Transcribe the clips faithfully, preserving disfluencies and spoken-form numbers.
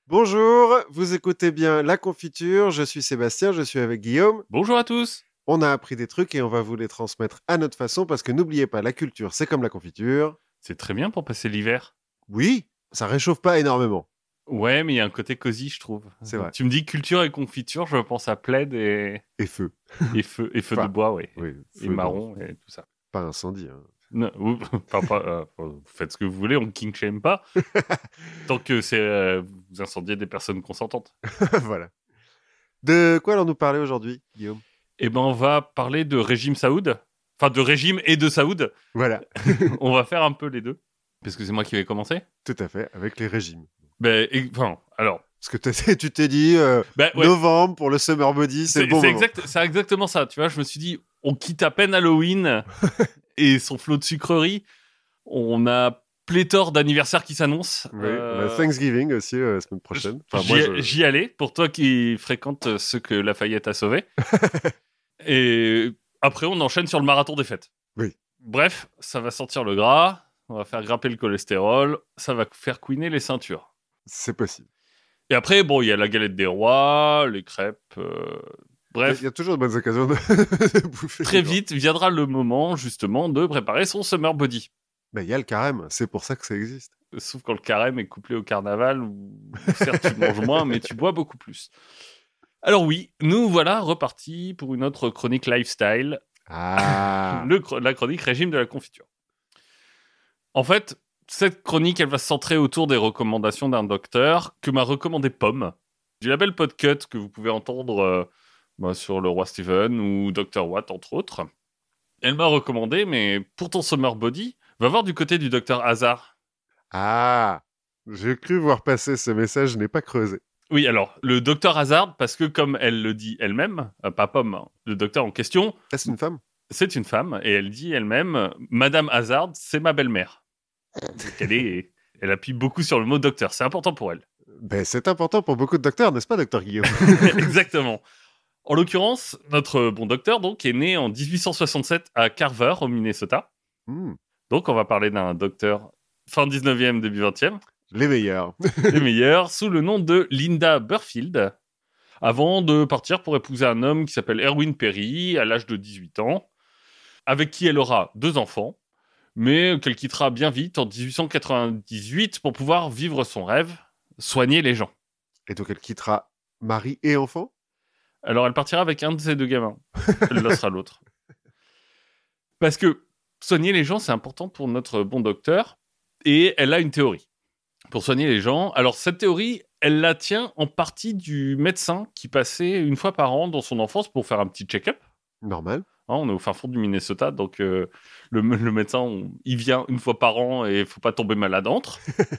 Bonjour, vous écoutez bien La Confiture, je suis Sébastien, je suis avec Guillaume. Bonjour à tous. On a appris des trucs et on va vous les transmettre à notre façon parce que n'oubliez pas, la culture, c'est comme la confiture. C'est très bien pour passer l'hiver. Oui, ça réchauffe pas énormément. Ouais, mais il y a un côté cosy, je trouve. C'est vrai. Tu me dis culture et confiture, je pense à plaid et, Et feu. et feu, et feu Enfin, de bois, ouais. Oui, Et feu marron et tout ça. Pas incendie. Hein. Non, ou- enfin, pas, euh, vous faites ce que vous voulez, on ne king shame pas. Tant que c'est euh, vous incendiez des personnes consentantes. Voilà. De quoi allons-nous parler aujourd'hui, Guillaume? Eh ben, on va parler de régime Saoud. Enfin, de régime et de Saoud. Voilà, On va faire un peu les deux. Parce que c'est moi qui vais commencer. tout à fait, avec les régimes. Ben, et- enfin, alors. Parce que t'as- tu t'es dit, euh, Ben, ouais. novembre pour le Summer Body, c'est le bon c'est moment. exact, c'est exactement ça. Tu vois, je me suis dit, on quitte à peine Halloween et son flot de sucreries. On a pléthore d'anniversaires qui s'annoncent. Oui, Euh, on a Thanksgiving aussi euh, la semaine prochaine. Enfin, j'y, moi, je... j'y allais, pour toi qui fréquente ceux que Lafayette a sauvés. Et après, on enchaîne sur le marathon des fêtes. Oui. Bref, ça va sortir le gras, on va faire grimper le cholestérol, ça va faire couiner les ceintures. C'est possible. Et après, bon, il y a la galette des rois, les crêpes. euh, Bref, Il y a toujours de bonnes occasions de, de bouffer. très vite viendra le moment, justement, de préparer son summer body. Mais il y a le carême, c'est pour ça que ça existe. Sauf quand le carême est couplé au carnaval, où certes tu manges moins, mais tu bois beaucoup plus. Alors oui, nous voilà repartis pour une autre chronique lifestyle, Ah. le, la chronique régime de la confiture. En fait, cette chronique, elle va se centrer autour des recommandations d'un docteur que m'a recommandé Pomme, du label Podcut que vous pouvez entendre euh, bah, sur Le Roi Steven ou docteur Watt, entre autres. Elle m'a recommandé, mais pour ton summer body, va voir du côté du docteur Hazard. Ah. J'ai cru voir passer ce message, je n'ai pas creusé. Oui, alors, le docteur Hazard, parce que comme elle le dit elle-même, euh, pas Pomme, hein, le docteur en question, Ah, c'est une femme? c'est une femme, et elle dit elle-même, Madame Hazard, c'est ma belle-mère. Donc elle, est, elle appuie beaucoup sur le mot docteur, c'est important pour elle. Ben, c'est important pour beaucoup de docteurs, n'est-ce pas, docteur Guillaume? Exactement. En l'occurrence, notre bon docteur donc, est né en dix-huit cent soixante-sept à Carver, au Minnesota. Hmm. Donc on va parler d'un docteur fin dix-neuvième, début vingtième. Les meilleurs. Les meilleurs, sous le nom de Linda Burfield, avant de partir pour épouser un homme qui s'appelle Erwin Perry, à l'âge de dix-huit ans, avec qui elle aura deux enfants, mais qu'elle quittera bien vite en dix-huit cent quatre-vingt-dix-huit pour pouvoir vivre son rêve, soigner les gens. Et donc, elle quittera mari et enfant? Alors elle partira avec un de ses deux gamins, elle laissera l'autre. Parce que soigner les gens, c'est important pour notre bon docteur, et elle a une théorie pour soigner les gens. Alors cette théorie, elle la tient en partie du médecin qui passait une fois par an dans son enfance pour faire un petit check-up. Normal. Hein, on est au fin fond du Minnesota, donc euh, le, le médecin, on, il vient une fois par an et il faut pas tomber malade entre.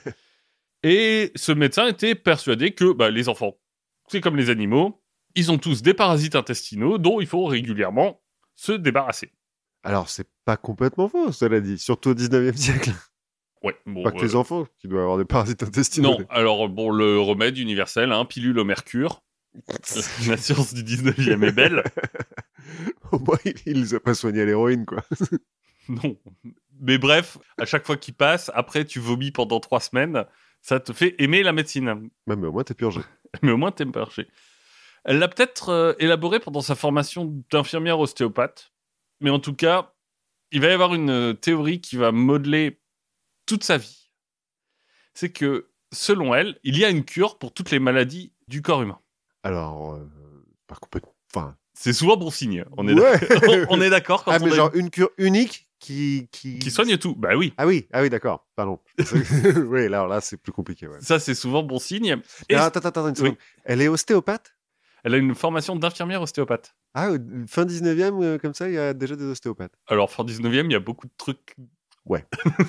Et ce médecin était persuadé que bah, les enfants, c'est comme les animaux, ils ont tous des parasites intestinaux dont il faut régulièrement se débarrasser. Alors, c'est pas complètement faux, cela dit, surtout au dix-neuvième siècle. Ouais, bon, Pas que euh, les enfants qui doivent avoir des parasites intestinaux. non, alors bon, le remède universel, hein, pilule au mercure. La science du dix-neuvième est belle. Au moins, il, il les a pas soignés à l'héroïne, quoi. Non. Mais bref, à chaque fois qu'il passe, après tu vomis pendant trois semaines, ça te fait aimer la médecine. Ouais, mais au moins, t'es purgé. Mais au moins t'aimes marcher. Elle l'a peut-être euh, élaboré pendant sa formation d'infirmière ostéopathe. Mais en tout cas, il va y avoir une euh, théorie qui va modeler toute sa vie. C'est que, selon elle, il y a une cure pour toutes les maladies du corps humain. Alors, euh, pas complètement. Enfin. C'est souvent bon signe. On est Ouais. d'accord, on est d'accord quand Ah, on mais a genre une cure unique qui. Qui, qui soigne tout. Bah oui. Ah oui, ah oui, d'accord. Pardon. Oui, alors là, c'est plus compliqué. Ouais. Ça, c'est souvent bon signe. Et Alors, attends, attends, une seconde. Oui. Elle est ostéopathe? Elle a une formation d'infirmière ostéopathe. Ah, euh, fin dix-neuvième, euh, comme ça, il y a déjà des ostéopathes. Alors, fin dix-neuvième, il y a beaucoup de trucs. Ouais.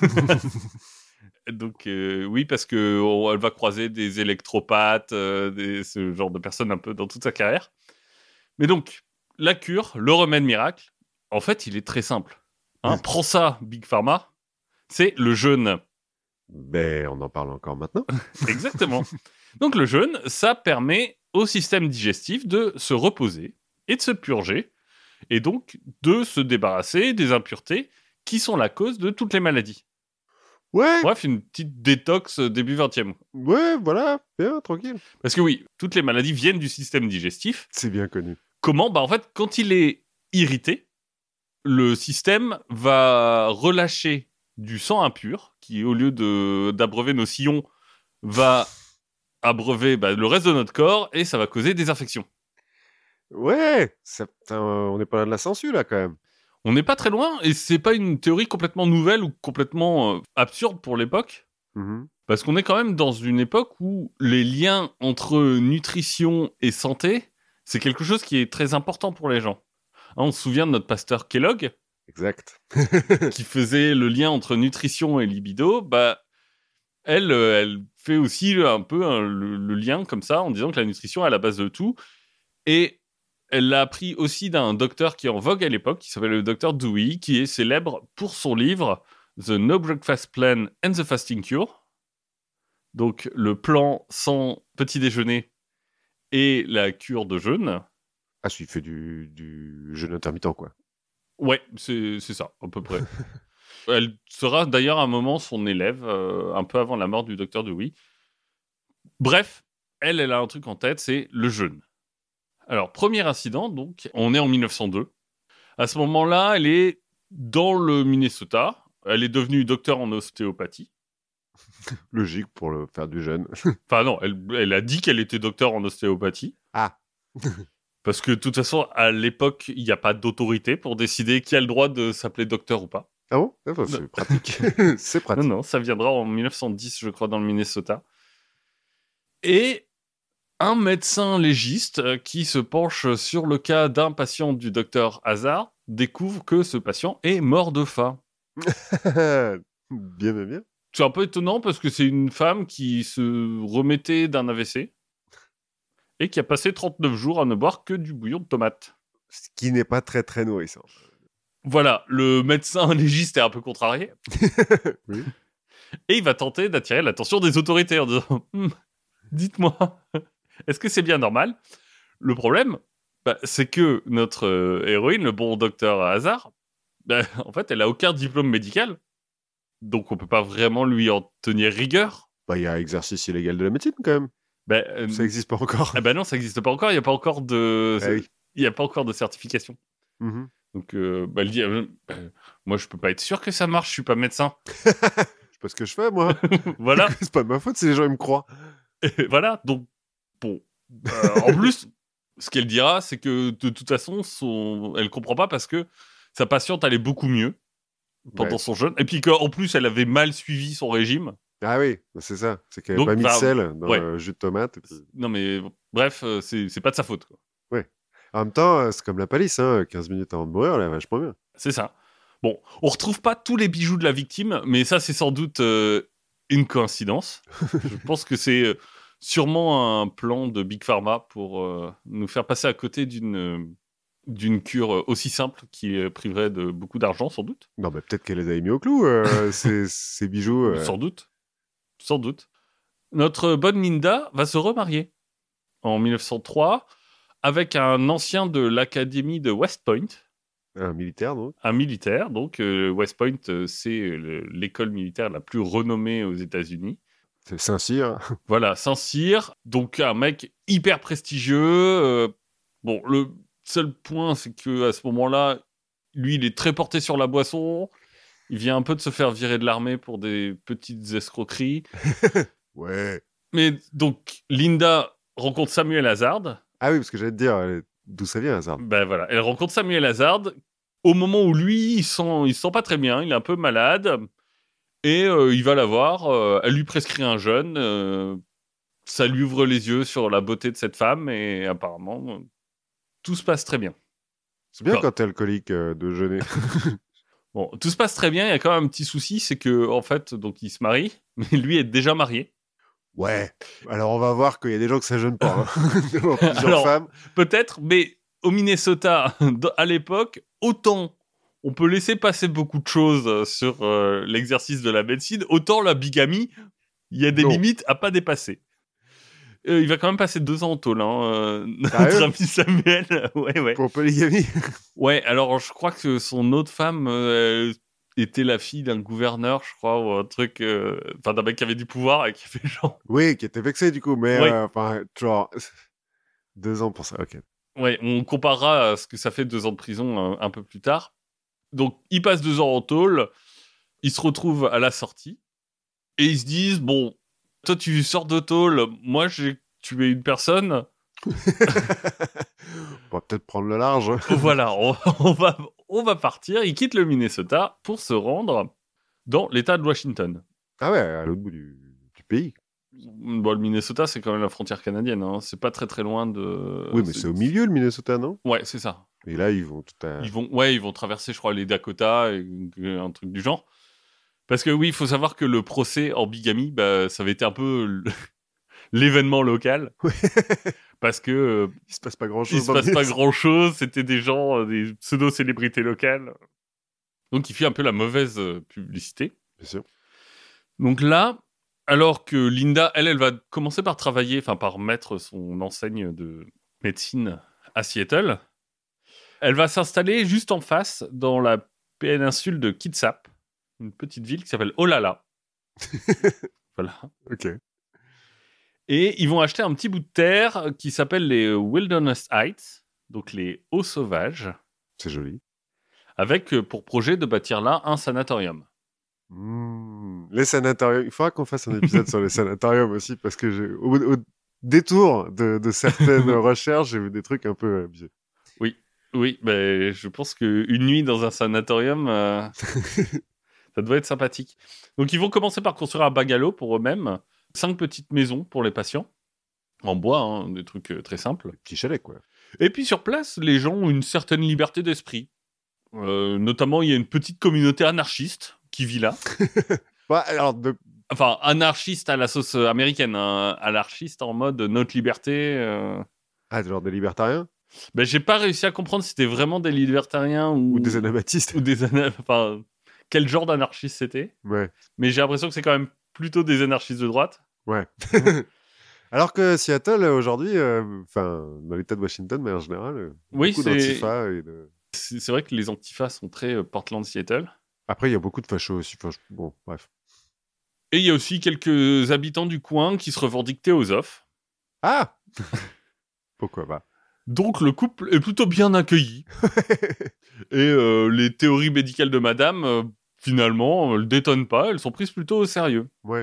Donc, euh, oui, parce que on- elle va croiser des électropathes, euh, des, ce genre de personnes un peu dans toute sa carrière. Mais donc, la cure, le remède miracle, en fait, il est très simple. Hein, Oui. prends ça, Big Pharma, c'est le jeûne. Ben, on en parle encore maintenant. Exactement. Donc, le jeûne, ça permet au système digestif de se reposer et de se purger, et donc de se débarrasser des impuretés qui sont la cause de toutes les maladies. Ouais, Bref, une petite détox euh, début vingtième. ouais, voilà, bien, tranquille. Parce que oui, toutes les maladies viennent du système digestif. C'est bien connu. Comment? Bah en fait, quand il est irrité, le système va relâcher du sang impur, qui au lieu de d'abreuver nos sillons, va abreuver bah, le reste de notre corps, et ça va causer des infections. Ouais, ça, putain, on n'est pas là de la censure, là, quand même. On n'est pas très loin, et c'est pas une théorie complètement nouvelle ou complètement euh, absurde pour l'époque, Mhm. parce qu'on est quand même dans une époque où les liens entre nutrition et santé, c'est quelque chose qui est très important pour les gens. Hein, on se souvient de notre pasteur Kellogg, Exact. qui faisait le lien entre nutrition et libido. Bah, elle, euh, elle fait aussi un peu hein, le, le lien comme ça, en disant que la nutrition est à la base de tout. Et elle l'a appris aussi d'un docteur qui est en vogue à l'époque, qui s'appelle le docteur Dewey, qui est célèbre pour son livre The No Breakfast Plan and the Fasting Cure. Donc, le plan sans petit déjeuner et la cure de jeûne. Ah, celui qui fait du, du jeûne intermittent, quoi. Ouais, c'est, c'est ça, à peu près. Elle sera d'ailleurs à un moment son élève, euh, un peu avant la mort du docteur Dewey. Bref, elle, elle a un truc en tête, c'est le jeûne. Alors, premier incident, donc, on est en mille neuf cent deux. À ce moment-là, elle est dans le Minnesota. Elle est devenue docteur en ostéopathie. Logique pour le, faire du jeûne. Enfin non, elle, elle a dit qu'elle était docteur en ostéopathie. Ah. Parce que de toute façon, à l'époque, il n'y a pas d'autorité pour décider qui a le droit de s'appeler docteur ou pas. Ah bon? Ah, bah, c'est pratique. C'est pratique. Non, non, ça viendra en mille neuf cent dix, je crois, dans le Minnesota. Et un médecin légiste euh, qui se penche sur le cas d'un patient du docteur Hazard découvre que ce patient est mort de faim. Bien, bien, bien. C'est un peu étonnant parce que c'est une femme qui se remettait d'un A V C et qui a passé trente-neuf jours à ne boire que du bouillon de tomate. Ce qui n'est pas très, très nourrissant. Voilà, le médecin légiste est un peu contrarié. Oui. Et il va tenter d'attirer l'attention des autorités en disant hm, « Dites-moi, est-ce que c'est bien normal ?» Le problème, bah, c'est que notre euh, héroïne, le bon docteur Hazard, bah, en fait, elle a aucun diplôme médical. Donc, on peut pas vraiment lui en tenir rigueur. Bah, il y a exercice illégal de la médecine, quand même. Bah, euh, Ça n'existe pas encore. Ah bah non, ça n'existe pas encore. Il n'y a pas encore de, Ah oui. il y a pas encore de certification. Mhm. Donc, euh, bah, elle dit, euh, euh, moi, je peux pas être sûr que ça marche. Je suis pas médecin. Je sais pas ce que je fais, moi. Voilà, C'est pas de ma faute si les gens ils me croient. Et voilà. Donc, bon. Euh, en plus, ce qu'elle dira, c'est que de toute façon, son... elle comprend pas parce que sa patiente allait beaucoup mieux pendant Ouais. son jeûne. Et puis qu'en plus, elle avait mal suivi son régime. Ah oui, c'est ça. C'est qu'elle Donc, n'avait pas mis de bah, sel dans ouais. le jus de tomate. et puis- Non, mais bref, euh, c'est c'est pas de sa faute, quoi. En même temps, euh, c'est comme la palisse, hein. quinze minutes avant de mourir, elle est vachement bien. C'est ça. Bon, on retrouve pas tous les bijoux de la victime, mais ça, c'est sans doute euh, une coïncidence. Je pense que c'est euh, sûrement un plan de Big Pharma pour euh, nous faire passer à côté d'une euh, d'une cure euh, aussi simple qui euh, priverait de beaucoup d'argent, sans doute. Non, mais peut-être qu'elle les a mis au clou, euh, ces, ces bijoux. euh. Sans doute. Sans doute. Notre bonne Linda va se remarier en mille neuf cent trois avec un ancien de l'académie de West Point. Un militaire, donc. Un militaire, donc euh, West Point, euh, c'est euh, l'école militaire la plus renommée aux États-Unis. C'est Saint-Cyr. Voilà, Saint-Cyr, donc un mec hyper prestigieux. euh, bon, le seul point, c'est que à ce moment-là, lui, il est très porté sur la boisson. Il vient un peu de se faire virer de l'armée pour des petites escroqueries. Ouais. Mais donc, Linda rencontre Samuel Hazard. Ah oui, parce que j'allais te dire, euh, d'où ça vient, Hazard. Ben voilà, elle rencontre Samuel Hazard au moment où lui, il sent, il se sent pas très bien, il est un peu malade, et euh, il va la voir, euh, elle lui prescrit un jeûne, euh, ça lui ouvre les yeux sur la beauté de cette femme, et apparemment, euh, tout se passe très bien. C'est bien Quoi. quand t'es alcoolique euh, de jeûner. Bon, tout se passe très bien, il y a quand même un petit souci, c'est que en fait, donc il se marie, mais lui est déjà marié. Ouais. Alors on va voir qu'il y a des gens que ça jeûne pas. Hein. Devant plusieurs Alors, femmes. Peut-être, mais au Minnesota, à l'époque, autant on peut laisser passer beaucoup de choses sur euh, l'exercice de la médecine, autant la bigamie, il y a des Non. limites à pas dépasser. Euh, il va quand même passer deux ans au tôle, hein, euh, notre Sérieux ami Samuel. ouais, ouais. Pour polygamie. Ouais, alors je crois que son autre femme euh, était la fille d'un gouverneur, je crois, ou un truc... euh, Enfin, d'un mec qui avait du pouvoir et qui fait genre... Oui, qui était vexé du coup, mais Oui. euh, enfin, genre, deux ans pour ça, ok. Ouais, on comparera à ce que ça fait deux ans de prison un, un peu plus tard. Donc, il passe deux ans en tôle, il se retrouve à la sortie, et ils se disent, bon, toi tu sors de tôle, moi j'ai tué une personne, On va peut-être prendre le large. voilà, on, on va, on va partir. Il quitte le Minnesota pour se rendre dans l'État de Washington. Ah ouais, à l'autre bout du, du pays. Bon, le Minnesota, c'est quand même la frontière canadienne, hein. C'est pas très très loin de... Oui, mais c'est au milieu le Minnesota, non? Ouais, c'est ça. Et là, ils vont tout à... Ils vont, ouais, ils vont traverser, je crois, les Dakota, et, et un truc du genre. Parce que oui, il faut savoir que le procès en bigamie, bah, ça avait été un peu l'événement local. Ouais. Parce que euh, Il se passe pas grand-chose. il se passe pas grand-chose, c'était des gens, euh, des pseudo-célébrités locales. Donc il fait un peu la mauvaise euh, publicité. Bien sûr. Donc là, alors que Linda, elle, elle va commencer par travailler, enfin par mettre son enseigne de médecine à Seattle, elle va s'installer juste en face, dans la péninsule de Kitsap, une petite ville qui s'appelle Olala. Voilà. Ok. Et ils vont acheter un petit bout de terre qui s'appelle les Wilderness Heights, donc les hauts sauvages, C'est joli. avec euh, pour projet de bâtir là un sanatorium. Mmh. Les sanatoriums. Il faudra qu'on fasse un épisode sur les sanatoriums aussi, parce que j'ai... au, au détour de, de certaines recherches, j'ai vu des trucs un peu abusés. Oui, oui, ben, je pense qu'une nuit dans un sanatorium, euh, ça doit être sympathique. Donc ils vont commencer par construire un bungalow pour eux-mêmes, cinq petites maisons pour les patients, en bois, hein, des trucs euh, très simples. Petit chalet, quoi. Et puis sur place, les gens ont une certaine liberté d'esprit. Euh, notamment, il y a une petite communauté anarchiste qui vit là. Ouais, alors, de... Enfin, anarchiste à la sauce américaine, hein. Anarchiste en mode notre liberté. Euh... Ah, genre des libertariens? Ben, j'ai pas réussi à comprendre si c'était vraiment des libertariens ou, Ou des anabaptistes? ou des ana... enfin, quel genre d'anarchiste c'était. Ouais. Mais j'ai l'impression que c'est quand même plutôt des anarchistes de droite. Ouais. Alors que Seattle, aujourd'hui, enfin, euh, dans l'état de Washington, mais en général, euh, Oui, beaucoup c'est... d'antifa et de... c'est c'est vrai que les antifas sont très euh, Portland-Seattle. Après, il y a beaucoup de fachos aussi. Enfin, je- bon, bref. Et il y a aussi quelques habitants du coin qui se revendiquent théosophes. Ah Pourquoi pas? Donc le couple est plutôt bien accueilli. Et euh, les théories médicales de madame, euh, finalement, elles ne détonnent pas, elles sont prises plutôt au sérieux. Ouais.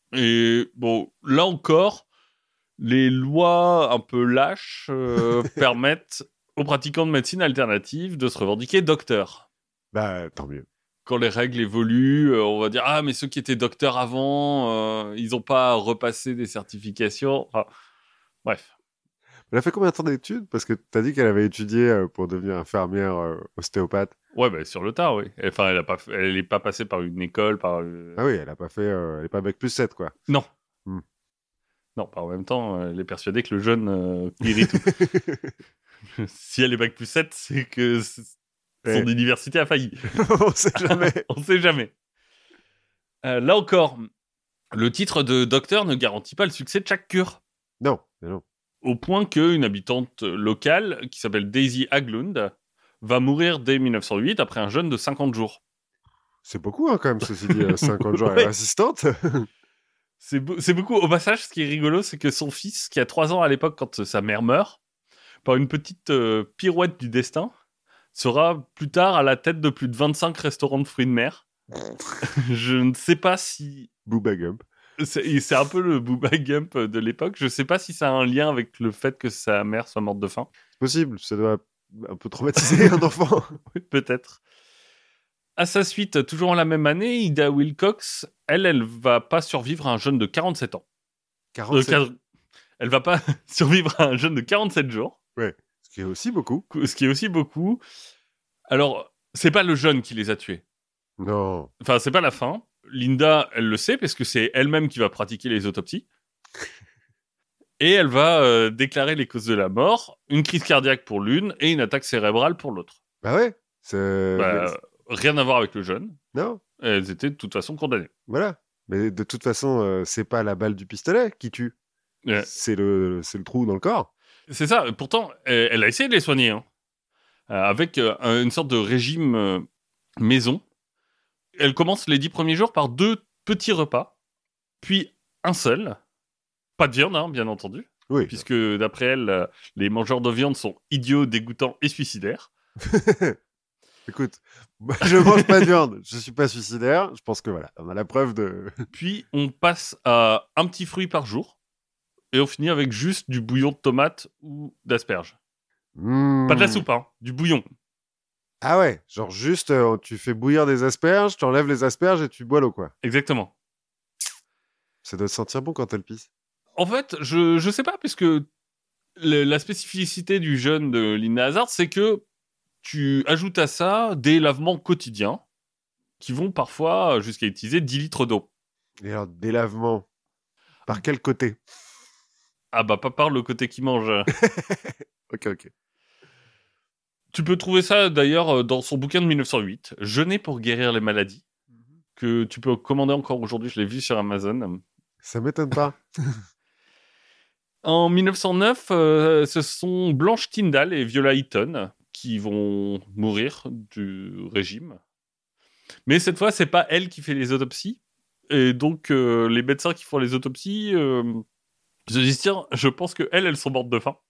Et bon, là encore, les lois un peu lâches euh, permettent aux pratiquants de médecine alternative de se revendiquer docteur. Bah, tant mieux. Quand les règles évoluent, euh, on va dire « Ah, mais ceux qui étaient docteurs avant, euh, ils n'ont pas repassé des certifications. Ah. » Bref. Elle a fait combien de temps d'études? Parce que t'as dit qu'elle avait étudié euh, pour devenir infirmière euh, ostéopathe. Ouais, bah, sur le tard, oui. Enfin, elle n'est pas, elle est pas passée par une école, par... euh, Ah oui, elle a pas fait... euh, elle est pas bac plus sept, quoi. Non. Hmm. Non, pas en même temps, elle est persuadée que le jeune euh, guérit tout. Si elle est bac plus sept, c'est que c- son Ouais. université a failli. On sait jamais. On sait jamais. Euh, là encore, le titre de docteur ne garantit pas le succès de chaque cure. Non, mais non. Au point qu'une habitante locale, qui s'appelle Daisy Haglund, va mourir dès mille neuf cent huit après un jeûne de cinquante jours. C'est beaucoup, hein, quand même, ceci dit, euh, cinquante jours. Elle Ouais. est assistante. C'est, be- c'est beaucoup. Au passage, ce qui est rigolo, c'est que son fils, qui a trois ans à l'époque quand sa mère meurt, par une petite euh, pirouette du destin, sera plus tard à la tête de plus de vingt-cinq restaurants de fruits de mer. Je ne sais pas si... Booba Gump. C'est, c'est un peu le Booba Gump de l'époque. Je ne sais pas si ça a un lien avec le fait que sa mère soit morte de faim. C'est possible, ça doit un peu traumatiser un enfant. Oui, peut-être. À sa suite, toujours en la même année, Ida Wilcox, elle, elle va pas survivre à un jeûne de quarante-sept ans. Euh, quarante-sept. quar- Elle va pas survivre à un jeûne de quarante-sept jours, Ouais, ce qui est aussi beaucoup. ce qui est aussi beaucoup. Alors, c'est pas le jeûne qui les a tués. Non. Enfin, c'est pas la fin. Linda, elle le sait parce que c'est elle-même qui va pratiquer les autopsies. Et elle va euh, déclarer les causes de la mort, une crise cardiaque pour l'une et une attaque cérébrale pour l'autre. Bah ouais. C'est... Bah, rien à voir avec le jeûne. Non, Elles étaient de toute façon condamnées. voilà. Mais de toute façon, euh, c'est pas la balle du pistolet qui tue. Ouais. C'est le, c'est le trou dans le corps. C'est ça. Pourtant, elle, elle a essayé de les soigner, hein. Euh, avec euh, un- une sorte de régime euh, maison Elle commence les dix premiers jours par deux petits repas, puis un seul. Pas de viande, hein, bien entendu. Oui. Puisque, d'après elle, les mangeurs de viande sont idiots, dégoûtants et suicidaires. Écoute, moi, je mange pas de viande, je suis pas suicidaire. Je pense que voilà, on a la preuve de... Puis, on passe à un petit fruit par jour. Et on finit avec juste du bouillon de tomate ou d'asperges. Mmh. Pas de la soupe, hein, du bouillon. Ah ouais, genre juste, euh, tu fais bouillir des asperges, tu enlèves les asperges et tu bois l'eau, quoi. Exactement. Ça doit sentir bon quand elle pisse. En fait, je, je sais pas, puisque le, la spécificité du jeûne de Linda Hazard, c'est que tu ajoutes à ça des lavements quotidiens qui vont parfois jusqu'à utiliser dix litres d'eau. Et alors, des lavements, par quel côté? Ah bah, pas par le côté qui mange. Ok, ok. Tu peux trouver ça d'ailleurs dans son bouquin de mille neuf cent huit, Jeûner pour guérir les maladies, que tu peux commander encore aujourd'hui, je l'ai vu sur Amazon. Ça m'étonne pas. En mille neuf cent neuf, euh, ce sont Blanche Tyndall et Viola Eaton qui vont mourir du régime. Mais cette fois, c'est pas elle qui fait les autopsies. Et donc, euh, les médecins qui font les autopsies euh, se disent, tiens, je pense qu'elles, elles sont mortes de faim.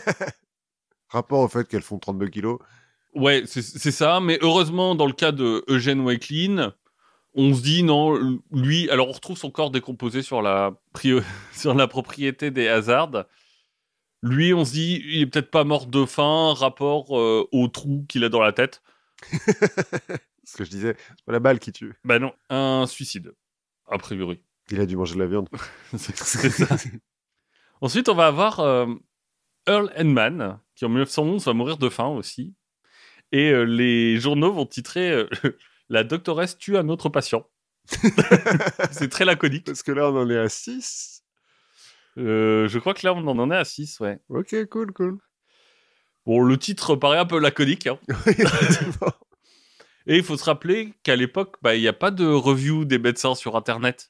Rapport au fait qu'elles font trente-deux kilos. Ouais, c'est, c'est ça. Mais heureusement, dans le cas de Eugène Wakelin, on se dit, non, lui... Alors, on retrouve son corps décomposé sur la, pri- sur la propriété des Hazard. Lui, on se dit, il est peut-être pas mort de faim, rapport euh, au trou qu'il a dans la tête. Ce que je disais, c'est pas la balle qui tue. Bah non, un suicide, a priori. Il a dû manger de la viande. c'est, c'est ça. Ensuite, on va avoir euh, Earl Enman, qui en mille neuf cent onze va mourir de faim aussi. Et euh, les journaux vont titrer euh, « La doctoresse tue un autre patient ». C'est très laconique. Parce que là, on en est à six. Euh, je crois que là, on en est à six, ouais. Ok, cool, cool. Bon, le titre paraît un peu laconique. Hein. Oui, effectivement. Et il faut se rappeler qu'à l'époque, bah, il n'y a pas de review des médecins sur Internet.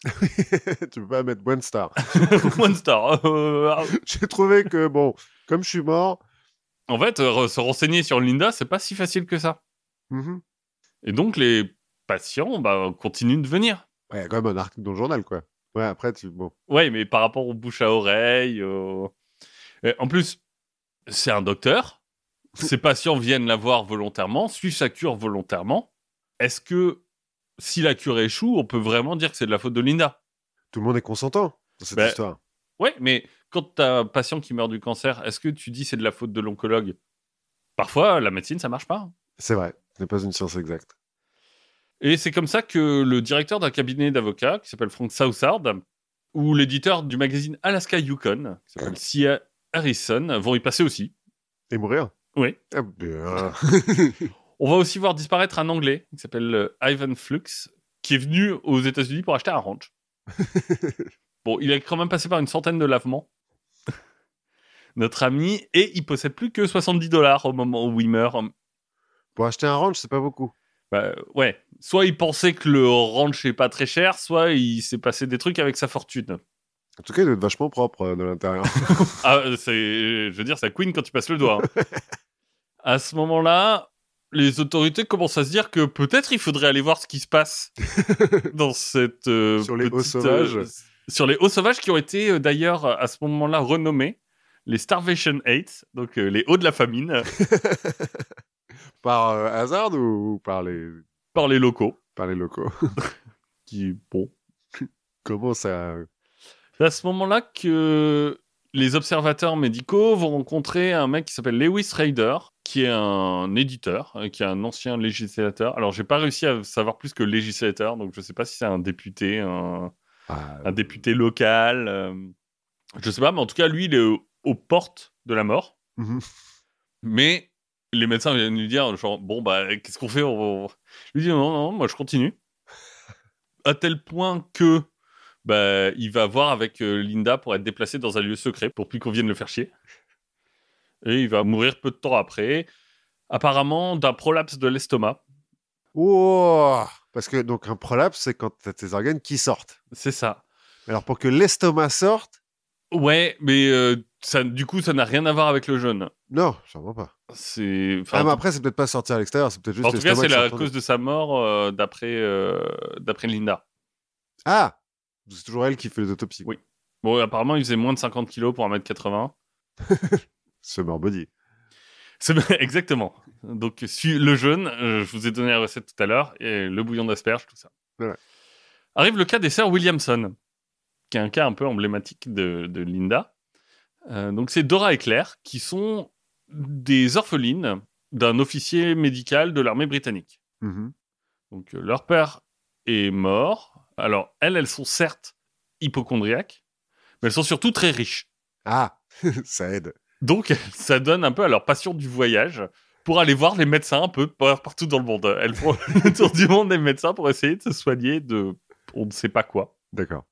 Tu peux pas mettre one star. One star. Euh, J'ai trouvé que, bon, comme je suis mort... En fait, euh, se renseigner sur Linda, c'est pas si facile que ça. Mm-hmm. Et donc, les patients bah, continuent de venir. Il ouais, y a quand même un article dans le journal, quoi. Ouais, après, tu... Bon. Ouais, mais par rapport au bouche à oreille... Euh... Et en plus, c'est un docteur. Ses patients viennent la voir volontairement, suivent sa cure volontairement. Est-ce que, si la cure échoue, on peut vraiment dire que c'est de la faute de Linda? Tout le monde est consentant dans cette bah, histoire. Ouais, mais quand t'as un patient qui meurt du cancer, est-ce que tu dis c'est de la faute de l'oncologue? Parfois, la médecine, ça marche pas. C'est vrai, ce n'est pas une science exacte. Et c'est comme ça que le directeur d'un cabinet d'avocats, qui s'appelle Frank Southard, ou l'éditeur du magazine Alaska Yukon, qui s'appelle Sia Harrison, vont y passer aussi. Et mourir? Oui. Ah bien. On va aussi voir disparaître un Anglais, qui s'appelle Ivan Flux, qui est venu aux États-Unis pour acheter un ranch. Bon, il a quand même passé par une centaine de lavements. Notre ami, et il possède plus que soixante-dix dollars au moment où il meurt. Pour acheter un ranch, c'est pas beaucoup. Bah, ouais. Soit il pensait que le ranch est pas très cher, soit il s'est passé des trucs avec sa fortune. En tout cas, il doit être vachement propre euh, de l'intérieur. Ah, c'est, je veux dire, ça couine quand tu passes le doigt. Hein. À ce moment-là, les autorités commencent à se dire que peut-être il faudrait aller voir ce qui se passe dans cette euh, sur les petite, hauts sauvages. Euh, sur les hauts sauvages qui ont été euh, d'ailleurs à ce moment-là renommés les Starvation Eight, donc euh, les hauts de la famine. Par euh, hasard ou par les... Par les locaux. Par les locaux. Qui, bon. Comment ça... C'est à ce moment-là que les observateurs médicaux vont rencontrer un mec qui s'appelle Lewis Rader, qui est un éditeur, qui est un ancien législateur. Alors, j'ai pas réussi à savoir plus que législateur, donc je sais pas si c'est un député, un, ah, un député local. Euh, je sais pas, mais en tout cas, lui, il est aux, aux portes de la mort. Mm-hmm. Mais les médecins viennent lui dire, genre, bon, bah, qu'est-ce qu'on fait? On... Lui dit, non, non, moi, je continue. À tel point que bah, il va voir avec euh, Linda pour être déplacé dans un lieu secret pour plus qu'on vienne le faire chier. Et il va mourir peu de temps après, apparemment d'un prolapse de l'estomac. Oh, parce que donc un prolapse, c'est quand tu as tes organes qui sortent. C'est ça. Alors pour que l'estomac sorte... Ouais, mais euh, ça, du coup, ça n'a rien à voir avec le jeûne. Non, sûrement pas. C'est. Ah, mais après, c'est peut-être pas sortir à l'extérieur, c'est peut-être juste. En tout cas, l'estomac c'est qui la s'en cause de sa mort euh, d'après, euh, d'après Linda. Ah, c'est toujours elle qui fait les autopsies. Oui. Bon, apparemment, il faisait moins de cinquante kilos pour un mètre quatre-vingts. Summer body. C'est exactement. Donc, su- le jeûne, euh, je vous ai donné la recette tout à l'heure, et le bouillon d'asperges, tout ça. Voilà. Arrive le cas des sœurs Williamson, qui est un cas un peu emblématique de, de Linda. Euh, donc, c'est Dora et Claire, qui sont des orphelines d'un officier médical de l'armée britannique. Mm-hmm. Donc, euh, leur père est mort. Alors, elles, elles sont certes hypocondriaques, mais elles sont surtout très riches. Ah, ça aide. Donc, ça donne un peu à leur passion du voyage pour aller voir les médecins un peu partout dans le monde. Elles font le tour du monde des médecins pour essayer de se soigner de on ne sait pas quoi. D'accord.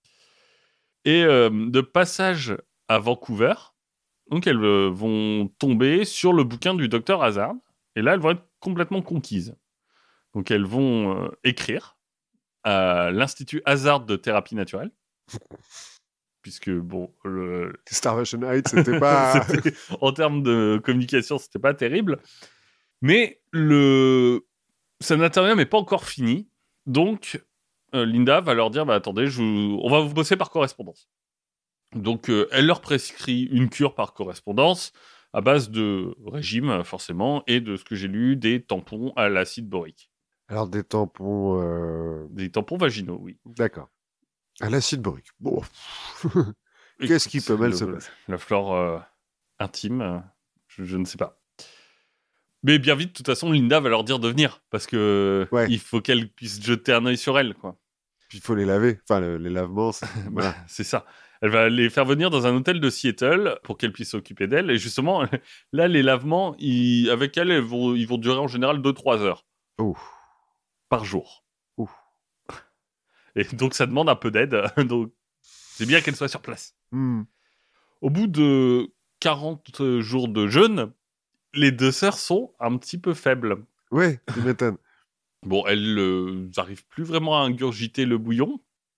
Et euh, de passage à Vancouver, donc elles euh, vont tomber sur le bouquin du docteur Hazard. Et là, elles vont être complètement conquises. Donc, elles vont euh, écrire à l'Institut Hazard de thérapie naturelle. Puisque, bon... Le... Starvation Heights, c'était pas... c'était, en termes de communication, c'était pas terrible. Mais le... sanatorium n'est pas encore fini. Donc, euh, Linda va leur dire, bah, attendez, je vous... on va vous bosser par correspondance. Donc, euh, elle leur prescrit une cure par correspondance à base de régime, forcément, et de ce que j'ai lu, des tampons à l'acide borique. Alors, des tampons... Euh... Des tampons vaginaux, oui. D'accord. À l'acide borique. Bon. Qu'est-ce qui peut mal le, se passer? La flore euh, intime, je, je ne sais pas. Mais bien vite, de toute façon, Linda va leur dire de venir, parce que ouais. il faut qu'elle puisse jeter un œil sur elle, quoi. Puis il faut les laver. Enfin, le, les lavements, c'est... Voilà. C'est ça. Elle va les faire venir dans un hôtel de Seattle pour qu'elle puisse s'occuper d'elle. Et justement, là, les lavements, ils, avec elle, ils vont, ils vont durer en général deux à trois heures. Ouh. Par jour. Ouh. Et donc, ça demande un peu d'aide. Donc, c'est bien qu'elle soit sur place. Mm. Au bout de quarante jours de jeûne, les deux sœurs sont un petit peu faibles. Ouais, tu m'étonnes. Bon, elles n'arrivent euh, plus vraiment à ingurgiter le bouillon.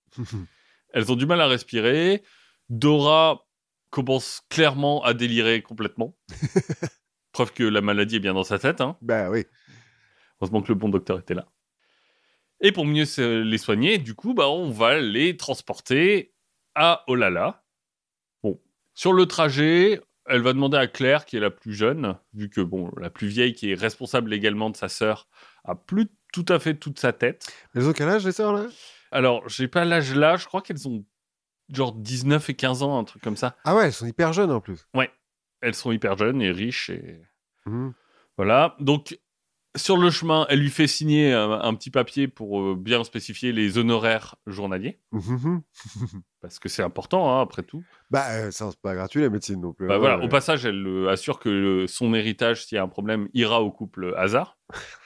Elles ont du mal à respirer. Dora commence clairement à délirer complètement. Preuve que la maladie est bien dans sa tête. Hein. Bah oui. Heureusement que le bon docteur était là. Et pour mieux les soigner, du coup, bah, on va les transporter à Olala. Bon, sur le trajet, elle va demander à Claire, qui est la plus jeune, vu que bon, la plus vieille, qui est responsable également de sa sœur, a plus tout à fait toute sa tête. Elles ont quel âge, les sœurs, là? Alors, j'ai pas l'âge là, je crois qu'elles ont genre dix-neuf et quinze ans, un truc comme ça. Ah ouais, elles sont hyper jeunes en plus. Ouais, elles sont hyper jeunes et riches. Et... Mmh. Voilà, donc sur le chemin, elle lui fait signer un, un petit papier pour euh, bien spécifier les honoraires journaliers. Mmh. Parce que c'est important, hein, après tout. Bah, euh, ça, c'est pas gratuit la médecine non plus. Bah hein, voilà, euh... au passage, elle euh, assure que le, son héritage, s'il y a un problème, ira au couple Hazard.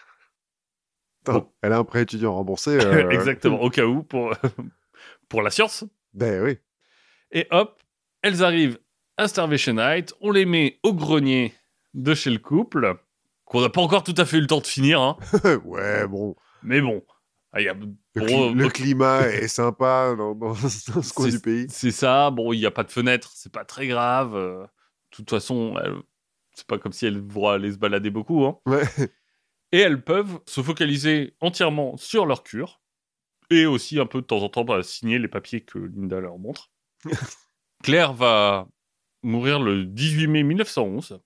Attends, bon. Elle a un prêt étudiant remboursé. Euh... Exactement, au cas où, pour, pour la science. Ben oui. Et hop, elles arrivent à Starvation Heights, on les met au grenier de chez le couple, qu'on n'a pas encore tout à fait eu le temps de finir. Hein. Ouais, bon. Mais bon. Ah, y a... Le, bon, cli- le euh, climat est sympa dans, dans, dans ce coin du pays. C'est ça, bon, il n'y a pas de fenêtre, c'est pas très grave. De toute façon, elle... c'est pas comme si elles vont aller se balader beaucoup. Hein. Ouais. Et elles peuvent se focaliser entièrement sur leur cure, et aussi un peu de temps en temps bah, signer les papiers que Linda leur montre. Claire va mourir le dix-huit mai mille neuf cent onze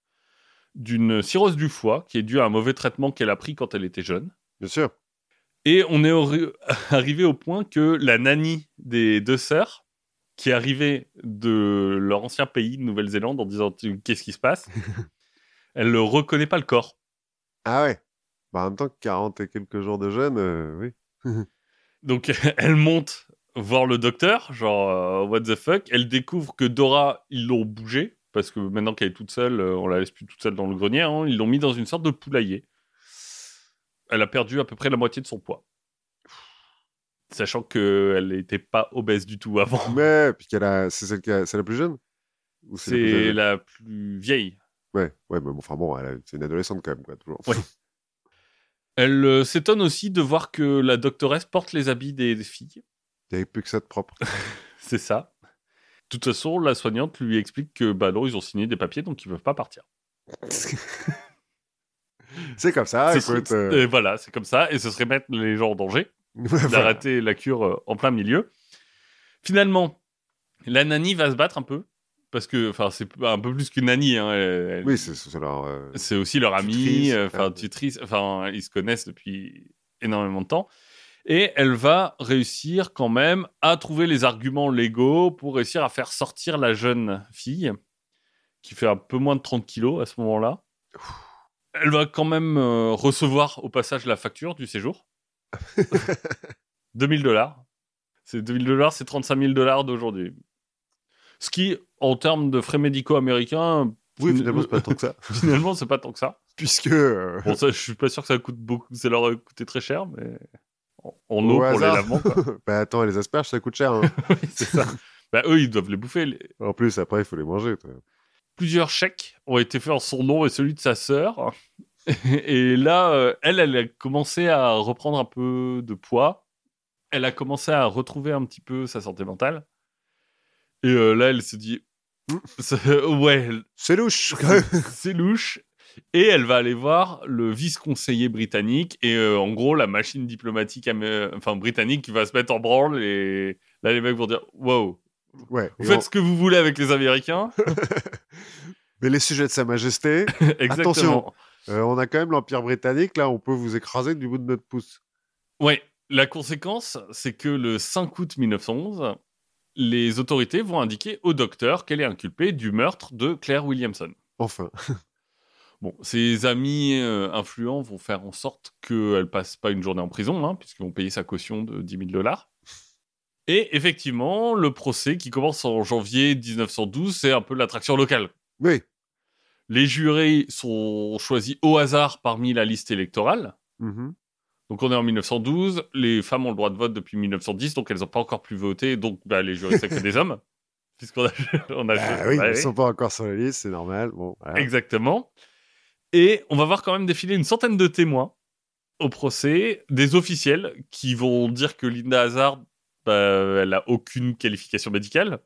d'une cirrhose du foie qui est due à un mauvais traitement qu'elle a pris quand elle était jeune. Bien sûr. Et on est au... arrivé au point que la nanny des deux sœurs, qui est arrivée de leur ancien pays, de Nouvelle-Zélande, en disant « Qu'est-ce qui se passe ?» Elle ne reconnaît pas le corps. Ah ouais. Bah, en même temps, quarante et quelques jours de jeûne, euh, oui. Donc, elle monte voir le docteur, genre euh, what the fuck. Elle découvre que Dora, ils l'ont bougé, parce que maintenant qu'elle est toute seule, euh, on la laisse plus toute seule dans le grenier, hein, ils l'ont mis dans une sorte de poulailler. Elle a perdu à peu près la moitié de son poids. Sachant qu'elle n'était pas obèse du tout avant. Mais, puis qu'elle a... c'est celle qui a... c'est la plus jeune? Ou c'est c'est la plus, la plus vieille. Ouais, ouais, mais bon, enfin bon, elle a... c'est une adolescente quand même, quoi, toujours. Ouais. Elle euh, s'étonne aussi de voir que la doctoresse porte les habits des, des filles. Il n'y avait plus que ça de propre. C'est ça. toute façon, la soignante lui explique que bah non, ils ont signé des papiers, donc ils peuvent pas partir. C'est comme ça, Ce écoute. serait- euh, et voilà, c'est comme ça, et ce serait mettre les gens en danger voilà. d'arrêter la cure euh, en plein milieu. Finalement, la nanny va se battre un peu, parce que, enfin, c'est un peu plus qu'une nanny, hein, elle- elle- Oui, c'est c'est leur. euh, c'est aussi leur amie, tutrice, euh, enfin, ouais. tutrice, enfin, ils se connaissent depuis énormément de temps. Et elle va réussir quand même à trouver les arguments légaux pour réussir à faire sortir la jeune fille, qui fait un peu moins de trente kilos à ce moment-là. Elle va quand même euh, recevoir au passage la facture du séjour. deux mille dollars. C'est deux mille dollars, c'est trente-cinq mille dollars d'aujourd'hui. Ce qui, en termes de frais médicaux américains, Oui, finalement, c'est pas tant que ça. finalement, c'est pas tant que ça. Puisque. euh, Bon, ça, je suis pas sûr que ça coûte beaucoup, ça leur a coûté très cher, mais en, en au eau pour les hasard. lavements, quoi. bah attends, les asperges, ça coûte cher. Hein. Oui, c'est ça. Bah, eux, ils doivent les bouffer. les- En plus, après, il faut les manger. Toi. Plusieurs chèques ont été faits en son nom et celui de sa sœur. Et là, euh, elle, elle a commencé à reprendre un peu de poids. Elle a commencé à retrouver un petit peu sa santé mentale. Et euh, là, elle se dit, c'est- ouais, C'est louche. c'est c'est louche. Et elle va aller voir le vice-conseiller britannique et euh, en gros la machine diplomatique amé- enfin, britannique qui va se mettre en branle. Et là, les mecs vont dire, wow, ouais. vous et faites on- ce que vous voulez avec les Américains. Mais les sujets de Sa Majesté, Exactement. euh, on a quand même l'Empire britannique. Là, on peut vous écraser du bout de notre pouce. Ouais, la conséquence, c'est que le cinq août mille neuf cent onze, les autorités vont indiquer au docteur qu'elle est inculpée du meurtre de Claire Williamson. Enfin. Bon, ses amis euh, influents vont faire en sorte qu'elle passe pas une journée en prison, hein, puisqu'ils vont payer sa caution de dix mille dollars. Et effectivement, le procès qui commence en janvier dix-neuf cent douze, c'est un peu l'attraction locale. Oui. Les jurés sont choisis au hasard parmi la liste électorale. Mhm. Donc on est en mille neuf cent douze, les femmes ont le droit de vote depuis mille neuf cent dix, donc elles n'ont pas encore pu voter, donc bah, les jurés, c'est que des hommes. Puisqu'on a... on a Ah oui, bah, ils oui. sont pas encore sur la liste, c'est normal. Bon, voilà. Exactement. Et on va voir quand même défiler une centaine de témoins au procès, des officiels qui vont dire que Linda Hazard, bah, elle a aucune qualification médicale.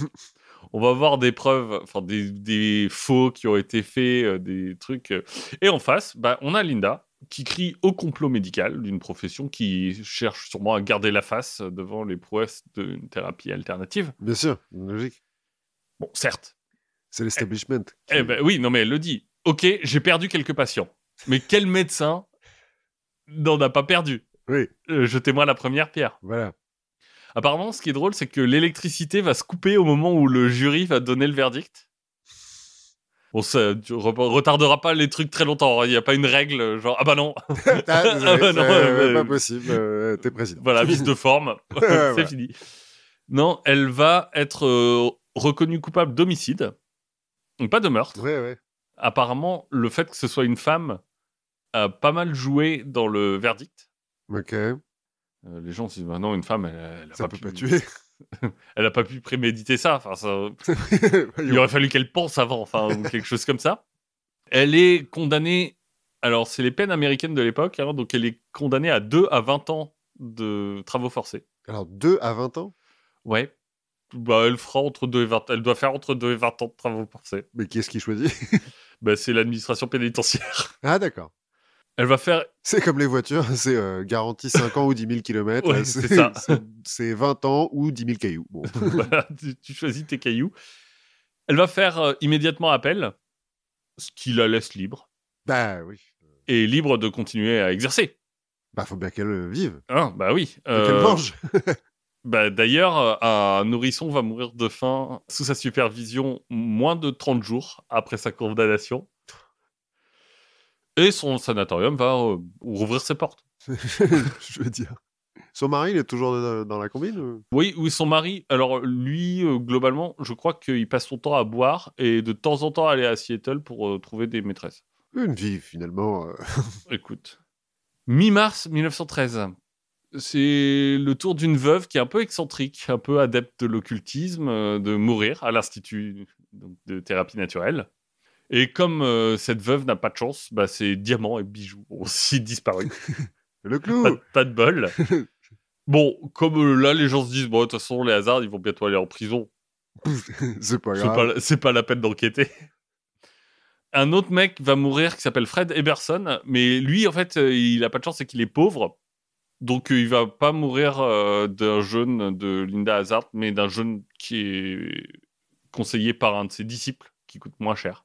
On va voir des preuves, enfin des, des faux qui ont été faits, euh, des trucs. euh. Et en face, bah, on a Linda qui crie au complot médical d'une profession qui cherche sûrement à garder la face devant les prouesses d'une thérapie alternative. Bien sûr, logique. Bon, certes. C'est l'establishment. qui- Eh ben oui, non mais elle le dit. Ok, j'ai perdu quelques patients. Mais quel médecin n'en a pas perdu? Oui, Euh, Jetez-moi la première pierre. voilà. Apparemment, ce qui est drôle, c'est que l'électricité va se couper au moment où le jury va donner le verdict. Bon, ça ne retardera pas les trucs très longtemps. Il n'y a pas une règle, genre, ah bah non. Ah, désolé, Ah bah non, c'est euh, pas possible. euh, T'es président. Voilà, vice de forme. C'est Voilà. fini. Non, elle va être euh, reconnue coupable d'homicide. Donc pas de meurtre. Ouais, ouais. Apparemment, le fait que ce soit une femme a pas mal joué dans le verdict. Ok. Euh, les gens se disent, bah non, une femme, elle, elle a Ça pas peut pu... pas tuer. elle a pas pu préméditer ça. Enfin, ça... Il aurait fallu qu'elle pense avant, enfin, ou quelque chose comme ça. Elle est condamnée... Alors, c'est les peines américaines de l'époque, hein, donc elle est condamnée à deux à vingt ans de travaux forcés. Alors, deux à vingt ans? Ouais. Bah, elle fera entre deux et vingt... Elle doit faire entre deux et vingt ans de travaux forcés. Mais qui est-ce qui choisit? Bah, c'est l'administration pénitentiaire. Ah, d'accord. Elle va faire... C'est comme les voitures, c'est euh, garantie cinq ans ou dix mille kilomètres. Ouais, c'est ça. c'est- C'est vingt ans ou dix mille cailloux. Bon. Voilà, tu, tu choisis tes cailloux. Elle va faire euh, immédiatement appel, ce qui la laisse libre, Bah oui. et libre de continuer à exercer. Bah faut bien qu'elle euh, vive. Hein, bah oui. Faut Euh, qu'elle mange. bah, d'ailleurs, euh, un nourrisson va mourir de faim sous sa supervision moins de trente jours après sa condamnation. Et son sanatorium va euh, rouvrir ses portes. Je veux dire. Son mari, il est toujours dans dans la combine ou- Oui, oui, son mari, alors lui, euh, globalement, je crois qu'il passe son temps à boire et de temps en temps aller à Seattle pour euh, trouver des maîtresses. Une vie, finalement. euh. Écoute. Mi-mars mille neuf cent treize. C'est le tour d'une veuve qui est un peu excentrique, un peu adepte de l'occultisme, euh, de mourir à l'Institut donc, de thérapie naturelle. Et comme euh, cette veuve n'a pas de chance, bah, ses diamants et bijoux ont aussi disparu. Le pas, clou. pas de bol. Bon, comme euh, là, les gens se disent, bon, de toute façon, les hasards, ils vont bientôt aller en prison. C'est pas C'est grave. pas, c'est pas la peine d'enquêter. Un autre mec va mourir qui s'appelle Fred Eberson, mais lui, en fait, euh, il a pas de chance, c'est qu'il est pauvre. Donc, euh, il va pas mourir euh, d'un jeûne de Linda Hazard, mais d'un jeûne qui est conseillé par un de ses disciples, qui coûte moins cher.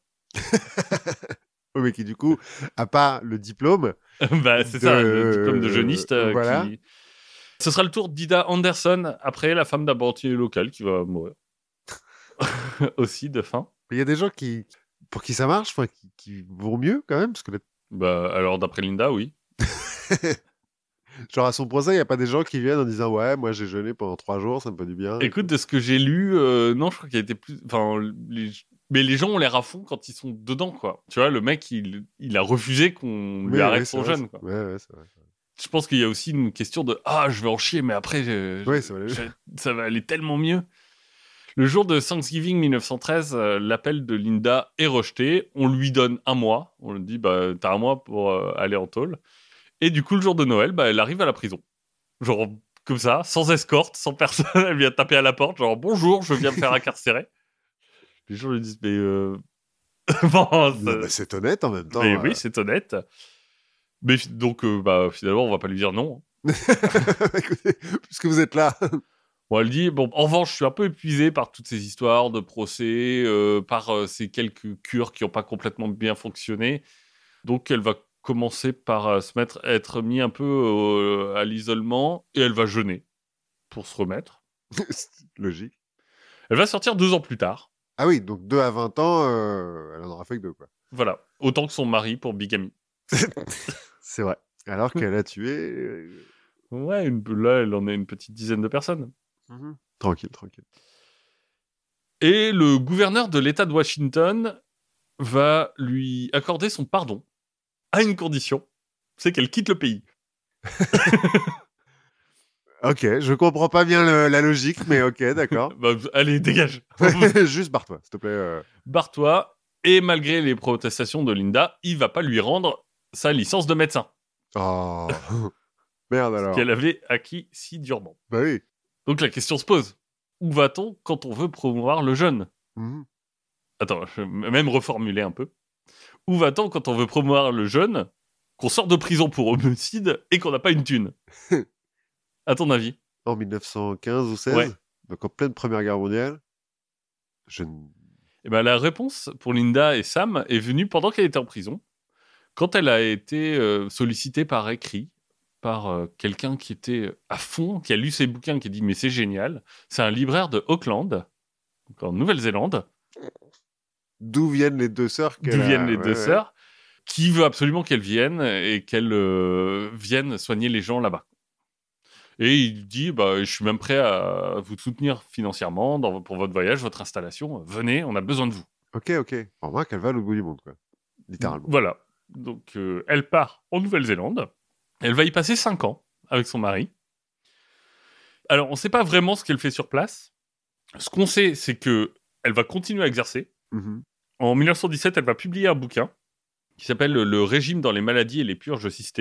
Oui, mais qui du coup a pas le diplôme Bah, c'est de... ça, le diplôme de jeûniste. euh, Voilà. qui... Ce sera le tour d'Ida Anderson, après la femme d'un banquier local qui va mourir. Aussi de faim. Il y a des gens qui, pour qui ça marche, enfin, qui, qui vont mieux quand même, parce que là, Bah, alors, d'après Linda, oui. genre à son procès, il n'y a pas des gens qui viennent en disant ouais, moi j'ai jeûné pendant trois jours, ça me fait du bien. Écoute, de ce que j'ai lu, euh, non, je crois qu'il a été plus. Enfin, les... mais les gens ont l'air à fond quand ils sont dedans, quoi. Tu vois, le mec, il, il a refusé qu'on lui Mais arrête ouais, son c'est vrai, jeûne, c'est- quoi. Ouais, ouais, c'est vrai. Je pense qu'il y a aussi une question de ah, je vais en chier, mais après, je- Ouais, je- ça va aller je- ça va aller tellement mieux. Le jour de Thanksgiving mille neuf cent treize, euh, l'appel de Linda est rejeté. On lui donne un mois. On lui dit bah t'as un mois pour euh, aller en tôle. Et du coup, le jour de Noël, bah elle arrive à la prison. Genre comme ça, sans escorte, sans personne. Elle vient taper à la porte, genre bonjour, je viens me faire incarcérer. Les gens lui disent mais euh... bon, Non, bah, ça- c'est honnête en même temps. mais euh. oui, c'est honnête. Mais fi- donc euh, bah finalement, on va pas lui dire non. Écoutez, puisque vous êtes là. Bon, elle dit, bon, en revanche, je suis un peu épuisé par toutes ces histoires de procès, euh, par euh, ces quelques cures qui n'ont pas complètement bien fonctionné. Donc, elle va commencer par euh, se mettre, être mis un peu euh, à l'isolement et elle va jeûner pour se remettre. Logique. Elle va sortir deux ans plus tard. Ah oui, donc deux à vingt ans, euh, elle en aura fait que deux, quoi. Voilà. Autant que son mari pour bigamie. C'est vrai. Alors qu'elle a tué... euh, Ouais, une, là, elle en a une petite dizaine de personnes. mhm. Tranquille, tranquille. Et le gouverneur de l'État de Washington va lui accorder son pardon à une condition, c'est qu'elle quitte le pays. Ok, je comprends pas bien le- la logique, mais ok, d'accord. Bah, allez, dégage. Juste barre-toi, s'il te plaît. euh. Barre-toi. Et malgré les protestations de Linda, il va pas lui rendre sa licence de médecin Oh, merde alors. qu'elle avait acquis si durement. Bah oui. Donc la question se pose. Où va-t-on quand on veut promouvoir le jeûne? Mhm. Attends, je vais même reformuler un peu. Où va-t-on quand on veut promouvoir le jeûne, qu'on sort de prison pour homicide et qu'on n'a pas une thune? À ton avis? En mille neuf cent quinze ou seize, Ouais. donc en pleine Première Guerre mondiale, je ne... Eh ben, la réponse pour Linda et Sam est venue pendant qu'elle était en prison, quand elle a été euh, sollicitée par écrit par euh, quelqu'un qui était à fond, qui a lu ses bouquins, qui a dit mais c'est génial. C'est un libraire de Auckland, donc en Nouvelle-Zélande, D'où viennent les deux sœurs qu'elle d'où a- viennent les ouais, deux ouais. sœurs, qui veut absolument qu'elles viennent et qu'elles euh, viennent soigner les gens là-bas. Et il dit, bah, je suis même prêt à vous soutenir financièrement dans, pour votre voyage, votre installation. Venez, on a besoin de vous. Ok, ok. On remarque qu'elle va à l'autre bout du monde, quoi. Littéralement. Voilà. Donc, euh, elle part en Nouvelle-Zélande. Elle va y passer cinq ans avec son mari. Alors, on ne sait pas vraiment ce qu'elle fait sur place. Ce qu'on sait, c'est que elle va continuer à exercer. Mhm. En mille neuf cent dix-sept, elle va publier un bouquin qui s'appelle « Le régime dans les maladies et les purges systémiques ».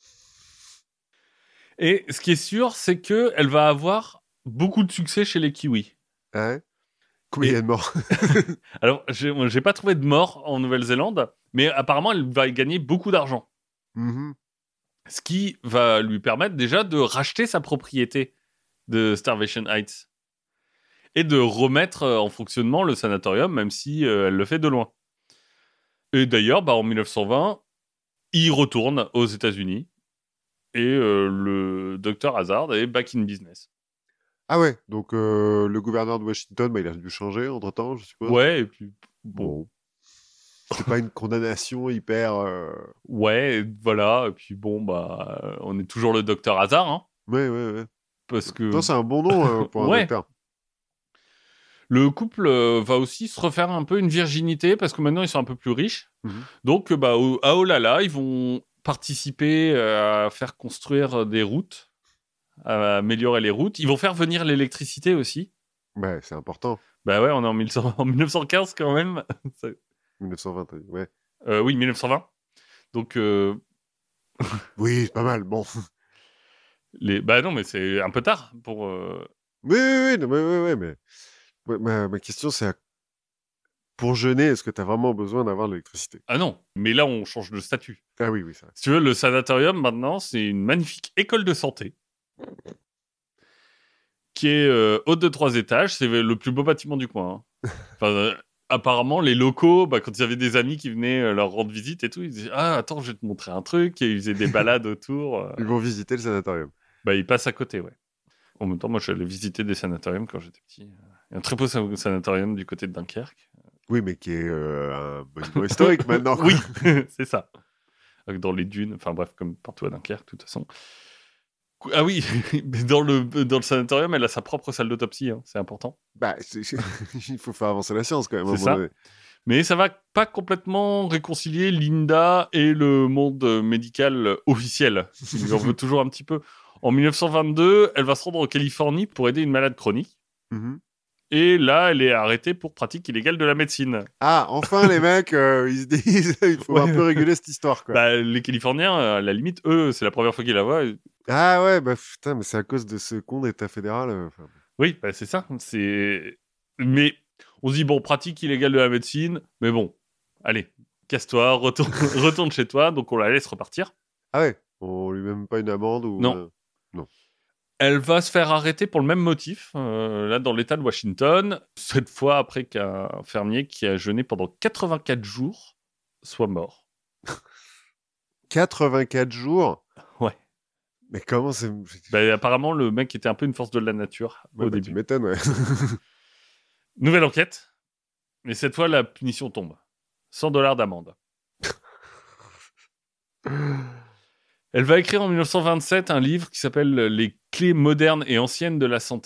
Et ce qui est sûr, c'est qu'elle va avoir beaucoup de succès chez les Kiwis. Ah ouais. Combien il y a de morts? Alors, j'ai, moi, j'ai pas trouvé de mort en Nouvelle-Zélande, mais apparemment, elle va y gagner beaucoup d'argent. Mhm. Ce qui va lui permettre déjà de racheter sa propriété de Starvation Heights et de remettre euh, en fonctionnement le sanatorium, même si euh, elle le fait de loin. Et d'ailleurs, bah, en mille neuf cent vingt, il retourne aux États-Unis et euh, le docteur Hazard est back in business. Ah ouais, donc euh, le gouverneur de Washington, bah, il a dû changer entre-temps, je suppose. Ouais, et puis bon, Bon. C'est pas une condamnation hyper... euh, ouais, voilà, et puis bon, bah, euh, on est toujours le docteur Hazard, hein, Ouais, ouais, ouais. parce que Non, c'est un bon nom euh, pour un Ouais. docteur. le couple euh, va aussi se refaire un peu une virginité parce que maintenant ils sont un peu plus riches. Mhm. Donc, euh, bah, au- à Olala, ils vont participer euh, à faire construire des routes, à améliorer les routes. Ils vont faire venir l'électricité aussi. Ouais, c'est important. Bah ouais, on est en, mille cent en mille neuf cent quinze quand même. Ça- mille neuf cent vingt, ouais. euh, oui, mille neuf cent vingt. Donc, euh, Oui, c'est pas mal, bon. les... bah non, mais c'est un peu tard pour. euh, Oui, oui, oui, non, mais, oui, oui, mais... Ouais, ma, ma question, c'est à... pour jeûner, est-ce que tu as vraiment besoin d'avoir de l'électricité? Ah non, mais là, on change de statut. Ah oui, oui, ça. Si tu veux, le sanatorium, maintenant, c'est une magnifique école de santé qui est euh, haute de trois étages. C'est le plus beau bâtiment du coin. Hein. Enfin, euh, apparemment, les locaux, bah, quand il y avait des amis qui venaient euh, leur rendre visite et tout, ils disaient « Ah, attends, je vais te montrer un truc. » Et ils faisaient des balades autour. Euh... Ils vont visiter le sanatorium. Bah, ils passent à côté, ouais. En même temps, moi, j'allais visiter des sanatoriums quand j'étais petit. Il y a un très beau sanatorium du côté de Dunkerque. Oui, mais qui est euh, un monument historique maintenant. Oui, c'est ça. Dans les dunes, enfin bref, comme partout à Dunkerque, de toute façon. Ah oui, mais dans le, dans le sanatorium, elle a sa propre salle d'autopsie, hein, c'est important. Bah, c'est... il faut faire avancer la science quand même. C'est ça. Donné. Mais ça va pas complètement réconcilier Linda et le monde médical officiel. Il lui en veut toujours un petit peu. En dix-neuf cent vingt-deux, elle va se rendre en Californie pour aider une malade chronique. Mm-hmm. Et là, elle est arrêtée pour pratique illégale de la médecine. Ah, enfin, les mecs, euh, ils se disent, il faut ouais. un peu réguler cette histoire, quoi. Bah, les Californiens, à la limite, eux, c'est la première fois qu'ils la voient. Ah ouais, bah putain, mais c'est à cause de ce con d'État fédéral. Euh, enfin... Oui, bah, c'est ça. C'est... Mais on se dit, bon, pratique illégale de la médecine, mais bon, allez, casse-toi, retourne, retourne chez toi, donc on la laisse repartir. Ah ouais, on lui met même pas une amende ou... Non. Euh... Non. Elle va se faire arrêter pour le même motif, euh, là dans l'État de Washington, cette fois après qu'un fermier qui a jeûné pendant quatre-vingt-quatre jours soit mort. quatre-vingt-quatre jours? Ouais. Mais comment c'est... Bah, apparemment, le mec était un peu une force de la nature ouais, au bah, début. Tu m'étonnes, ouais. Nouvelle enquête, mais cette fois, la punition tombe. cent dollars d'amende. Elle va écrire en dix-neuf cent vingt-sept un livre qui s'appelle « Les clés modernes et anciennes de la santé ».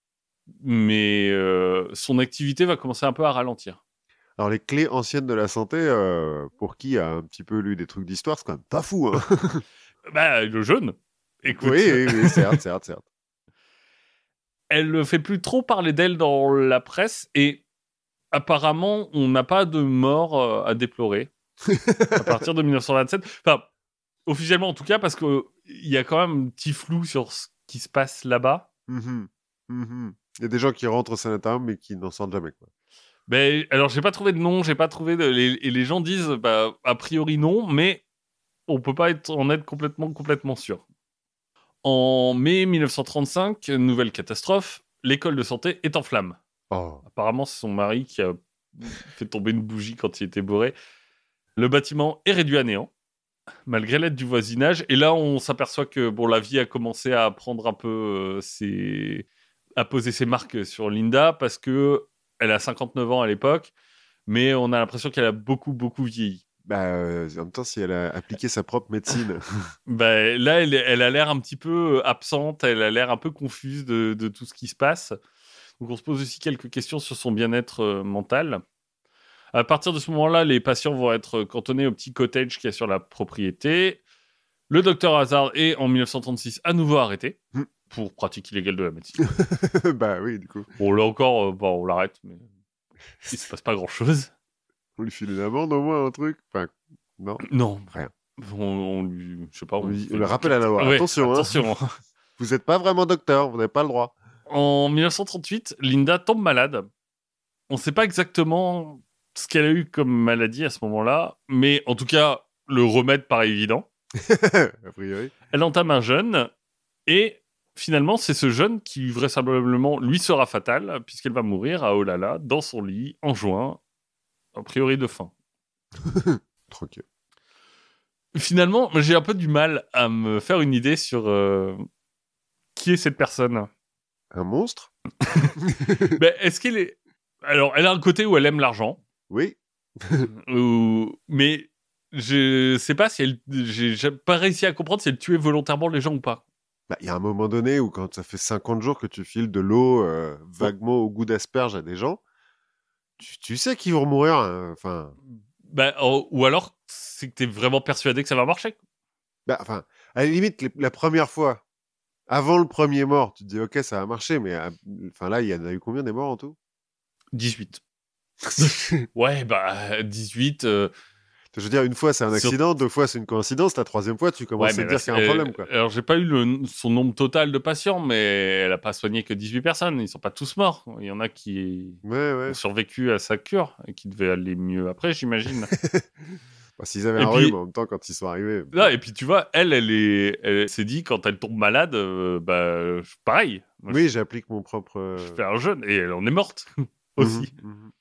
Mais euh, son activité va commencer un peu à ralentir. Alors, les clés anciennes de la santé, euh, pour qui a un petit peu lu des trucs d'histoire, c'est quand même pas fou, hein. Bah, le jeune. Écoute. Oui, oui, oui, certes, certes, certes. Elle ne fait plus trop parler d'elle dans la presse et apparemment, on n'a pas de mort euh, à déplorer à partir de dix-neuf cent vingt-sept. Enfin, officiellement en tout cas, parce qu'il y a quand même un petit flou sur ce qui se passe là-bas. Mm-hmm. Mm-hmm. Il y a des gens qui rentrent au sanatorium mais qui n'en sortent jamais, quoi. Ben, alors, j'ai pas trouvé de nom, j'ai pas trouvé de... Les, et les gens disent, bah, a priori non, mais on peut pas être, en être complètement, complètement sûr. En mai dix-neuf cent trente-cinq, nouvelle catastrophe, l'école de santé est en flammes. Oh. Apparemment, c'est son mari qui a fait tomber une bougie quand il était bourré. Le bâtiment est réduit à néant, malgré l'aide du voisinage. Et là, on s'aperçoit que bon, la vie a commencé à prendre un peu euh, ses... à poser ses marques sur Linda, parce que elle a cinquante-neuf ans à l'époque, mais on a l'impression qu'elle a beaucoup, beaucoup vieilli. Bah, euh, en même temps, si elle a appliqué sa propre médecine. bah, là, elle, elle a l'air un petit peu absente, elle a l'air un peu confuse de, de tout ce qui se passe. Donc, on se pose aussi quelques questions sur son bien-être euh, mental. À partir de ce moment-là, les patients vont être cantonnés au petit cottage qu'il y a sur la propriété. Le docteur Hazard est, en dix-neuf cent trente-six, à nouveau arrêté mmh. pour pratique illégale de la médecine. Bah oui, du coup. Bon, là encore, euh, bon, on l'arrête, mais il se passe pas grand-chose. On lui file une amende au moins, un truc enfin, non Non. Rien. On, on lui... Je sais pas. On, on, lui, on le rappelle à la loi. Ouais, attention, attention. Hein. Vous n'êtes pas vraiment docteur, vous n'avez pas le droit. En dix-neuf cent trente-huit, Linda tombe malade. On ne sait pas exactement ce qu'elle a eu comme maladie à ce moment-là, mais en tout cas, le remède paraît évident. A priori. Elle entame un jeûne, et finalement, c'est ce jeûne qui vraisemblablement lui sera fatal, puisqu'elle va mourir à Olala, dans son lit, en juin, a priori de faim. Tranquille. Finalement, j'ai un peu du mal à me faire une idée sur euh, qui est cette personne. Un monstre. Ben, est-ce qu'elle est... Alors, elle a un côté où elle aime l'argent. Oui. Ou... Mais je sais pas si elle... J'ai pas réussi à comprendre si elle tuait volontairement les gens ou pas. Bah, y a un moment donné où quand ça fait cinquante jours que tu files de l'eau euh, vaguement au goût d'asperge à des gens, tu, tu sais qu'ils vont mourir. Enfin. Hein, bah, oh, ou alors, c'est que t'es vraiment persuadé que ça va marcher. Bah, enfin, à la limite, les, la première fois, avant le premier mort, tu te dis, ok, ça va marcher, mais enfin là, il y en a eu combien des morts en tout? dix-huit. Ouais, bah, dix-huit... Euh... Je veux dire, une fois, c'est un accident, Sur... deux fois, c'est une coïncidence, la troisième fois, tu commences ouais, à te dire qu'il y a un problème, quoi. Alors, j'ai pas eu le... son nombre total de patients, mais elle a pas soigné que dix-huit personnes. Ils sont pas tous morts. Il y en a qui ouais, ouais. ont survécu à sa cure et qui devaient aller mieux après, j'imagine. Bah, s'ils avaient et un puis... rhume en même temps quand ils sont arrivés. Là, et puis tu vois, elle, elle est, elle s'est dit quand elle tombe malade, euh, bah pareil. Moi, oui, je... j'applique mon propre. Euh... Je fais un jeûne et elle en est morte aussi. Mmh, mmh.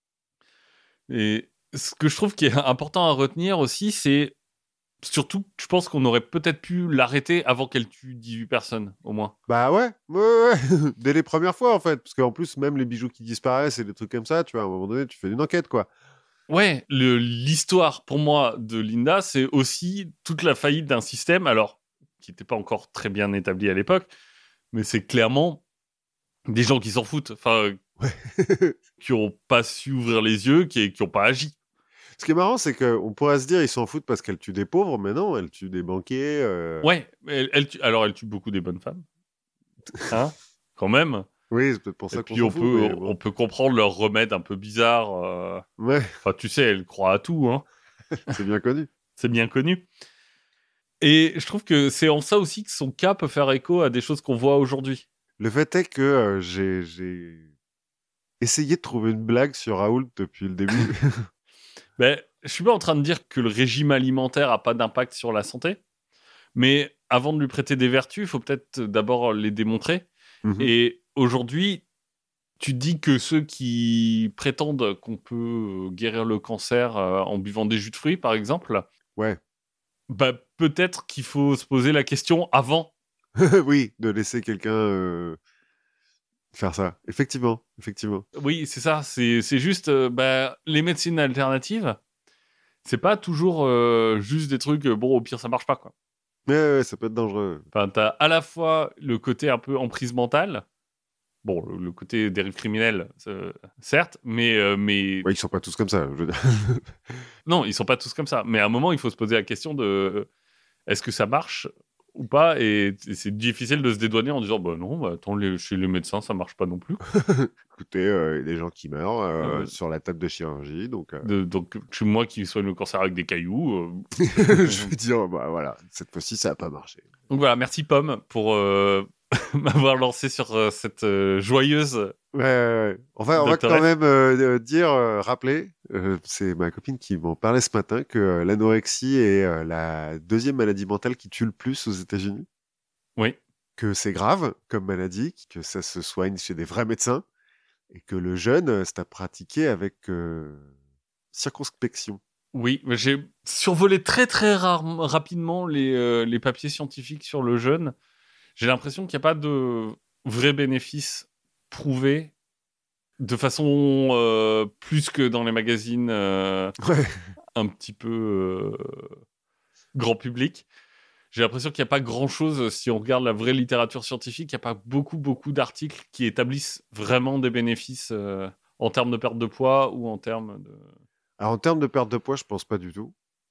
Et ce que je trouve qui est important à retenir aussi, c'est surtout, je pense qu'on aurait peut-être pu l'arrêter avant qu'elle tue dix-huit personnes, au moins. Bah ouais, ouais, ouais. Dès les premières fois, en fait. Parce qu'en plus, même les bijoux qui disparaissent et des trucs comme ça, tu vois, à un moment donné, tu fais une enquête, quoi. Ouais, le, l'histoire, pour moi, de Linda, c'est aussi toute la faillite d'un système, alors, qui n'était pas encore très bien établi à l'époque, mais c'est clairement des gens qui s'en foutent, enfin, ouais. qui n'ont pas su ouvrir les yeux, qui n'ont pas agi. Ce qui est marrant, c'est qu'on pourrait se dire ils s'en foutent parce qu'elle tue des pauvres, mais non, elle tue des banquiers. Euh... Ouais, elle, elle tue... alors elle tue beaucoup des bonnes femmes. Hein, quand même. Oui, c'est peut-être pour ça et qu'on puis s'en on fout. Peut, mais on, bon. on peut comprendre leur remède un peu bizarre. Euh... Ouais. Enfin, tu sais, elle croit à tout. Hein. C'est bien connu. C'est bien connu. Et je trouve que c'est en ça aussi que son cas peut faire écho à des choses qu'on voit aujourd'hui. Le fait est que euh, j'ai, j'ai essayé de trouver une blague sur Raoult depuis le début. Ben, je suis pas en train de dire que le régime alimentaire a pas d'impact sur la santé, mais avant de lui prêter des vertus, il faut peut-être d'abord les démontrer. Mmh. Et aujourd'hui, tu dis que ceux qui prétendent qu'on peut guérir le cancer en buvant des jus de fruits, par exemple, ouais. Bah, peut-être qu'il faut se poser la question avant. Oui, de laisser quelqu'un euh, faire ça. Effectivement, effectivement. Oui, c'est ça. C'est, c'est juste, euh, bah, les médecines alternatives, c'est pas toujours euh, juste des trucs, euh, bon, au pire, ça marche pas, quoi. Ouais, ouais, ça peut être dangereux. Enfin, t'as à la fois le côté un peu emprise mentale, bon, le, le côté dérive criminelle, euh, certes, mais... Euh, mais... Ouais, ils sont pas tous comme ça, je veux dire. Non, ils sont pas tous comme ça. Mais à un moment, il faut se poser la question de... Euh, est-ce que ça marche ou pas, et c'est difficile de se dédouaner en disant bah non, bah, attends, les, chez les médecins ça marche pas non plus. Écoutez, il euh, y a des gens qui meurent euh, euh, sur la table de chirurgie, donc. Euh... De, donc chez moi qui soigne le cancer avec des cailloux. Euh... Je veux dire, bah voilà, cette fois-ci ça a pas marché. Donc voilà, merci Pomme pour euh, m'avoir lancé sur euh, cette euh, joyeuse. Ouais, ouais, ouais. On va, on va quand même euh, dire, euh, rappeler, euh, c'est ma copine qui m'en parlait ce matin, que euh, l'anorexie est euh, la deuxième maladie mentale qui tue le plus aux États-Unis. Oui. Que c'est grave comme maladie, que ça se soigne chez des vrais médecins, et que le jeûne, c'est à pratiquer avec euh, circonspection. Oui, j'ai survolé très très rare, rapidement les, euh, les papiers scientifiques sur le jeûne. J'ai l'impression qu'il n'y a pas de vrais bénéfices prouvés de façon euh, plus que dans les magazines euh, ouais. un petit peu euh, grand public. J'ai l'impression qu'il n'y a pas grand-chose, si on regarde la vraie littérature scientifique, il n'y a pas beaucoup, beaucoup d'articles qui établissent vraiment des bénéfices euh, en termes de perte de poids ou en termes de... Alors, en termes de perte de poids, je pense pas du tout.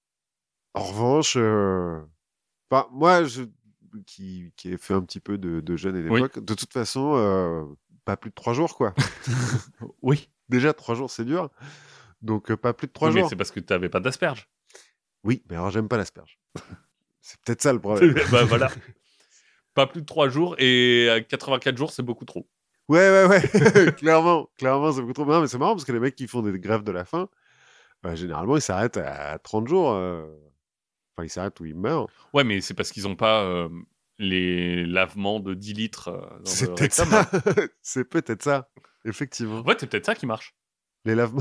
En revanche, euh... enfin, moi, je... qui, qui ai fait un petit peu de, de jeûne à l'époque, oui. De toute façon, euh... pas plus de trois jours, quoi. Oui. Déjà, trois jours, c'est dur. Donc, euh, pas plus de trois oui, jours. Mais c'est parce que tu n'avais pas d'asperge. Oui, mais alors, j'aime pas l'asperge. C'est peut-être ça le problème. Bah voilà. Pas plus de trois jours et à quatre-vingt-quatre jours, c'est beaucoup trop. Ouais, ouais, ouais. clairement, clairement, c'est beaucoup trop. Non, mais c'est marrant parce que les mecs qui font des grèves de la faim, bah, généralement, ils s'arrêtent à trente jours. Euh... Enfin, ils s'arrêtent ou ils meurent. Ouais, mais c'est parce qu'ils n'ont pas euh, les lavements de dix litres. Euh, dans c'est le peut-être rectum, ça. hein. C'est peut-être ça, effectivement. Ouais, c'est peut-être ça qui marche. Les lavements.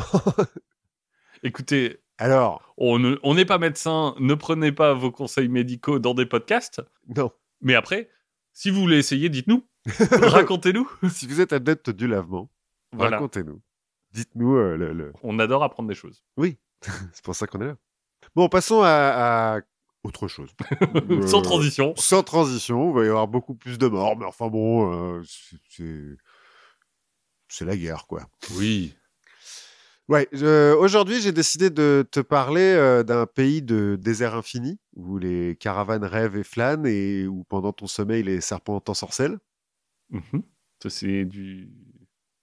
Écoutez, alors, on n'est on pas médecin, ne prenez pas vos conseils médicaux dans des podcasts. Non. Mais après, si vous voulez essayer, dites-nous. Racontez-nous. Si vous êtes adepte du lavement, voilà. Racontez-nous. Dites-nous euh, le, le... On adore apprendre des choses. Oui, c'est pour ça qu'on est là. Bon, passons à, à... autre chose. euh, sans transition. Sans transition, il va y avoir beaucoup plus de morts, mais enfin bon, euh, c'est, c'est... c'est la guerre, quoi. Oui. Ouais, je... aujourd'hui, j'ai décidé de te parler euh, d'un pays de désert infini, où les caravanes rêvent et flânent, et où pendant ton sommeil, les serpents t'ensorcellent. Mmh. Ça, c'est du...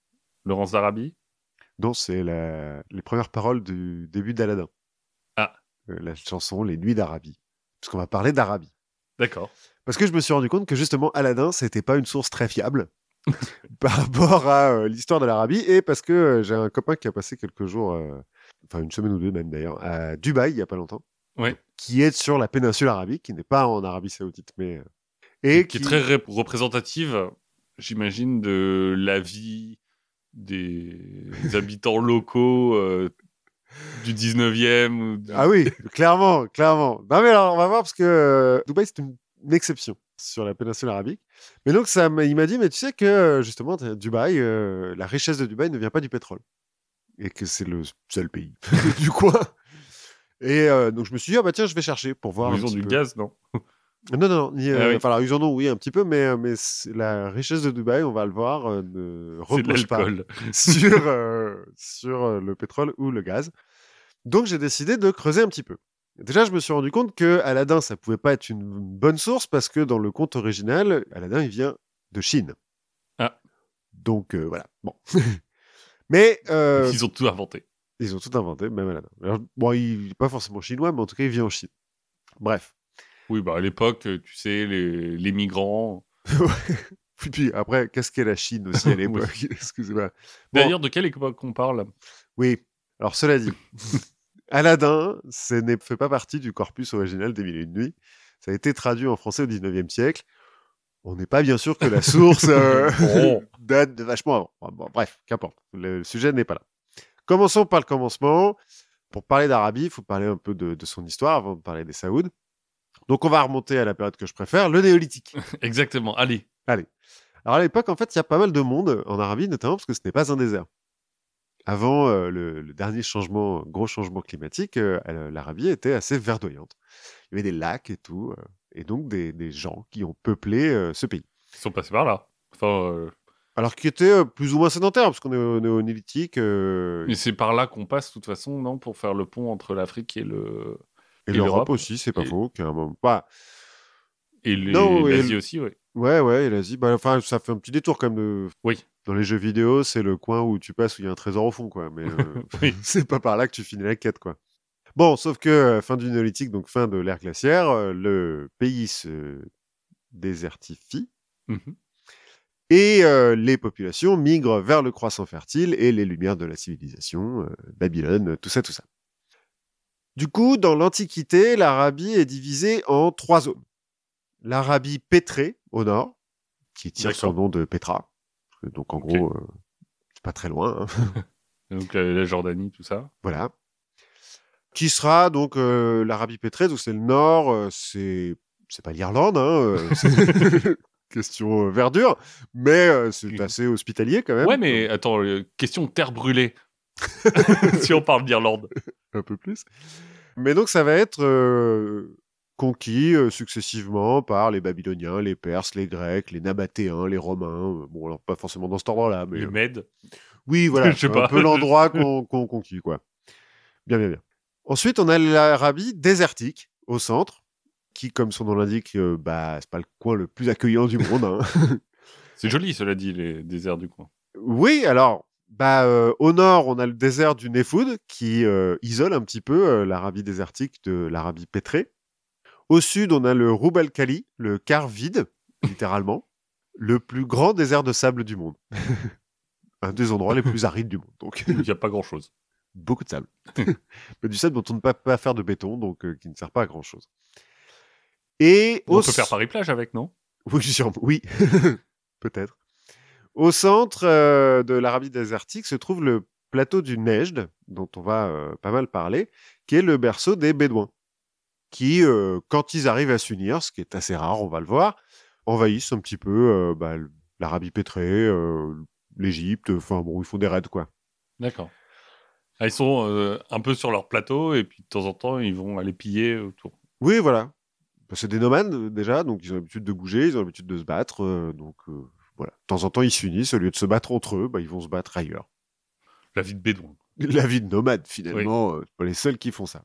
Laurence d'Arabie. Non, c'est la... les premières paroles du début d'Aladin. Ah. euh, la chanson Les Nuits d'Arabie, puisqu'on va parler d'Arabie. D'accord. Parce que je me suis rendu compte que justement, Aladdin, c'était pas une source très fiable par rapport à euh, l'histoire de l'Arabie, et parce que euh, j'ai un copain qui a passé quelques jours, euh, enfin une semaine ou deux même d'ailleurs, à Dubaï il y a pas longtemps, ouais. qui est sur la péninsule arabique, qui n'est pas en Arabie Saoudite, mais euh, et, et qui, qui est très ré- représentative, j'imagine, de la vie des habitants locaux euh, du dix-neuvième. Ou du... Ah oui, clairement, clairement. Non mais alors on va voir parce que euh, Dubaï c'est une, une exception sur la péninsule arabique. Mais donc ça, m'a- il m'a dit mais tu sais que euh, justement Dubaï, euh, la richesse de Dubaï ne vient pas du pétrole et que c'est le seul pays du coin. Et euh, donc je me suis dit ah bah tiens je vais chercher pour voir un Ils ont petit du peu. gaz, non? Non non non, ni, Ah euh, oui. enfin alors, ils en ont oui un petit peu mais euh, mais c'est- la richesse de Dubaï on va le voir euh, ne C'est de repose pas l'alcool. sur euh, sur euh, le pétrole ou le gaz. Donc j'ai décidé de creuser un petit peu. Déjà, je me suis rendu compte que Aladdin, ça pouvait pas être une bonne source parce que dans le conte original, Aladdin, il vient de Chine. Ah. Donc euh, voilà. Bon. Mais euh, Ils ont tout inventé. ils ont tout inventé, même Aladdin. Alors, bon, il n'est pas forcément chinois, mais en tout cas, il vient en Chine. Bref. Oui, bah à l'époque, tu sais, les, les migrants. Puis, puis après, qu'est-ce qu'est la Chine aussi à l'époque? Oui. Excusez-moi. Bon, D'ailleurs, de quelle époque on parle? oui. Alors cela dit, Aladdin, ce ne fait pas partie du corpus original des Mille et une nuits. Ça a été traduit en français au dix-neuvième siècle. On n'est pas bien sûr que la source euh, Bon. date de vachement avant. Bon, bon, bref, qu'importe. Le, le sujet n'est pas là. Commençons par le commencement. Pour parler d'Arabie, il faut parler un peu de, de son histoire avant de parler des Saouds. Donc on va remonter à la période que je préfère, le néolithique. Exactement. Allez. Allez. Alors à l'époque, en fait, il y a pas mal de monde en Arabie, notamment parce que ce n'est pas un désert. Avant euh, le, le dernier changement, gros changement climatique, euh, l'Arabie était assez verdoyante. Il y avait des lacs et tout, euh, et donc des, des gens qui ont peuplé euh, ce pays. Ils sont passés par là. Enfin, euh... Alors qui était euh, plus ou moins sédentaire, parce qu'on est au, au néolithique. Euh... mais c'est par là qu'on passe, de toute façon, non, pour faire le pont entre l'Afrique et le Et, et l'Europe l'Europe. aussi, c'est pas et... faux. Qu'à un moment... bah... Et les... non, l'Asie et... aussi, oui. Ouais, ouais, et l'Asie. Bah, enfin, ça fait un petit détour quand même. De... Oui. Dans les jeux vidéo, c'est le coin où tu passes où il y a un trésor au fond, quoi. Mais euh... oui. c'est pas par là que tu finis la quête, quoi. Bon, sauf que euh, fin du néolithique, donc fin de l'ère glaciaire, euh, le pays se désertifie. Mm-hmm. Et euh, les populations migrent vers le croissant fertile et les lumières de la civilisation, euh, Babylone, tout ça, tout ça. Du coup, dans l'Antiquité, l'Arabie est divisée en trois zones. L'Arabie pétrée, au nord, qui tire son nom de Pétra. Donc en okay. gros, euh, c'est pas très loin. Hein. Donc la, la Jordanie, tout ça. Voilà. Qui sera donc euh, l'Arabie pétrée, donc c'est le nord, euh, c'est c'est pas l'Irlande, hein, euh, question euh, verdure, mais euh, c'est assez hospitalier quand même. Ouais, mais attends, euh, question terre brûlée. Si on parle d'Irlande. Un peu plus. Mais donc ça va être euh, conquis euh, successivement par les Babyloniens, les Perses, les Grecs, les Nabatéens, les Romains. Euh, bon, alors pas forcément dans cet ordre-là, mais... Les Mèdes. Euh, oui, voilà, c'est un pas. peu l'endroit qu'on qu'on conquit, quoi. Bien, bien, bien. Ensuite, on a l'Arabie désertique, au centre, qui, comme son nom l'indique, euh, bah, c'est pas le coin le plus accueillant du monde. Hein. C'est joli, cela dit, les déserts du coin. Oui, alors, bah, euh, au nord, on a le désert du Nefoud, qui euh, isole un petit peu euh, l'Arabie désertique de l'Arabie pétrée. Au sud, on a le Rub al-Khali, le quart vide, littéralement, le plus grand désert de sable du monde. Un des endroits les plus arides du monde. Donc. Il n'y a pas grand-chose. Beaucoup de sable. Mais du sable dont on ne peut pas faire de béton, donc euh, qui ne sert pas à grand-chose. Et on au... peut faire Paris-Plage avec, non? Oui, sûrement. Oui, peut-être. Au centre euh, de l'Arabie désertique se trouve le plateau du Nejd, dont on va euh, pas mal parler, qui est le berceau des Bédouins, qui, euh, quand ils arrivent à s'unir, ce qui est assez rare, on va le voir, envahissent un petit peu euh, bah, l'Arabie pétrée, euh, l'Égypte, enfin bon, ils font des raids, quoi. D'accord. Ah, ils sont euh, un peu sur leur plateau, et puis de temps en temps, ils vont aller piller autour. Oui, voilà. Bah, c'est des nomades, déjà, donc ils ont l'habitude de bouger, ils ont l'habitude de se battre, euh, donc... Euh... Voilà. De temps en temps, ils s'unissent. Au lieu de se battre entre eux, bah, ils vont se battre ailleurs. La vie de bédouin. La vie de nomade, finalement. Oui. Euh, c'est pas les seuls qui font ça.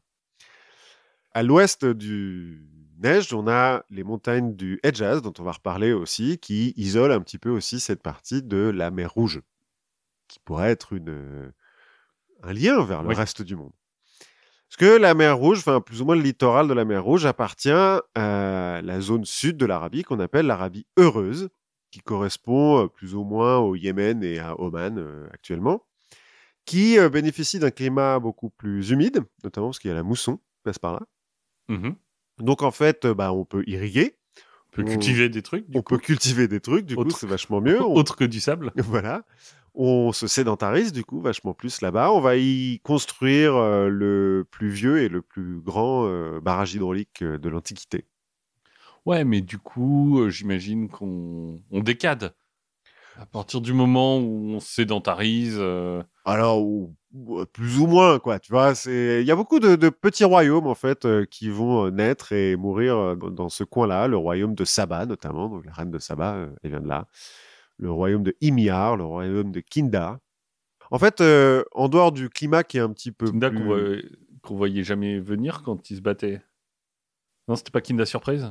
À l'ouest du Nejd, on a les montagnes du Hedjaz, dont on va reparler aussi, qui isolent un petit peu aussi cette partie de la mer Rouge, qui pourrait être une, un lien vers le oui. reste du monde. Parce que la mer Rouge, enfin plus ou moins le littoral de la mer Rouge, appartient à la zone sud de l'Arabie qu'on appelle l'Arabie heureuse, qui correspond euh, plus ou moins au Yémen et à Oman euh, actuellement, qui euh, bénéficie d'un climat beaucoup plus humide, notamment parce qu'il y a la mousson qui passe par là. Mmh. Donc en fait, euh, bah, on peut irriguer. On peut On- cultiver des trucs, du on coup. peut cultiver des trucs, du coup, Autre- c'est vachement mieux. On- Autre que du sable. Voilà. On se sédentarise, du coup, vachement plus là-bas. On va y construire euh, le plus vieux et le plus grand euh, barrage hydraulique euh, de l'Antiquité. Ouais, mais du coup, euh, j'imagine qu'on on décade. À partir du moment où on se sédentarise. euh, Alors, ou- ou, euh, plus ou moins, quoi. Tu vois, c'est... il y a beaucoup de, de petits royaumes, en fait, euh, qui vont euh, naître et mourir euh, dans, dans ce coin-là. Le royaume de Saba, notamment. Donc, la reine de Saba, euh, elle vient de là. Le royaume de Himyar, le royaume de Kinda. En fait, euh, en dehors du climat qui est un petit peu Kinda plus... qu'on voyait, qu'on voyait jamais venir quand ils se battaient. Non, c'était pas Kinda Surprise?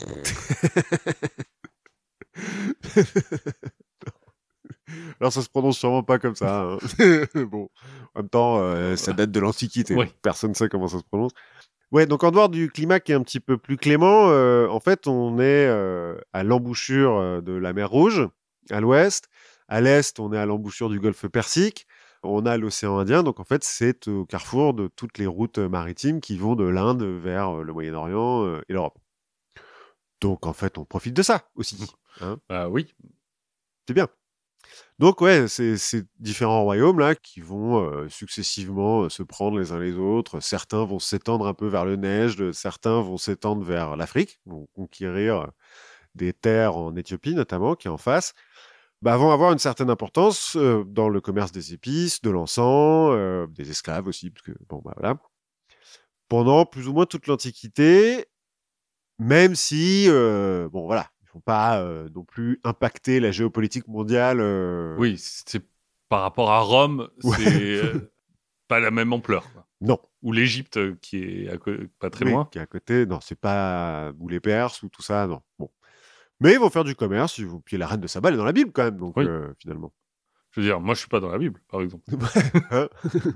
Alors, ça se prononce sûrement pas comme ça. Hein. Bon, en même temps, euh, ça date de l'Antiquité. Oui. Donc personne ne sait comment ça se prononce. Ouais, donc en dehors du climat qui est un petit peu plus clément, euh, en fait, on est euh, à l'embouchure euh, de la mer Rouge, à l'ouest. À l'est, on est à l'embouchure du golfe Persique. On a l'océan Indien. Donc, en fait, c'est au carrefour de toutes les routes maritimes qui vont de l'Inde vers euh, le Moyen-Orient euh, et l'Europe. Donc, en fait, on profite de ça aussi. Hein. Bah oui. C'est bien. Donc ouais, c'est ces différents royaumes là qui vont euh, successivement euh, se prendre les uns les autres. Certains vont s'étendre un peu vers le Nejd, certains vont s'étendre vers l'Afrique, vont conquérir euh, des terres en Éthiopie notamment, qui est en face. Bah, vont avoir une certaine importance euh, dans le commerce des épices, de l'encens, euh, des esclaves aussi, parce que bon bah voilà. Pendant plus ou moins toute l'Antiquité, même si euh, bon voilà. Faut pas euh, non plus impacter la géopolitique mondiale. Euh... Oui, c'est par rapport à Rome, Ouais. c'est euh, pas la même ampleur. Quoi. Non. Ou l'Égypte, euh, qui est à co- pas très Oui, loin. qui est à côté. Non, c'est pas ou les Perses ou tout ça. Non. Bon. Mais ils vont faire du commerce. Ils vont... Puis la reine de Saba elle est dans la Bible quand même. Donc Oui. euh, finalement. Je veux dire, moi, je suis pas dans la Bible, par exemple. Hein.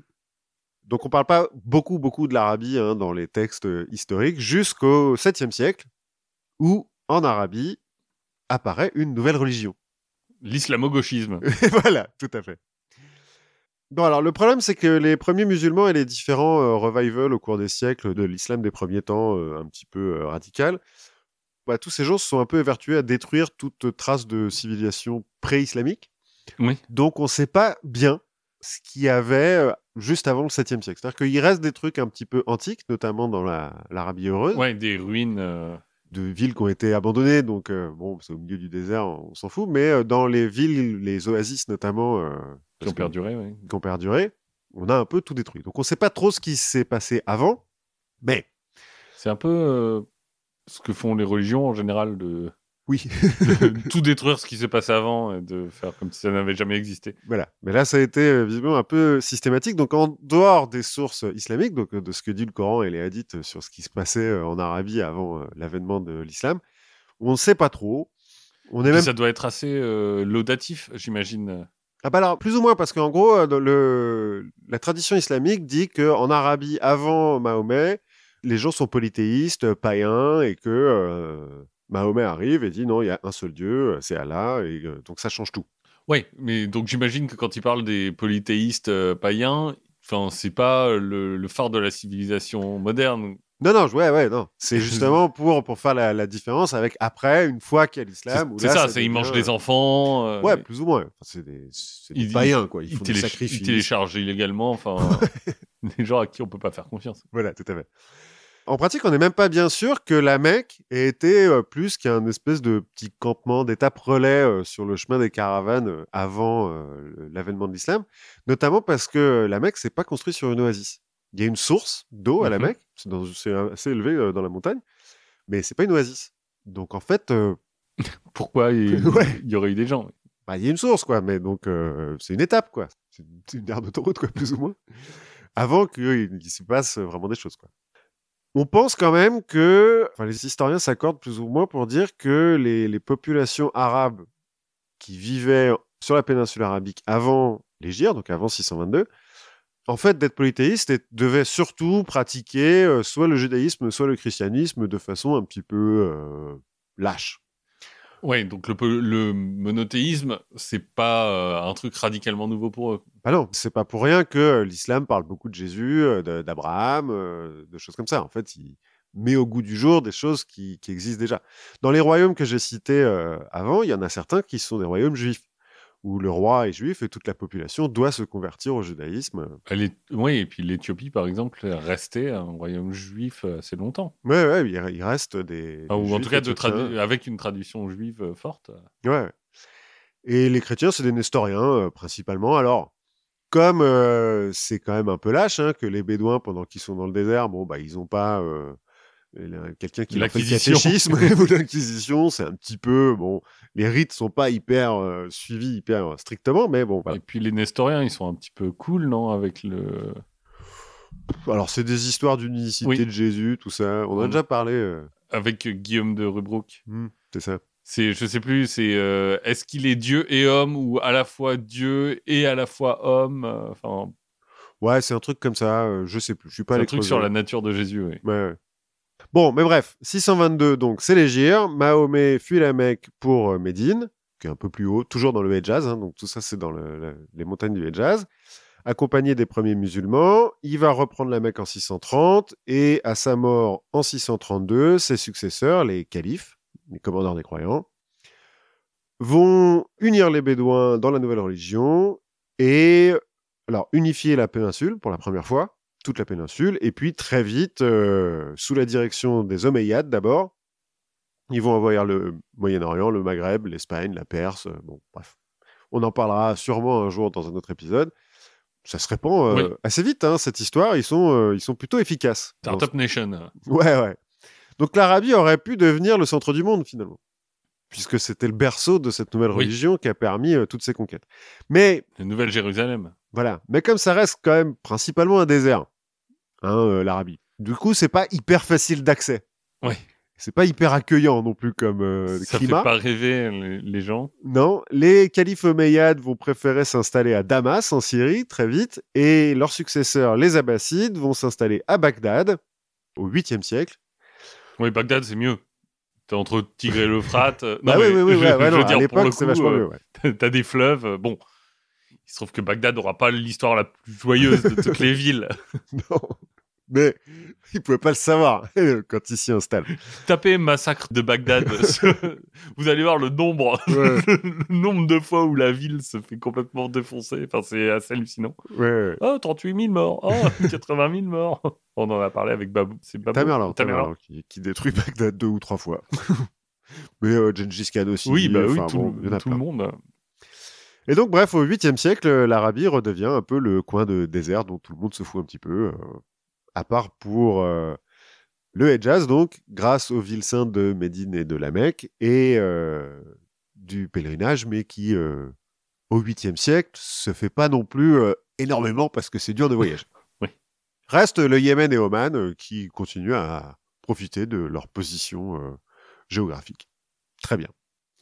Donc on parle pas beaucoup beaucoup de l'Arabie hein, dans les textes euh, historiques jusqu'au septième siècle où en Arabie apparaît une nouvelle religion. L'islamo-gauchisme. Voilà, tout à fait. Non, alors le problème, c'est que les premiers musulmans et les différents euh, revivals au cours des siècles de l'islam des premiers temps, euh, un petit peu euh, radical, bah, tous ces gens se sont un peu évertués à détruire toute trace de civilisation pré-islamique. Oui. Donc on ne sait pas bien ce qu'il y avait euh, juste avant le septième siècle. C'est-à-dire qu'il reste des trucs un petit peu antiques, notamment dans la, l'Arabie heureuse. Ouais, des ruines. Euh... De villes qui ont été abandonnées, donc euh, bon, c'est au milieu du désert, on, on s'en fout, mais euh, dans les villes, les oasis notamment, euh, qui ont perduré, oui. qui ont perduré, on a un peu tout détruit. Donc on ne sait pas trop ce qui s'est passé avant, mais... C'est un peu euh, ce que font les religions en général, de, Oui. de tout détruire ce qui s'est passé avant et de faire comme si ça n'avait jamais existé. Voilà. Mais là, ça a été euh, visiblement un peu systématique. Donc en dehors des sources islamiques, donc euh, de ce que dit le Coran et les hadiths sur ce qui se passait euh, en Arabie avant euh, l'avènement de l'islam, on ne sait pas trop. On est Puis même... ça doit être assez euh, laudatif, j'imagine. Ah bah alors, plus ou moins, parce qu'en gros, euh, dans le... la tradition islamique dit qu'en Arabie, avant Mahomet, les gens sont polythéistes, euh, païens, et que euh, Mahomet arrive et dit non, il y a un seul Dieu, c'est Allah, et euh, donc ça change tout. Oui, mais donc j'imagine que quand il parle des polythéistes euh, païens, enfin, c'est pas le, le phare de la civilisation moderne. Non, non, ouais, ouais, non. C'est justement pour, pour faire la, la différence avec après, une fois qu'il y a l'islam. C'est, c'est ça, ça c'est, ils mangent des enfants. Euh, ouais, plus ou moins. Enfin, c'est des, c'est des ils, païens, quoi. Ils, ils font télé- des sacrifices. Ils téléchargent illégalement, enfin, des gens à qui on peut pas faire confiance. Voilà, tout à fait. En pratique, on n'est même pas bien sûr que la Mecque ait été euh, plus qu'un espèce de petit campement d'étape relais euh, sur le chemin des caravanes euh, avant euh, l'avènement de l'islam, notamment parce que la Mecque s'est pas construite sur une oasis. Il y a une source d'eau à la Mhm. Mecque, c'est, dans, c'est assez élevé euh, dans la montagne, mais c'est pas une oasis. Donc en fait, euh, pourquoi il, ouais. il y aurait eu des gens? Bah, il y a une source, quoi, mais donc euh, c'est une étape, quoi. C'est une, c'est une aire d'autoroute, quoi, plus ou moins, avant qu'il il se passe vraiment des choses, quoi. On pense quand même que, enfin, les historiens s'accordent plus ou moins pour dire que les, les populations arabes qui vivaient sur la péninsule arabique avant l'Hégire, donc avant six cent vingt-deux, en fait, d'être polythéiste devait surtout pratiquer euh, soit le judaïsme, soit le christianisme de façon un petit peu euh, lâche. Ouais, donc le, le monothéisme, c'est pas euh, un truc radicalement nouveau pour eux. Bah non, c'est pas pour rien que l'islam parle beaucoup de Jésus, euh, de, d'Abraham, euh, de choses comme ça. En fait, il met au goût du jour des choses qui, qui existent déjà. Dans les royaumes que j'ai cités euh, avant, il y en a certains qui sont des royaumes juifs, où le roi est juif et toute la population doit se convertir au judaïsme. Elle est... Oui, et puis l'Éthiopie, par exemple, est restée un royaume juif assez longtemps. Ouais, ouais, il, il reste des. Ah, des ou en tout cas, de éthiopiens. tradu... avec une tradition juive forte. Ouais. Et les chrétiens, c'est des nestoriens, euh, principalement. Alors, comme euh, c'est quand même un peu lâche, hein, que les Bédouins, pendant qu'ils sont dans le désert, bon, bah, ils n'ont pas. Euh, quelqu'un qui leur fait le catéchisme ou l'inquisition, c'est un petit peu bon. Les rites sont pas hyper euh, suivis hyper strictement, mais bon. Voilà. Et puis les nestoriens, ils sont un petit peu cool, non, avec le. Alors c'est des histoires d'unicité oui. de Jésus, tout ça. On en a déjà parlé. Euh... Avec Guillaume de Rubruck. Mmh, c'est ça. C'est, je sais plus, c'est euh, est-ce qu'il est Dieu et homme ou à la fois Dieu et à la fois homme. Enfin. Euh, ouais, c'est un truc comme ça. Euh, je sais plus. Je suis pas. C'est un truc creuser. Sur la nature de Jésus, oui. Ouais. ouais. Bon, mais bref, six cent vingt-deux, donc c'est l'Hégire. Mahomet fuit la Mecque pour euh, Médine, qui est un peu plus haut, toujours dans le Hedjaz, hein, donc tout ça c'est dans le, le, les montagnes du Hedjaz, accompagné des premiers musulmans. Il va reprendre la Mecque en six cent trente, et à sa mort en six cent trente-deux, ses successeurs, les califes, les commandeurs des croyants, vont unir les Bédouins dans la nouvelle religion, et alors unifier la péninsule pour la première fois, toute la péninsule, et puis très vite, euh, sous la direction des Omeyyades d'abord, ils vont envahir le Moyen-Orient, le Maghreb, l'Espagne, la Perse, euh, bon, bref. On en parlera sûrement un jour dans un autre épisode. Ça se répand euh, oui. assez vite, hein, cette histoire, ils sont, euh, ils sont plutôt efficaces. C'est un top nation. Ouais, ouais. Donc l'Arabie aurait pu devenir le centre du monde, finalement, puisque c'était le berceau de cette nouvelle oui. religion qui a permis euh, toutes ces conquêtes. Mais... La Nouvelle Jérusalem. Voilà. Mais comme ça reste quand même principalement un désert, hein, euh, l'Arabie. Du coup, c'est pas hyper facile d'accès. Oui. C'est pas hyper accueillant non plus comme euh, ça climat. Ça fait pas rêver les, les gens. Non. Les califes omeyyades vont préférer s'installer à Damas, en Syrie, très vite. Et leurs successeurs, les Abbassides, vont s'installer à Bagdad, au huitième siècle. Oui, Bagdad, c'est mieux. T'es entre Tigre et l'Euphrate. Non, bah mais oui, oui, oui. Je, ouais, ouais, je non, veux dire, à l'époque, c'est vachement euh, mieux. Ouais. T'as des fleuves. Euh, bon. Il se trouve que Bagdad n'aura pas l'histoire la plus joyeuse de toutes les villes. Non, mais ils ne pouvaient pas le savoir quand ils s'y installent. Tapez massacre de Bagdad. Vous allez voir le nombre, ouais. le nombre de fois où la ville se fait complètement défoncer. Enfin, c'est assez hallucinant. Ouais, ouais. Oh, trente-huit mille morts. Oh, quatre-vingt mille morts. On en a parlé avec Babou. C'est Babou. Tamerlan, Tamerlan qui, qui détruit Bagdad deux ou trois fois. Mais euh, Gengis Khan aussi. Oui, bah oui, enfin, tout, bon, le, tout le monde. Et donc, bref, au huitième siècle, l'Arabie redevient un peu le coin de désert dont tout le monde se fout un petit peu, euh, à part pour euh, le Hedjaz, donc, grâce aux villes saintes de Médine et de la Mecque, et euh, du pèlerinage, mais qui, euh, au huitième siècle, se fait pas non plus euh, énormément parce que c'est dur de voyager. Oui. Reste le Yémen et Oman euh, qui continuent à profiter de leur position euh, géographique. Très bien.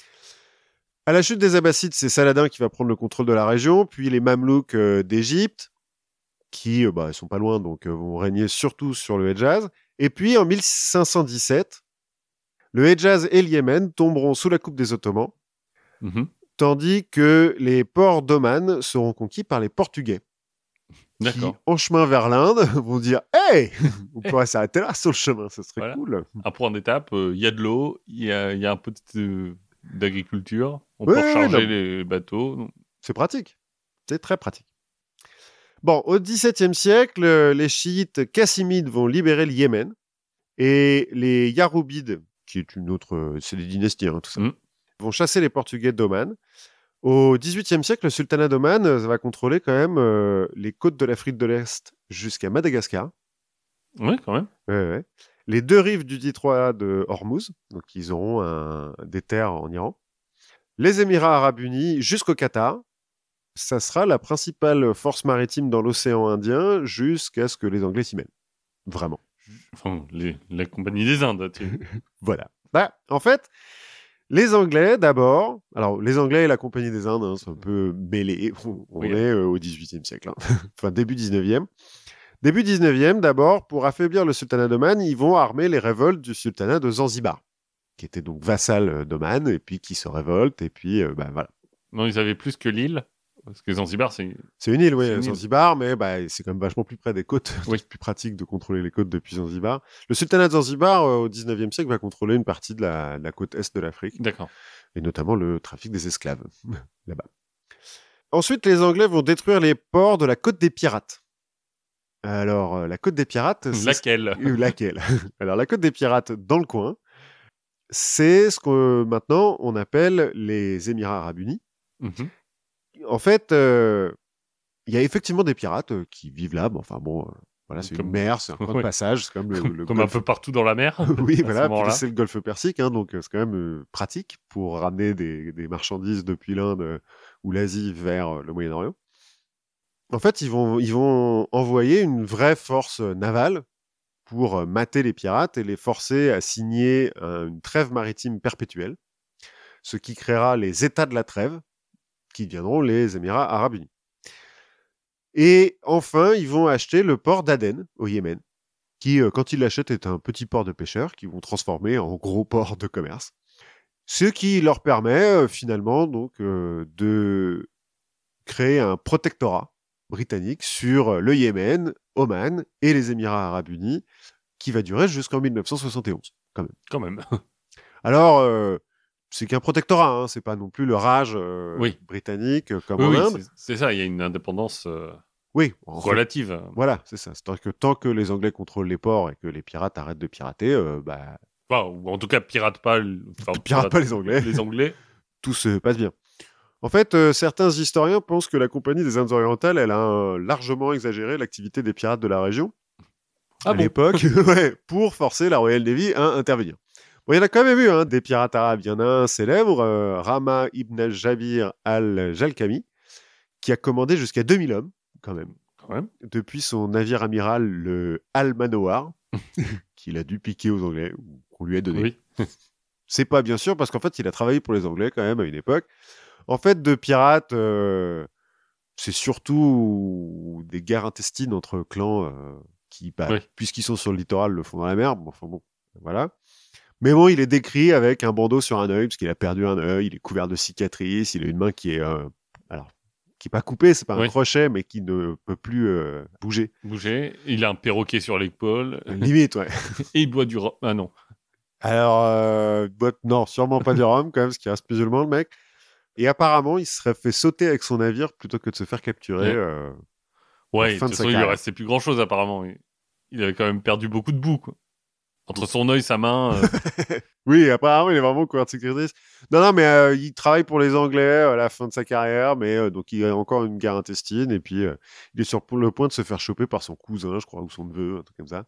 À la chute des Abbassides, c'est Saladin qui va prendre le contrôle de la région, puis les Mamelouks euh, d'Égypte, qui euh, bah, sont pas loin, donc euh, vont régner surtout sur le Hedjaz. Et puis en mille cinq cent dix-sept, le Hedjaz et le Yémen tomberont sous la coupe des Ottomans, mm-hmm. tandis que les ports d'Oman seront conquis par les Portugais. D'accord. Qui, en chemin vers l'Inde, vont dire « Hey, on pourrait s'arrêter là sur le chemin, ce serait voilà. cool. » Un point d'étape, il euh, y a de l'eau, il y, y a un peu de, d'agriculture, on oui, peut recharger oui, les bateaux. C'est pratique, c'est très pratique. Bon, au dix-septième siècle, les chiites cassimides vont libérer le Yémen, et les Yaroubides, qui est une autre... C'est des dynasties, hein, tout ça, mm. vont chasser les Portugais d'Oman. Au dix-huitième siècle, le sultanat d'Oman va contrôler quand même euh, les côtes de l'Afrique de l'Est jusqu'à Madagascar. Oui, quand même. Ouais, ouais. Les deux rives du détroit de Hormuz, donc ils auront un, des terres en Iran. Les Émirats arabes unis jusqu'au Qatar. Ça sera la principale force maritime dans l'océan Indien jusqu'à ce que les Anglais s'y mêlent. Vraiment. Enfin, les, la compagnie des Indes. Tu... voilà. Bah, en fait, Les Anglais, d'abord. Alors, les Anglais et la Compagnie des Indes, hein, sont un peu mêlés. On, on Oui. est euh, au dix-huitième siècle. Hein. Enfin, début dix-neuvième. Début dix-neuvième, d'abord, pour affaiblir le sultanat d'Oman, ils vont armer les révoltes du sultanat de Zanzibar, qui était donc vassal d'Oman, et puis qui se révolte, et puis, euh, bah, voilà. Non, ils avaient plus que l'île. Parce que Zanzibar, c'est... C'est une île, oui, C'est une île. Zanzibar, mais bah, c'est quand même vachement plus près des côtes. Oui. C'est plus pratique de contrôler les côtes depuis Zanzibar. Le sultanat de Zanzibar, euh, au dix-neuvième siècle, va contrôler une partie de la, de la côte est de l'Afrique, D'accord. et notamment le trafic des esclaves, là-bas. Ensuite, les Anglais vont détruire les ports de la côte des pirates. Alors, euh, la côte des pirates... c'est Laquelle ce... Laquelle Alors, la côte des pirates, dans le coin, c'est ce que maintenant on appelle les Émirats arabes unis. Mhm. En fait, euh, il y a effectivement des pirates euh, qui vivent là. Bon, enfin bon, euh, voilà, c'est Comme... une mer, c'est un point Ouais. de passage, c'est comme le, le Comme golfe... un peu partout dans la mer. oui, à voilà, ce puis moment-là. c'est le golfe Persique, hein, donc euh, c'est quand même euh, pratique pour ramener des, des marchandises depuis l'Inde euh, ou l'Asie vers euh, le Moyen-Orient. En fait, ils vont, ils vont envoyer une vraie force euh, navale pour euh, mater les pirates et les forcer à signer euh, une trêve maritime perpétuelle, ce qui créera les États de la trêve, qui deviendront les Émirats arabes unis. Et enfin, ils vont acheter le port d'Aden, au Yémen, qui, euh, quand ils l'achètent, est un petit port de pêcheurs qu'ils vont transformer en gros port de commerce. Ce qui leur permet, euh, finalement, donc, euh, de créer un protectorat britannique sur le Yémen, Oman et les Émirats arabes unis, qui va durer jusqu'en mille neuf cent soixante et onze, quand même. Quand même. Alors, euh, c'est qu'un protectorat, hein, c'est pas non plus le Raj euh, Oui. britannique euh, comme Oui, en oui, Inde. c'est, c'est ça, il y a une indépendance euh, Oui, en fait, relative. voilà, c'est ça. C'est-à-dire que tant que les Anglais contrôlent les ports et que les pirates arrêtent de pirater, euh, bah, Enfin, ou en tout cas, pirate pas, l- enfin, Pirate pas les Anglais. les Anglais. tout se passe bien. En fait, euh, certains historiens pensent que la Compagnie des Indes orientales, elle a euh, largement exagéré l'activité des pirates de la région Ah à bon l'époque, ouais, pour forcer la Royal Navy à intervenir. Bon, il y en a quand même eu hein, des pirates arabes. Il y en a un célèbre, euh, Rama ibn al-Jabir al-Jalkami, qui a commandé jusqu'à deux mille hommes, quand même, Quand même. depuis son navire amiral, le Al-Manowar, qu'il a dû piquer aux Anglais, ou qu'on lui a donné. Oui. C'est pas bien sûr, parce qu'en fait, il a travaillé pour les Anglais quand même à une époque. En fait, de pirates, euh, c'est surtout des guerres intestines entre clans euh, qui, bah, Oui. puisqu'ils sont sur le littoral, le font dans la mer. Bon, enfin bon, voilà. Mais bon, il est décrit avec un bandeau sur un œil, parce qu'il a perdu un œil, il est couvert de cicatrices, il a une main qui est, euh, alors, qui est pas coupée, c'est pas un Oui. crochet, mais qui ne peut plus euh, bouger. Bouger. Il a un perroquet sur l'épaule. Limite, ouais. Et il boit du rhum. Ah non. Alors, euh, boîte- non, sûrement pas du rhum, quand même, parce qu'il reste musulman, le mec. Et apparemment, il se serait fait sauter avec son navire plutôt que de se faire capturer. Ouais. Euh, Ouais, de fin toute de sa façon, il lui carrière. restait plus grand chose apparemment. Il- Il avait quand même perdu beaucoup de boue, quoi. Entre son œil, sa main. euh, Oui, apparemment, il est vraiment couvert de cicatrices. Non, non, mais euh, il travaille pour les Anglais euh, à la fin de sa carrière, mais euh, donc il a encore une guerre intestine, et puis euh, il est sur le point de se faire choper par son cousin, je crois, ou son neveu, un truc comme ça.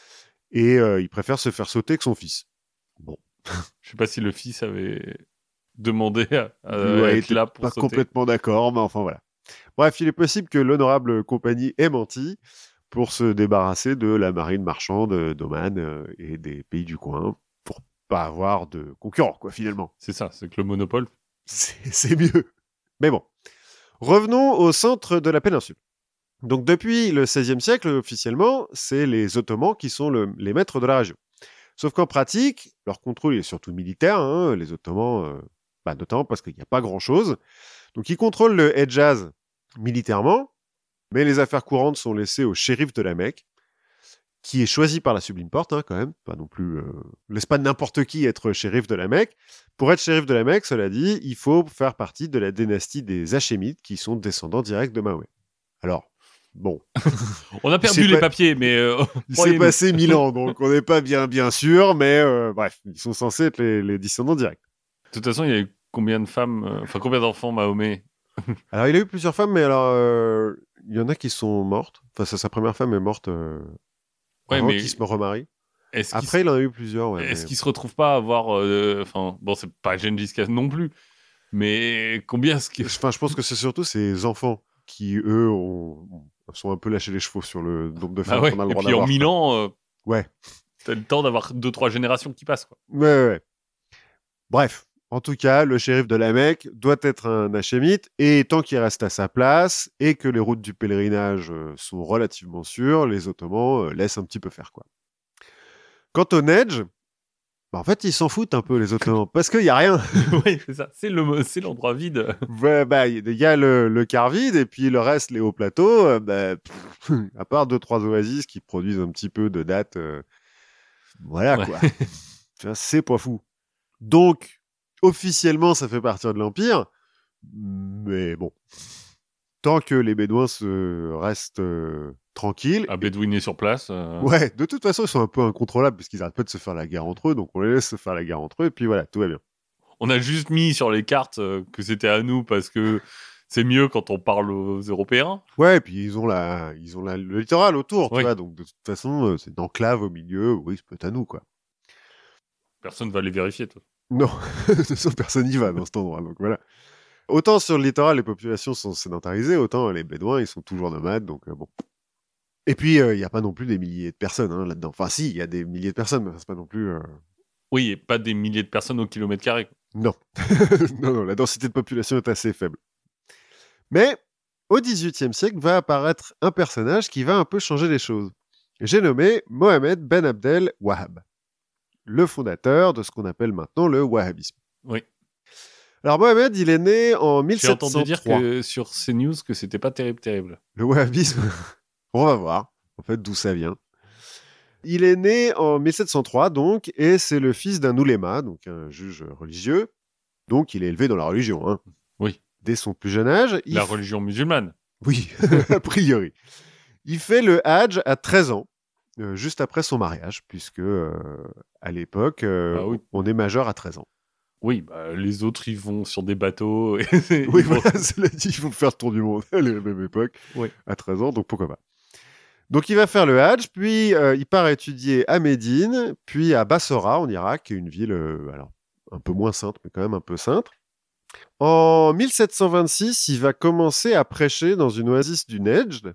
Et euh, il préfère se faire sauter que son fils. Bon. Je sais pas si le fils avait demandé à, à Ouais, il être était là pour pas sauter. complètement d'accord, mais enfin voilà. Bref, il est possible que l'honorable compagnie ait menti pour se débarrasser de la marine marchande d'Oman euh, et des pays du coin, pour pas avoir de concurrents, quoi, finalement. C'est ça, c'est que le monopole. C'est c'est mieux. Mais bon. Revenons au centre de la péninsule. Donc depuis le seizième siècle, officiellement, c'est les Ottomans qui sont le- les maîtres de la région. Sauf qu'en pratique, leur contrôle est surtout militaire, hein, les Ottomans, euh, bah, notamment parce qu'il n'y a pas grand-chose. Donc ils contrôlent le Hedjaz militairement, mais les affaires courantes sont laissées au shérif de la Mecque, qui est choisi par la Sublime Porte, hein, quand même, pas non plus... Euh... Laisse pas n'importe qui être shérif de la Mecque. Pour être shérif de la Mecque, cela dit, il faut faire partie de la dynastie des Hachémites, qui sont descendants directs de Mahomet. Alors, bon... On a perdu C'est les pas- papiers, mais. euh, Il s'est croyez-nous. passé mille ans, donc on n'est pas bien, bien sûr, mais euh, bref, ils sont censés être les, les descendants directs. De toute façon, il y a eu combien de femmes, euh, enfin combien d'enfants Mahomet? Alors, il a eu plusieurs femmes, mais alors, euh, il y en a qui sont mortes. Enfin, sa, sa première femme est morte euh, Ouais, avant mais qu'il se remarie. est-ce qu'il Après, il en a eu plusieurs, ouais. Est-ce mais- qu'il se retrouve pas à avoir, euh, enfin, bon, c'est pas Gengis Khan non plus, mais combien est-ce que... Enfin, je pense que c'est surtout ses enfants qui, eux, ont- sont un peu lâchés les chevaux sur le nombre de Bah femmes ouais. qu'on a le Et droit puis en d'avoir. mille quoi. ans, euh, Ouais. t'as le temps d'avoir deux trois générations qui passent, quoi. Ouais, ouais, ouais. Bref. En tout cas, le shérif de la Mecque doit être un hachémite, et tant qu'il reste à sa place, et que les routes du pèlerinage euh, sont relativement sûres, les Ottomans euh, laissent un petit peu faire, quoi. Quant au Nejdj, bah, en fait, ils s'en foutent un peu, les Ottomans, parce qu'il n'y a rien. Oui, c'est ça. C'est, le, c'est l'endroit vide. Ouais, bah, il y a le, le quart vide, et puis le reste, les hauts plateaux, euh, bah, pff, à part deux, trois oasis qui produisent un petit peu de dates, euh, voilà, Ouais. quoi. Tu vois, c'est pas fou. Donc, officiellement, ça fait partie de l'Empire, mais bon. Tant que les Bédouins se restent euh, tranquilles. À bédouiner sur place. Euh... Ouais, de toute façon, ils sont un peu incontrôlables parce qu'ils arrêtent pas de se faire la guerre entre eux, donc on les laisse se faire la guerre entre eux, et puis voilà, tout va bien. On a juste mis sur les cartes euh, que c'était à nous parce que c'est mieux quand on parle aux Européens. Ouais, et puis ils ont la, ils ont la, le littoral autour, Oui. tu vois, donc de toute façon, euh, c'est une enclave au milieu, oui, c'est peut-être à nous, quoi. Personne va les vérifier, toi. Non, de toute façon, personne n'y va dans cet endroit, donc voilà. Autant sur le littoral, les populations sont sédentarisées, autant les Bédouins, ils sont toujours nomades, donc euh, bon. Et puis, il euh, n'y a pas non plus des milliers de personnes hein, là-dedans. Enfin, si, il y a des milliers de personnes, mais c'est pas non plus... Euh... Oui, et pas des milliers de personnes au kilomètre carré. Non. non, non, la densité de population est assez faible. Mais, au dix-huitième siècle, va apparaître un personnage qui va un peu changer les choses. J'ai nommé Mohamed Ben Abdel Wahhab, le fondateur de ce qu'on appelle maintenant le wahhabisme. Oui. Alors, Mohamed, il est né en mille sept cent trois. J'ai entendu dire que sur CNews que c'était pas terrible, terrible. Le wahhabisme, on va voir, en fait, d'où ça vient. Il est né en mille sept cent trois, donc, et c'est le fils d'un ouléma, donc un juge religieux. Donc, il est élevé dans la religion. Hein. Oui. Dès son plus jeune âge. La f... religion musulmane. Oui, a priori. Il fait le Hajj à treize ans, euh, juste après son mariage, puisque euh, à l'époque, euh, ah, oui. on est majeur à treize ans. Oui, bah, les autres, ils vont sur des bateaux. Et oui, voilà, vont... cela dit, ils vont faire le tour du monde à la même époque, oui. à treize ans, donc pourquoi pas. Donc il va faire le Hajj, puis euh, il part étudier à Médine, puis à Bassora en Irak, qui est une ville euh, alors un peu moins sainte, mais quand même un peu sainte. En mille sept cent vingt-six, il va commencer à prêcher dans une oasis du Nejd,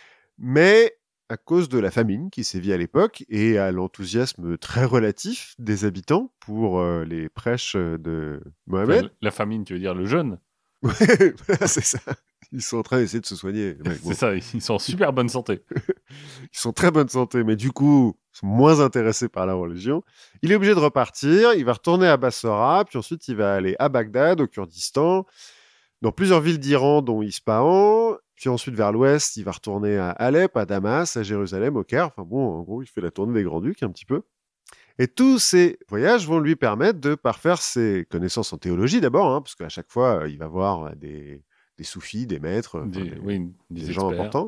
mais à cause de la famine qui sévit à l'époque et à l'enthousiasme très relatif des habitants pour euh, les prêches de Mohamed. La, la famine, tu veux dire le jeûne? Ouais, c'est ça. Ils sont en train d'essayer de se soigner. C'est bon. Ça, ils sont en super bonne santé. Ils sont en très bonne santé, mais du coup, ils sont moins intéressés par la religion. Il est obligé de repartir, il va retourner à Bassora, puis ensuite il va aller à Bagdad, au Kurdistan, dans plusieurs villes d'Iran, dont Ispahan, puis ensuite vers l'ouest, il va retourner à Alep, à Damas, à Jérusalem, au Caire. Enfin bon, en gros, il fait la tournée des Grands-Ducs un petit peu. Et tous ces voyages vont lui permettre de parfaire ses connaissances en théologie d'abord, hein, parce qu'à chaque fois, il va voir des, des soufis, des maîtres, des, des, oui, des, des gens importants,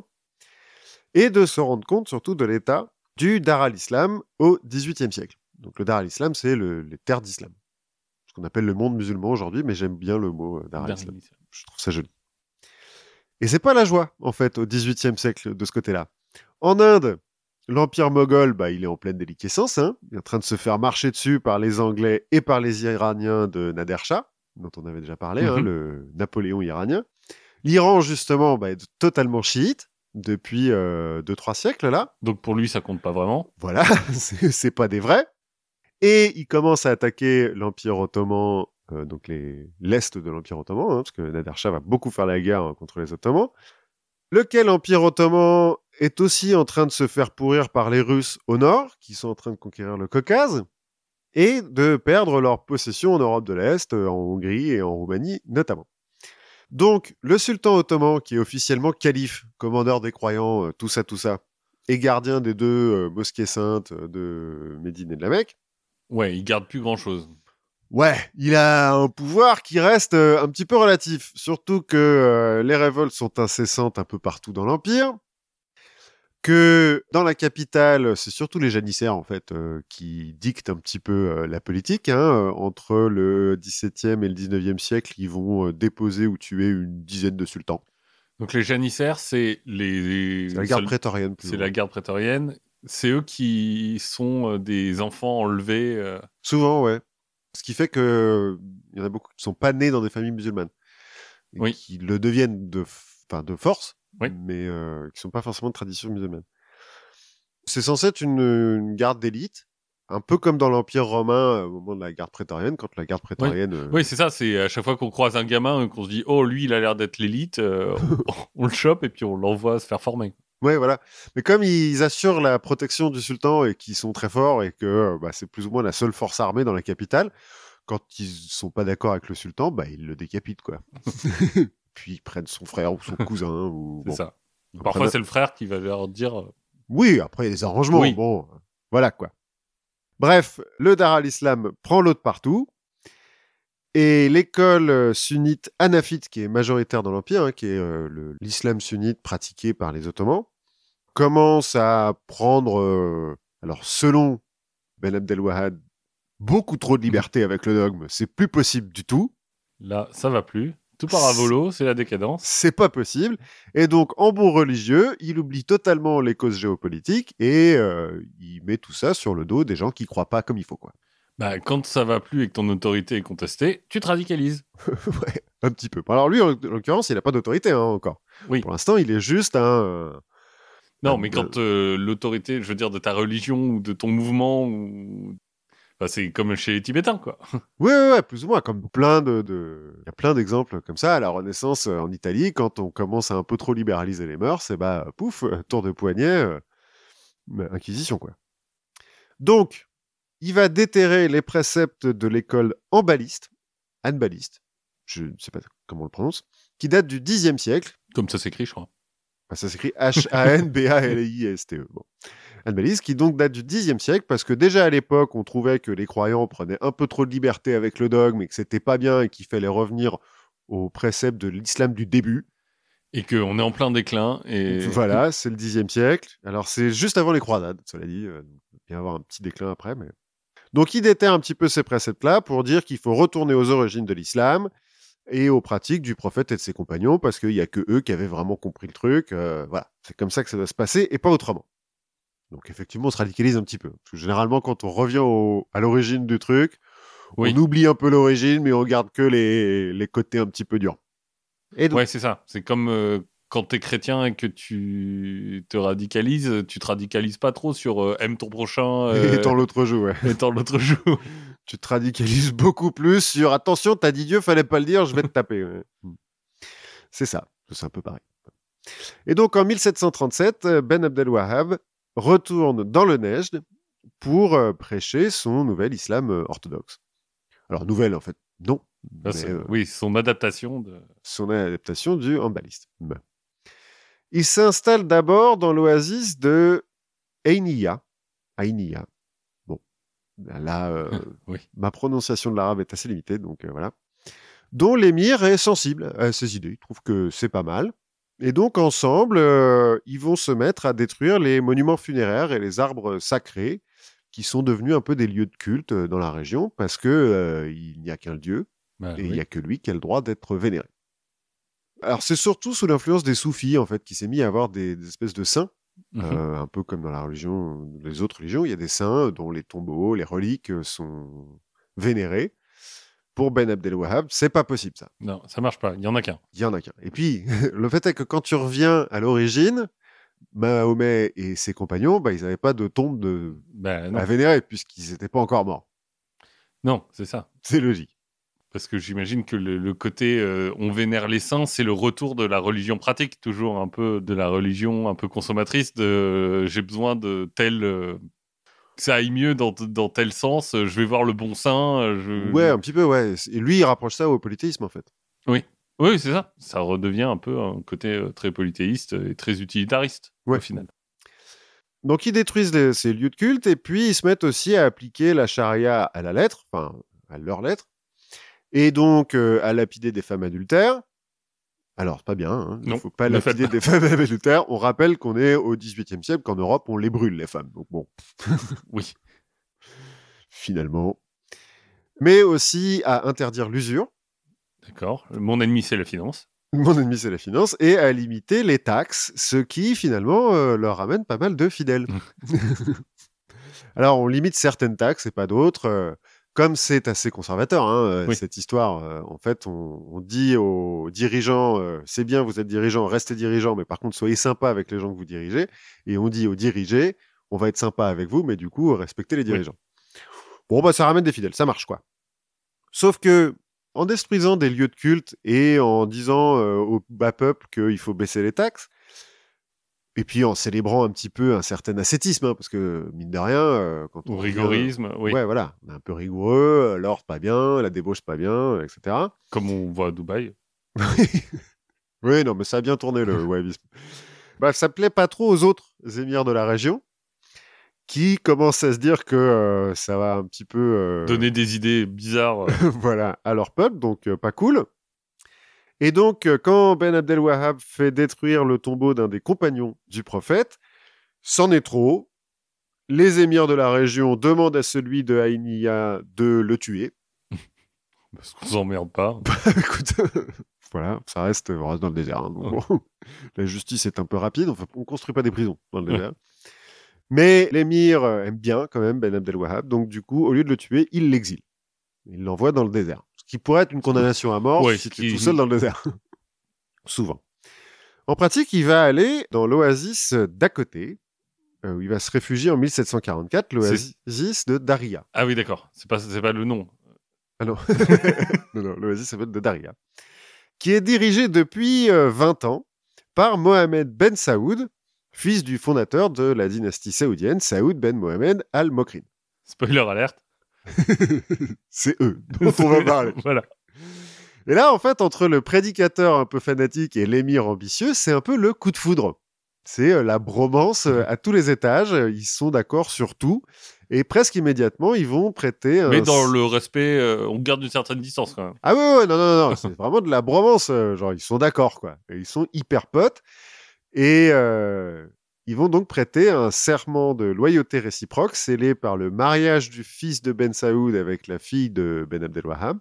et de se rendre compte surtout de l'état du Dar al-Islam au dix-huitième siècle. Donc le Dar al-Islam, c'est le, les terres d'Islam, ce qu'on appelle le monde musulman aujourd'hui, mais j'aime bien le mot Dar al-Islam. Je trouve ça joli. Et c'est pas la joie, en fait, au dix-huitième siècle, de ce côté-là. En Inde, l'Empire moghol, bah, il est en pleine déliquescence, hein. Il est en train de se faire marcher dessus par les Anglais et par les Iraniens de Nader Shah, dont on avait déjà parlé, mm-hmm. hein, le Napoléon iranien. L'Iran, justement, bah, est totalement chiite depuis euh, deux trois siècles, là. Donc pour lui, ça compte pas vraiment. Voilà, c'est, c'est pas des vrais. Et il commence à attaquer l'Empire ottoman, euh, donc les, l'Est de l'Empire ottoman, hein, parce que Nader Shah va beaucoup faire la guerre hein, contre les Ottomans. Lequel Empire ottoman est aussi en train de se faire pourrir par les Russes au nord, qui sont en train de conquérir le Caucase, et de perdre leur possession en Europe de l'Est, en Hongrie et en Roumanie notamment. Donc, le sultan ottoman, qui est officiellement calife, commandeur des croyants, euh, tout ça, tout ça, et gardien des deux euh, mosquées saintes de Médine et de la Mecque. Ouais, il garde plus grand-chose. Ouais, il a un pouvoir qui reste euh, un petit peu relatif, surtout que euh, les révoltes sont incessantes un peu partout dans l'Empire, que dans la capitale, c'est surtout les janissaires en fait euh, qui dictent un petit peu euh, la politique. Hein, euh, entre le dix-septième et le dix-neuvième siècle, ils vont euh, déposer ou tuer une dizaine de sultans. Donc les janissaires, c'est les... C'est la garde prétorienne. C'est la garde prétorienne. C'est eux qui sont euh, des enfants enlevés. Euh... Souvent, ouais. Ce qui fait que il y en a beaucoup qui ne sont pas nés dans des familles musulmanes. Et oui. Qui le deviennent de, f... de force. Oui. Mais euh, qui ne sont pas forcément de tradition musulmane. C'est censé être une, une garde d'élite, Un peu comme dans l'Empire romain, au moment de la garde prétorienne, quand la garde prétorienne... Oui, euh... oui c'est ça, c'est à chaque fois qu'on croise un gamin, qu'on se dit « Oh, lui, il a l'air d'être l'élite euh, », on, on le chope et puis on l'envoie se faire former. Ouais, voilà. Mais comme ils assurent la protection du sultan et qu'ils sont très forts et que bah, c'est plus ou moins la seule force armée dans la capitale, quand ils sont pas d'accord avec le sultan, bah, ils le décapitent, quoi. Puis ils prennent son frère ou son cousin. Ou... C'est bon. ça. Après, Parfois, bah... c'est le frère qui va leur dire... Oui, après, il y a des arrangements. Oui. Bon, voilà, quoi. Bref, le Dar al-Islam prend l'eau de partout. Et l'école sunnite hanafite, qui est majoritaire dans l'Empire, hein, qui est euh, le, l'islam sunnite pratiqué par les Ottomans, commence à prendre, euh, alors selon Ben Abdelwahad, beaucoup trop de liberté avec le dogme. C'est plus possible du tout. Là, ça va plus. Tout part à volo, c'est la décadence. C'est pas possible. Et donc, en bon religieux, il oublie totalement les causes géopolitiques et euh, il met tout ça sur le dos des gens qui croient pas comme il faut, quoi. Bah, quand ça va plus et que ton autorité est contestée, tu te radicalises. Ouais, un petit peu. Alors lui, en l'occurrence, il n'a pas d'autorité hein, encore. Oui. Pour l'instant, il est juste un... Euh, non, un, mais quand euh, l'autorité, je veux dire, de ta religion ou de ton mouvement, ou... enfin, c'est comme chez les Tibétains, quoi. Oui, ouais, ouais, plus ou moins, comme plein de... de... Il y a plein d'exemples comme ça. À la Renaissance, euh, en Italie, quand on commence à un peu trop libéraliser les mœurs, et bah, pouf, tour de poignet, euh, inquisition, quoi. Donc, il va déterrer les préceptes de l'école ambaliste, anbaliste, je ne sais pas comment on le prononce, qui date du dixième siècle. Comme ça s'écrit, je crois. Enfin, ça s'écrit H A N B A L I S T E. Bon. Anbaliste, qui donc date du dixième siècle, parce que déjà à l'époque, on trouvait que les croyants prenaient un peu trop de liberté avec le dogme et que c'était pas bien et qu'il fallait revenir aux préceptes de l'islam du début. Et qu'on est en plein déclin. Et... Voilà, c'est le dixième siècle. Alors c'est juste avant les croisades, cela dit. Il va y avoir un petit déclin après, mais... Donc il déterre un petit peu ces préceptes-là pour dire qu'il faut retourner aux origines de l'islam et aux pratiques du prophète et de ses compagnons, parce qu'il n'y a que eux qui avaient vraiment compris le truc. Euh, voilà, c'est comme ça que ça doit se passer et pas autrement. Donc effectivement, on se radicalise un petit peu. Parce que généralement, quand on revient au, à l'origine du truc, oui. on oublie un peu l'origine, mais on garde que les, les côtés un petit peu durs. Et donc... Ouais, c'est ça. C'est comme... Euh... Quand t'es chrétien et que tu te radicalises, tu te radicalises pas trop sur euh, aime ton prochain. Euh, étant l'autre joue, ouais. Étant l'autre joue. Tu te radicalises beaucoup plus sur attention, t'as dit Dieu, fallait pas le dire, je vais te taper. Ouais. C'est ça, c'est un peu pareil. Et donc en mille sept cent trente-sept, Ben Abdelwahab retourne dans le Nejd pour euh, prêcher son nouvel islam euh, orthodoxe. Alors nouvelle en fait, non. Ah, mais, euh, oui, son adaptation. De... Son adaptation du hanbaliste. Il s'installe d'abord dans l'oasis de Ainiya. Ainiya. Bon, là, euh, oui. ma prononciation de l'arabe est assez limitée, donc euh, voilà. Dont l'émir est sensible à ses idées. Il trouve que c'est pas mal. Et donc, ensemble, euh, ils vont se mettre à détruire les monuments funéraires et les arbres sacrés qui sont devenus un peu des lieux de culte dans la région parce que euh, il n'y a qu'un dieu bah, et oui. il n'y a que lui qui a le droit d'être vénéré. Alors, c'est surtout sous l'influence des soufis, en fait, qui s'est mis à avoir des, des espèces de saints, mmh. euh, un peu comme dans la religion, les autres religions, il y a des saints dont les tombeaux, les reliques sont vénérés. Pour Ben Abdelwahab, c'est pas possible, ça. Non, ça marche pas, il y en a qu'un. Il y en a qu'un. Et puis, le fait est que quand tu reviens à l'origine, Mahomet et ses compagnons, bah, ils n'avaient pas de tombe de... bah, à vénérer, puisqu'ils n'étaient pas encore morts. Non, c'est ça. C'est logique. Parce que j'imagine que le, le côté euh, on vénère les saints, c'est le retour de la religion pratique, toujours un peu de la religion un peu consommatrice, de euh, j'ai besoin de tel... Euh, que ça aille mieux dans, dans tel sens, je vais voir le bon saint. Je... Ouais, un petit peu, ouais. Et lui, il rapproche ça au polythéisme, en fait. Oui, oui, c'est ça. Ça redevient un peu un côté euh, très polythéiste et très utilitariste, ouais. Au final. Donc, ils détruisent les, ces lieux de culte et puis ils se mettent aussi à appliquer la charia à la lettre, enfin, à leur lettre, et donc euh, à lapider des femmes adultères. Alors, pas bien, hein. Il ne faut pas lapider pas. des femmes adultères. On rappelle qu'on est au dix-huitième siècle, qu'en Europe, on les brûle, les femmes. Donc bon. Oui. Finalement. Mais aussi à interdire l'usure. D'accord. Mon ennemi, c'est la finance. Mon ennemi, c'est la finance. Et à limiter les taxes, ce qui, finalement, euh, leur amène pas mal de fidèles. Alors, on limite certaines taxes et pas d'autres. Euh, Comme c'est assez conservateur, hein, oui. cette histoire, euh, en fait, on, on dit aux dirigeants, euh, c'est bien, vous êtes dirigeants, restez dirigeants, mais par contre, soyez sympa avec les gens que vous dirigez. Et on dit aux dirigés, on va être sympa avec vous, mais du coup, respectez les dirigeants. Bon, bah, ça ramène des fidèles, ça marche, quoi. Sauf que, en détruisant des lieux de culte et en disant euh, au bas peuple qu'il faut baisser les taxes, et puis en célébrant un petit peu un certain ascétisme, hein, parce que, mine de rien, euh, quand on... Ou rigorisme, revient, oui. Ouais, voilà, on est un peu rigoureux, l'ordre pas bien, la débauche pas bien, et cetera. Comme on voit à Dubaï. Oui, non, mais ça a bien tourné, le wahhabisme. Bah, ça plaît pas trop aux autres émirs de la région, qui commencent à se dire que euh, ça va un petit peu... Euh... donner des idées bizarres. Euh... voilà, à leur peuple, donc euh, pas cool. Et donc, euh, quand Ben Abdel Wahhab fait détruire le tombeau d'un des compagnons du prophète, c'en est trop. Les émirs de la région demandent à celui de Haïnia de le tuer. Parce qu'on s'emmerde pas. Écoute, voilà, ça reste, on reste dans le désert. Hein, donc, bon, la justice est un peu rapide, enfin, on ne construit pas des prisons dans le désert. Mais l'émir aime bien quand même Ben Abdel Wahhab, donc du coup, au lieu de le tuer, il l'exile. Il l'envoie dans le désert. Ce qui pourrait être une condamnation à mort ouais, si tu es qui... tout seul dans le désert. Souvent. En pratique, il va aller dans l'oasis d'à côté, où il va se réfugier en mille sept cent quarante-quatre, l'oasis c'est... de Daria. Ah oui, d'accord. C'est pas, c'est pas le nom. Ah non. non, non, l'oasis s'appelle de Daria. Qui est dirigé depuis euh, vingt ans par Mohamed Ben Saoud, fils du fondateur de la dynastie saoudienne, Saoud Ben Mohamed Al-Mokrin. Spoiler alerte. C'est eux dont on va parler. Voilà. Et là, en fait, entre le prédicateur un peu fanatique et l'émir ambitieux, c'est un peu le coup de foudre. C'est euh, la bromance euh, à tous les étages. Ils sont d'accord sur tout. Et presque immédiatement, ils vont prêter un... Mais dans le respect, euh, on garde une certaine distance, quand même. Ah oui, ouais, non, non, non. C'est vraiment de la bromance. Euh, genre, ils sont d'accord, quoi. Et ils sont hyper potes. Et euh, ils vont donc prêter un serment de loyauté réciproque scellé par le mariage du fils de Ben Saoud avec la fille de Ben Abdel Wahhab.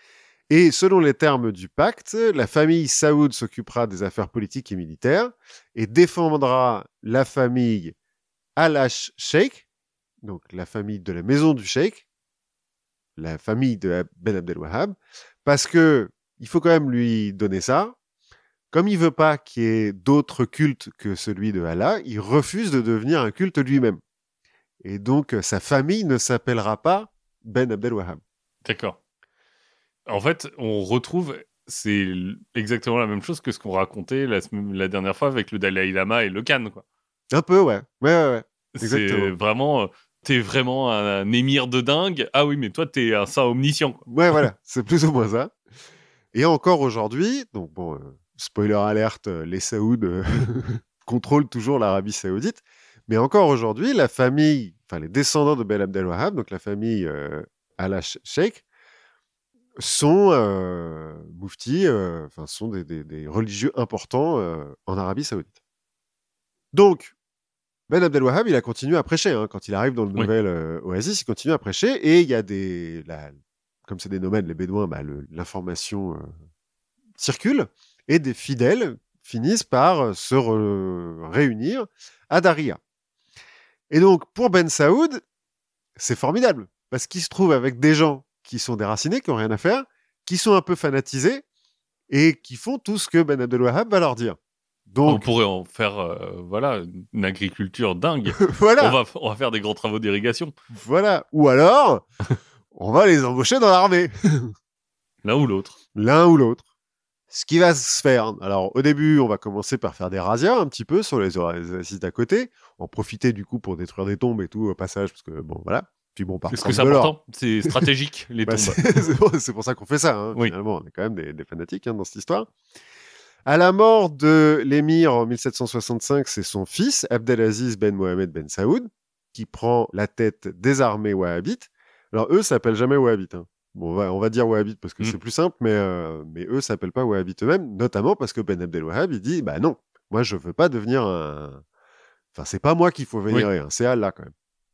Et selon les termes du pacte, la famille Saoud s'occupera des affaires politiques et militaires et défendra la famille Al-Sheikh, donc la famille de la maison du Sheikh, la famille de Ben Abdel Wahhab, parce que il faut quand même lui donner ça. Comme il veut pas qu'il y ait d'autres cultes que celui de Allah, il refuse de devenir un culte lui-même. Et donc, sa famille ne s'appellera pas Ben Abdel Wahhab. D'accord. En fait, on retrouve, c'est exactement la même chose que ce qu'on racontait la, la dernière fois avec le Dalai Lama et le Khan, quoi. Un peu, ouais. Ouais, ouais, ouais. Exactement. C'est vraiment, t'es vraiment un, un émir de dingue. Ah oui, mais toi, t'es un saint omniscient, quoi. Ouais, voilà. C'est plus ou moins ça. Et encore aujourd'hui, donc bon, euh, spoiler alerte, les Saouds euh, contrôlent toujours l'Arabie Saoudite. Mais encore aujourd'hui, la famille, enfin les descendants de Ben Abdel Wahhab, donc la famille euh, Al-Sheikh, sont euh, mouftis, euh, enfin sont des, des, des religieux importants euh, en Arabie Saoudite. Donc, Ben Abdel Wahhab, il a continué à prêcher. Hein, quand il arrive dans le oui. nouvel euh, oasis, il continue à prêcher. Et il y a des... La, comme c'est des nomades, les Bédouins, bah, le, l'information euh, circule. Et des fidèles finissent par se re- réunir à Daria. Et donc, pour Ben Saoud, c'est formidable. Parce qu'il se trouve avec des gens qui sont déracinés, qui n'ont rien à faire, qui sont un peu fanatisés et qui font tout ce que Ben Abdel Wahhab va leur dire. Donc, on pourrait en faire euh, voilà, une agriculture dingue. voilà. on, va, on va faire des grands travaux d'irrigation. Voilà. Ou alors, on va les embaucher dans l'armée. L'un ou l'autre. L'un ou l'autre. Ce qui va se faire. Alors, au début, on va commencer par faire des razzias un petit peu sur les oasis d'à côté, en profiter du coup pour détruire des tombes et tout au passage, parce que bon, voilà. Puis bon, par Parce que c'est important, c'est stratégique, les bah, tombes. C'est, c'est, pour, c'est pour ça qu'on fait ça, hein. Oui. Finalement, on est quand même des, des fanatiques hein, dans cette histoire. À la mort de l'émir en mille sept cent soixante-cinq, c'est son fils, Abdelaziz Ben Mohamed Ben Saoud, qui prend la tête des armées wahhabites. Alors, eux, ça s'appelle jamais wahhabites. Hein. Bon, on va, on va dire wahhabites parce que mm. c'est plus simple, mais, euh, mais eux, ça s'appellent pas wahhabites eux-mêmes, notamment parce que Ben Abdel Wahhab, il dit, bah non, moi, je veux pas devenir un... Enfin, c'est pas moi qu'il faut vénérer, oui. hein, c'est Allah quand même.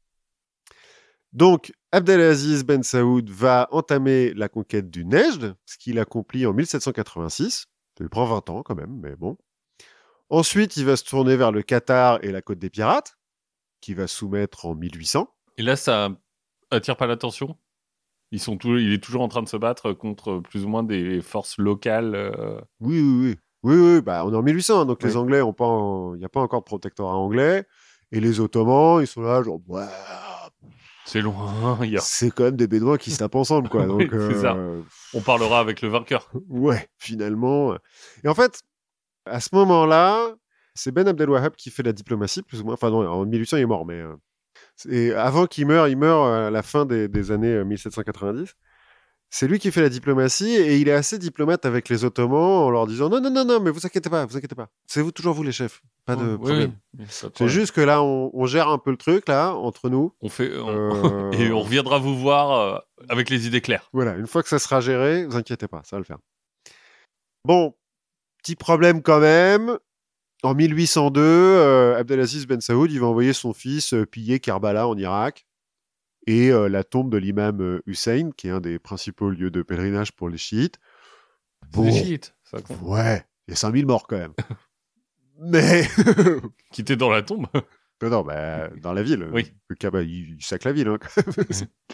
Donc, Abdelaziz Ben Saoud va entamer la conquête du Nejd, ce qu'il accomplit en mille sept cent quatre-vingt-six. Ça lui prend vingt ans quand même, mais bon. Ensuite, il va se tourner vers le Qatar et la côte des pirates, qu'il va soumettre en mille huit cents. Et là, ça attire pas l'attention ? Ils sont tout... Il est toujours en train de se battre contre plus ou moins des forces locales. Euh... Oui, oui, oui. Oui, oui, bah, on est en mille huit cents, donc oui. Les Anglais, il en... n'y a pas encore de protectorat anglais. Et les Ottomans, ils sont là, genre, ouais, C'est loin. Il y a... C'est quand même des Bédouins qui se tapent ensemble, quoi. Donc, oui, c'est euh... ça. On parlera avec le vainqueur. Ouais, finalement. Et en fait, à ce moment-là, c'est Ben Abdelwahab qui fait la diplomatie, plus ou moins. Enfin, non, en mille huit cents, il est mort, mais... Euh... Et avant qu'il meure, il meurt à la fin des, des années mille sept cent quatre-vingt-dix. C'est lui qui fait la diplomatie et il est assez diplomate avec les Ottomans en leur disant non, non, non, non, mais vous inquiétez pas, vous inquiétez pas. C'est vous, toujours vous les chefs. Pas de oui, problème. Oui, c'est juste que là, on, on gère un peu le truc, là, entre nous. On fait, on... Euh... et on reviendra vous voir euh, avec les idées claires. Voilà, une fois que ça sera géré, vous inquiétez pas, ça va le faire. Bon, petit problème quand même. En mille huit cent deux, euh, Abdelaziz Ben Saoud, il va envoyer son fils euh, piller Karbala en Irak. Et euh, la tombe de l'imam euh, Hussein, qui est un des principaux lieux de pèlerinage pour les chiites. Bon, les chiites, ça compte. Ouais, il y a cinq mille morts quand même. Mais... qui étaient dans la tombe. Non, non, bah, dans la ville. Oui. Le Kaaba, il, il sac la ville. Hein, quand même.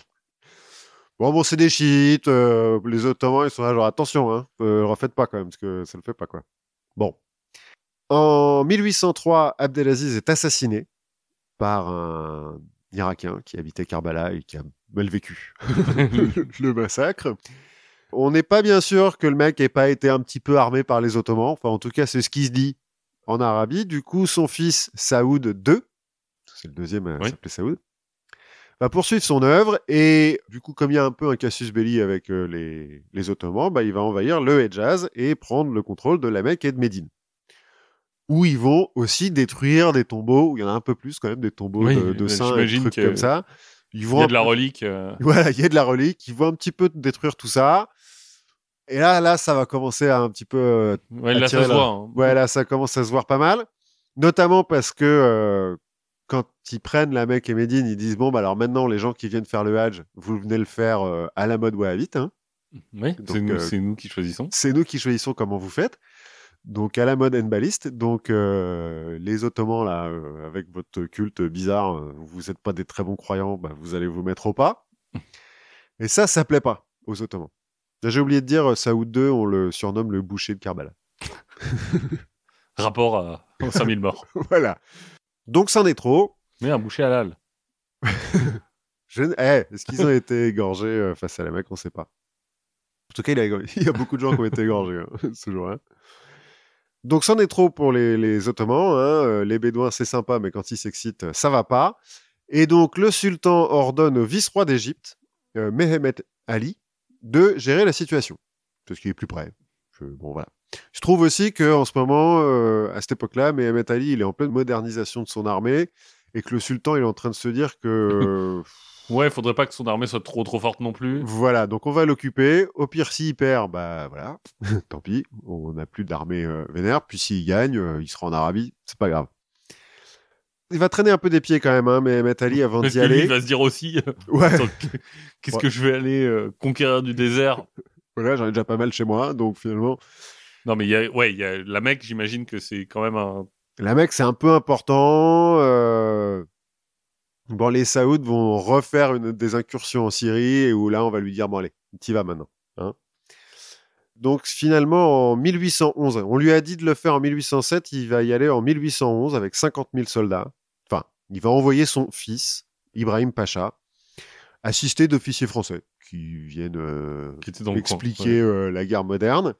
bon, bon, c'est des chiites. Euh, les Ottomans, ils sont là, genre, attention, hein, euh, refaites pas quand même, parce que ça le fait pas, quoi. Bon. En mille huit cent trois, Abdelaziz est assassiné par un Irakien qui habitait Karbala et qui a mal vécu le massacre. On n'est pas bien sûr que le mec ait pas été un petit peu armé par les Ottomans. Enfin, en tout cas, c'est ce qui se dit en Arabie. Du coup, son fils Saoud deux, c'est le deuxième à oui. s'appeler Saoud, va poursuivre son œuvre. Et du coup, comme il y a un peu un casus belli avec euh, les, les Ottomans, bah, il va envahir le Hedjaz et prendre le contrôle de la Mecque et de Médine. Où ils vont aussi détruire des tombeaux, où il y en a un peu plus quand même, des tombeaux oui, de, de saints et de trucs que comme ça. Ils vont il y a de la relique. Euh... Voilà, il y a de la relique. Ils vont un petit peu détruire tout ça. Et là, là, ça va commencer à un petit peu... Euh, ouais, là, ça se voit. Hein. Ouais, là, ça commence à se voir pas mal. Notamment parce que euh, quand ils prennent la Mecque et Médine, ils disent, bon, bah alors maintenant, les gens qui viennent faire le Hajj, vous venez le faire euh, à la mode wahhabite. Hein. Oui, donc, c'est, nous, euh, c'est nous qui choisissons. C'est nous qui choisissons comment vous faites. Donc à la mode Enbaliste, donc euh, les Ottomans là, euh, avec votre culte bizarre, euh, vous n'êtes pas des très bons croyants, bah, vous allez vous mettre au pas. Et ça, ça plaît pas aux Ottomans. J'ai oublié de dire, Saoud deux, on le surnomme le boucher de Karbala. Rapport à aux cinq mille morts. Voilà. Donc c'en est trop. Mais un boucher halal. Je... Eh, est-ce qu'ils ont été égorgés euh, face à la Mecque? On ne sait pas. En tout cas, il y a, il y a beaucoup de gens qui ont été égorgés hein, ce jour-là. Donc, c'en est trop pour les, les Ottomans. Hein. Les Bédouins, c'est sympa, mais quand ils s'excitent, ça va pas. Et donc, le sultan ordonne au vice-roi d'Égypte, euh, Mehemet Ali, de gérer la situation. Parce qu'il est plus près. Je, bon, voilà. Je trouve aussi qu'en ce moment, euh, à cette époque-là, Mehemet Ali, il est en pleine modernisation de son armée et que le sultan, il est en train de se dire que... Ouais, il faudrait pas que son armée soit trop trop forte non plus. Voilà, donc on va l'occuper. Au pire, s'il perd, bah voilà, tant pis, on n'a plus d'armée euh, vénère. Puis s'il gagne, euh, il sera en Arabie, c'est pas grave. Il va traîner un peu des pieds quand même, hein, mais Mehemet Ali, avant Parce d'y que aller... lui, il va se dire aussi, euh, ouais. qu'est-ce ouais. que je vais aller euh, conquérir du désert? Voilà, j'en ai déjà pas mal chez moi, donc finalement... Non, mais il y a, ouais, il y a la Mecque, j'imagine que c'est quand même un... La Mecque, c'est un peu important... Euh... Bon, les Saouds vont refaire une, des incursions en Syrie, et où là, on va lui dire, bon allez, t'y vas maintenant. Hein. Donc finalement, en mille huit cent onze, on lui a dit de le faire en mille huit cent sept, il va y aller en mille huit cent onze avec cinquante mille soldats. Enfin, il va envoyer son fils, Ibrahim Pacha, assisté d'officiers français, qui viennent euh, qui expliquer ouais. euh, la guerre moderne.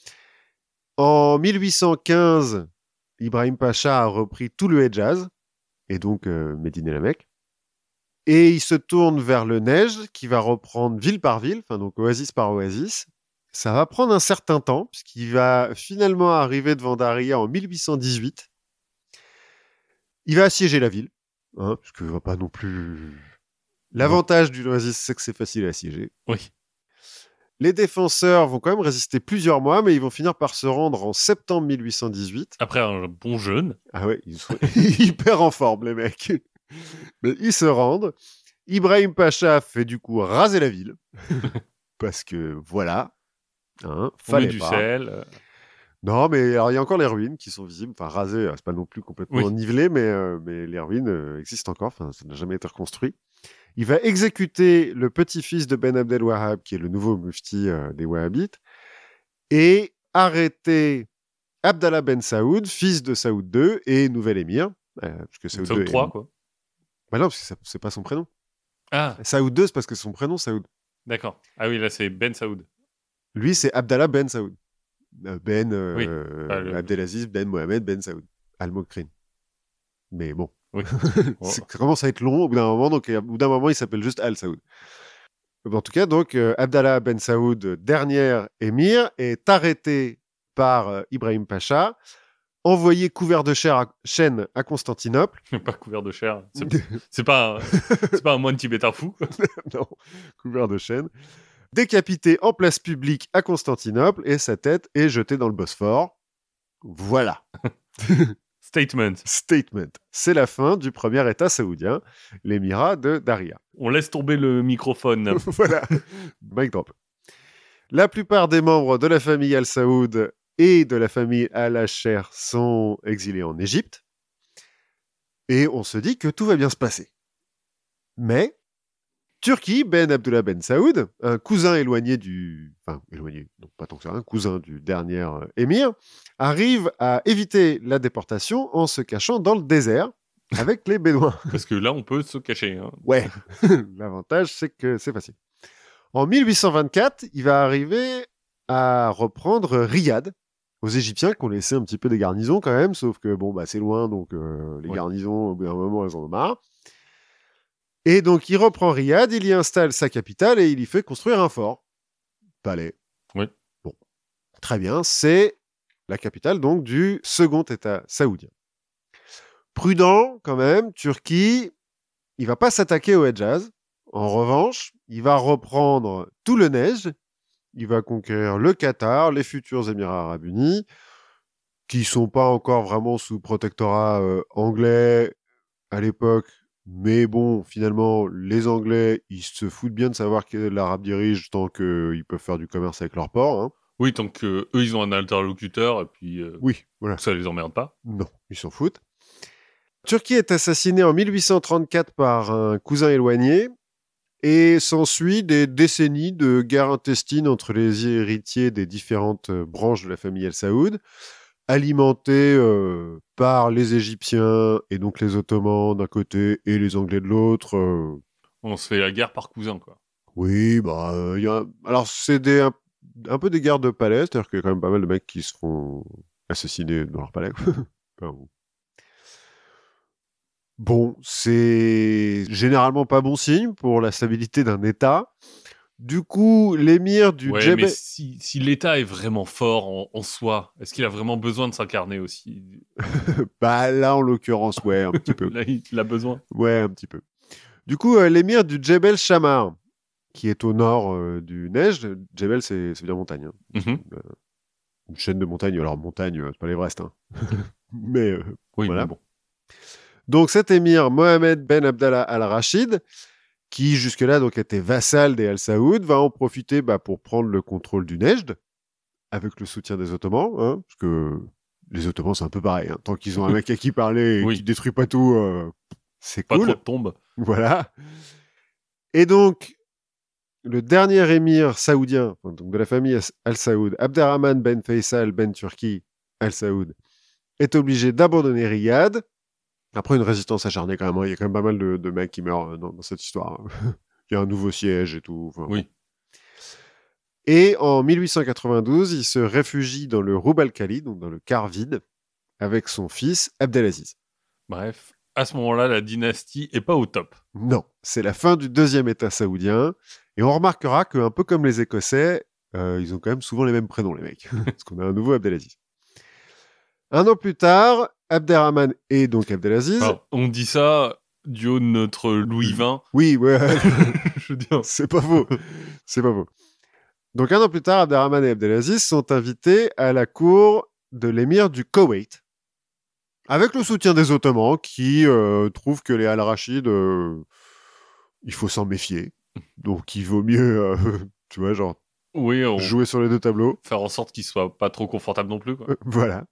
En mille huit cent quinze, Ibrahim Pacha a repris tout le Hedjaz, et donc euh, Médine et la Mecque. Et il se tourne vers le Nejd, qui va reprendre ville par ville, enfin donc oasis par oasis. Ça va prendre un certain temps, puisqu'il va finalement arriver devant Daria en mille huit cent dix-huit. Il va assiéger la ville, hein, parce qu'il ne va pas non plus... L'avantage d'une oasis, c'est que c'est facile à assiéger. Oui. Les défenseurs vont quand même résister plusieurs mois, mais ils vont finir par se rendre en septembre mille huit cent dix-huit. Après un bon jeûne. Ah ouais, ils sont hyper en forme, les mecs. Mais ils se rendent. Ibrahim Pacha fait du coup raser la ville. Parce que voilà. Hein, fallait du pas. sel. Non, mais alors il y a encore les ruines qui sont visibles. Enfin, rasées, c'est pas non plus complètement oui. nivelé, mais, euh, mais les ruines euh, existent encore. Enfin, ça n'a jamais été reconstruit. Il va exécuter le petit-fils de Ben Abdel Wahhab, qui est le nouveau mufti euh, des Wahhabites, et arrêter Abdallah Ben Saoud, fils de Saoud deux et nouvel émir. Euh, parce que Saoud, Saoud deux trois, est... quoi. Bah non, parce que ça, c'est pas son prénom. Ah. Saoud deux, c'est parce que son prénom, Saoud. D'accord. Ah oui, là, c'est Ben Saoud. Lui, c'est Abdallah Ben Saoud. Ben euh, oui. ah, le... Abdelaziz Ben Mohamed Ben Saoud. Al-Mokrin. Mais bon. Oui. Ça commence à être long au bout d'un moment, donc au bout d'un moment, il s'appelle juste Al Saoud. En tout cas, donc, euh, Abdallah Ben Saoud, dernier émir, est arrêté par euh, Ibrahim Pacha, envoyé couvert de chair à, chêne à Constantinople. Pas couvert de chair. C'est, c'est, pas, un, c'est pas un moine tibétain fou. Non, couvert de chêne. Décapité en place publique à Constantinople et sa tête est jetée dans le Bosphore. Voilà. Statement. Statement. C'est la fin du premier État saoudien, l'émirat de Daria. On laisse tomber le microphone. Voilà. Mic drop. La plupart des membres de la famille Al Saoud et de la famille Al-Asher sont exilés en Égypte. Et on se dit que tout va bien se passer. Mais Turki, Ben Abdullah Ben Saoud, un cousin éloigné du... Enfin, éloigné, non pas tant que ça, un cousin du dernier euh, émir, arrive à éviter la déportation en se cachant dans le désert avec les Bédouins. Parce que là, on peut se cacher. Hein. Ouais, l'avantage, c'est que c'est facile. En mille huit cent vingt-quatre, il va arriver à reprendre Riyad, aux Égyptiens qui ont laissé un petit peu des garnisons quand même, sauf que bon, bah, c'est loin, donc euh, les ouais. garnisons, au bout d'un moment, elles en ont marre. Et donc, il reprend Riyad, il y installe sa capitale et il y fait construire un fort. Palais. Oui. Bon. Très bien. C'est la capitale, donc, du second État saoudien. Prudent, quand même, Turquie, il va pas s'attaquer au Hedjaz. En revanche, il va reprendre tout le Nejd. Il va conquérir le Qatar, les futurs Émirats Arabes Unis, qui sont pas encore vraiment sous protectorat euh, anglais à l'époque. Mais bon, finalement, les Anglais, ils se foutent bien de savoir que l'Arabe dirige tant qu'ils peuvent faire du commerce avec leur port. Hein. Oui, tant qu'eux, ils ont un interlocuteur, et puis euh, oui, voilà. ça les emmerde pas. Non, ils s'en foutent. Turquie est assassinée en mille huit cent trente-quatre par un cousin éloigné, et s'ensuit des décennies de guerre intestine entre les héritiers des différentes branches de la famille El Saoud, alimenté euh, par les Égyptiens et donc les Ottomans d'un côté et les Anglais de l'autre. Euh... On se fait la guerre par cousin, quoi. Oui, bah, euh, y a... alors c'est des, un, un peu des guerres de palais, c'est-à-dire qu'il y a quand même pas mal de mecs qui se font assassiner dans leur palais. Enfin, bon. bon, c'est généralement pas bon signe pour la stabilité d'un État. Du coup, l'émir du ouais, Djebel... mais si, si l'État est vraiment fort en, en soi, est-ce qu'il a vraiment besoin de s'incarner aussi? Bah là, en l'occurrence, ouais, un petit peu. Là, il a besoin. Ouais, un petit peu. Du coup, euh, l'émir du Djebel Shamar, qui est au nord euh, du Nejd. Djebel, c'est, c'est bien montagne. Hein. Mm-hmm. Euh, une chaîne de montagne. Alors, montagne, euh, c'est pas l'Everest. Hein. mais euh, oui, voilà. Mais bon. Donc, cet émir, Mohamed Ben Abdallah Al-Rachid, qui jusque-là donc était vassal des Al Saoud, va en profiter bah, pour prendre le contrôle du Nejd, avec le soutien des Ottomans, hein, parce que les Ottomans c'est un peu pareil, hein. Tant qu'ils ont un mec à qui parler et oui. qui détruit pas tout, euh, c'est pas cool. Pas trop de tombes. Voilà. Et donc, le dernier émir saoudien, donc de la famille Al Saoud, Abderrahman Ben Faisal Ben Turki Al Saoud, est obligé d'abandonner Riyad. Après une résistance acharnée quand même, hein. Il y a quand même pas mal de, de mecs qui meurent dans, dans cette histoire. Il y a un nouveau siège et tout. Enfin, oui. Bon. Et en mille huit cent quatre-vingt-douze, il se réfugie dans le Roub al-Khali, donc dans le quart vide, avec son fils Abdelaziz. Bref, à ce moment-là, la dynastie est pas au top. Non, c'est la fin du deuxième État saoudien. Et on remarquera qu'un peu comme les Écossais, euh, ils ont quand même souvent les mêmes prénoms, les mecs. Parce qu'on a un nouveau Abdelaziz. Un an plus tard, Abderrahman et donc Abdelaziz... Alors, on dit ça du haut de notre Louis vingt. Oui, ouais. Je veux dire. C'est pas faux. C'est pas faux. Donc un an plus tard, Abderrahman et Abdelaziz sont invités à la cour de l'émir du Koweït, avec le soutien des Ottomans qui euh, trouvent que les Al-Rachid, euh, il faut s'en méfier. Donc il vaut mieux, euh, tu vois, genre, oui, on... jouer sur les deux tableaux. Faire en sorte qu'ils soient pas trop confortables non plus, quoi. Euh, voilà.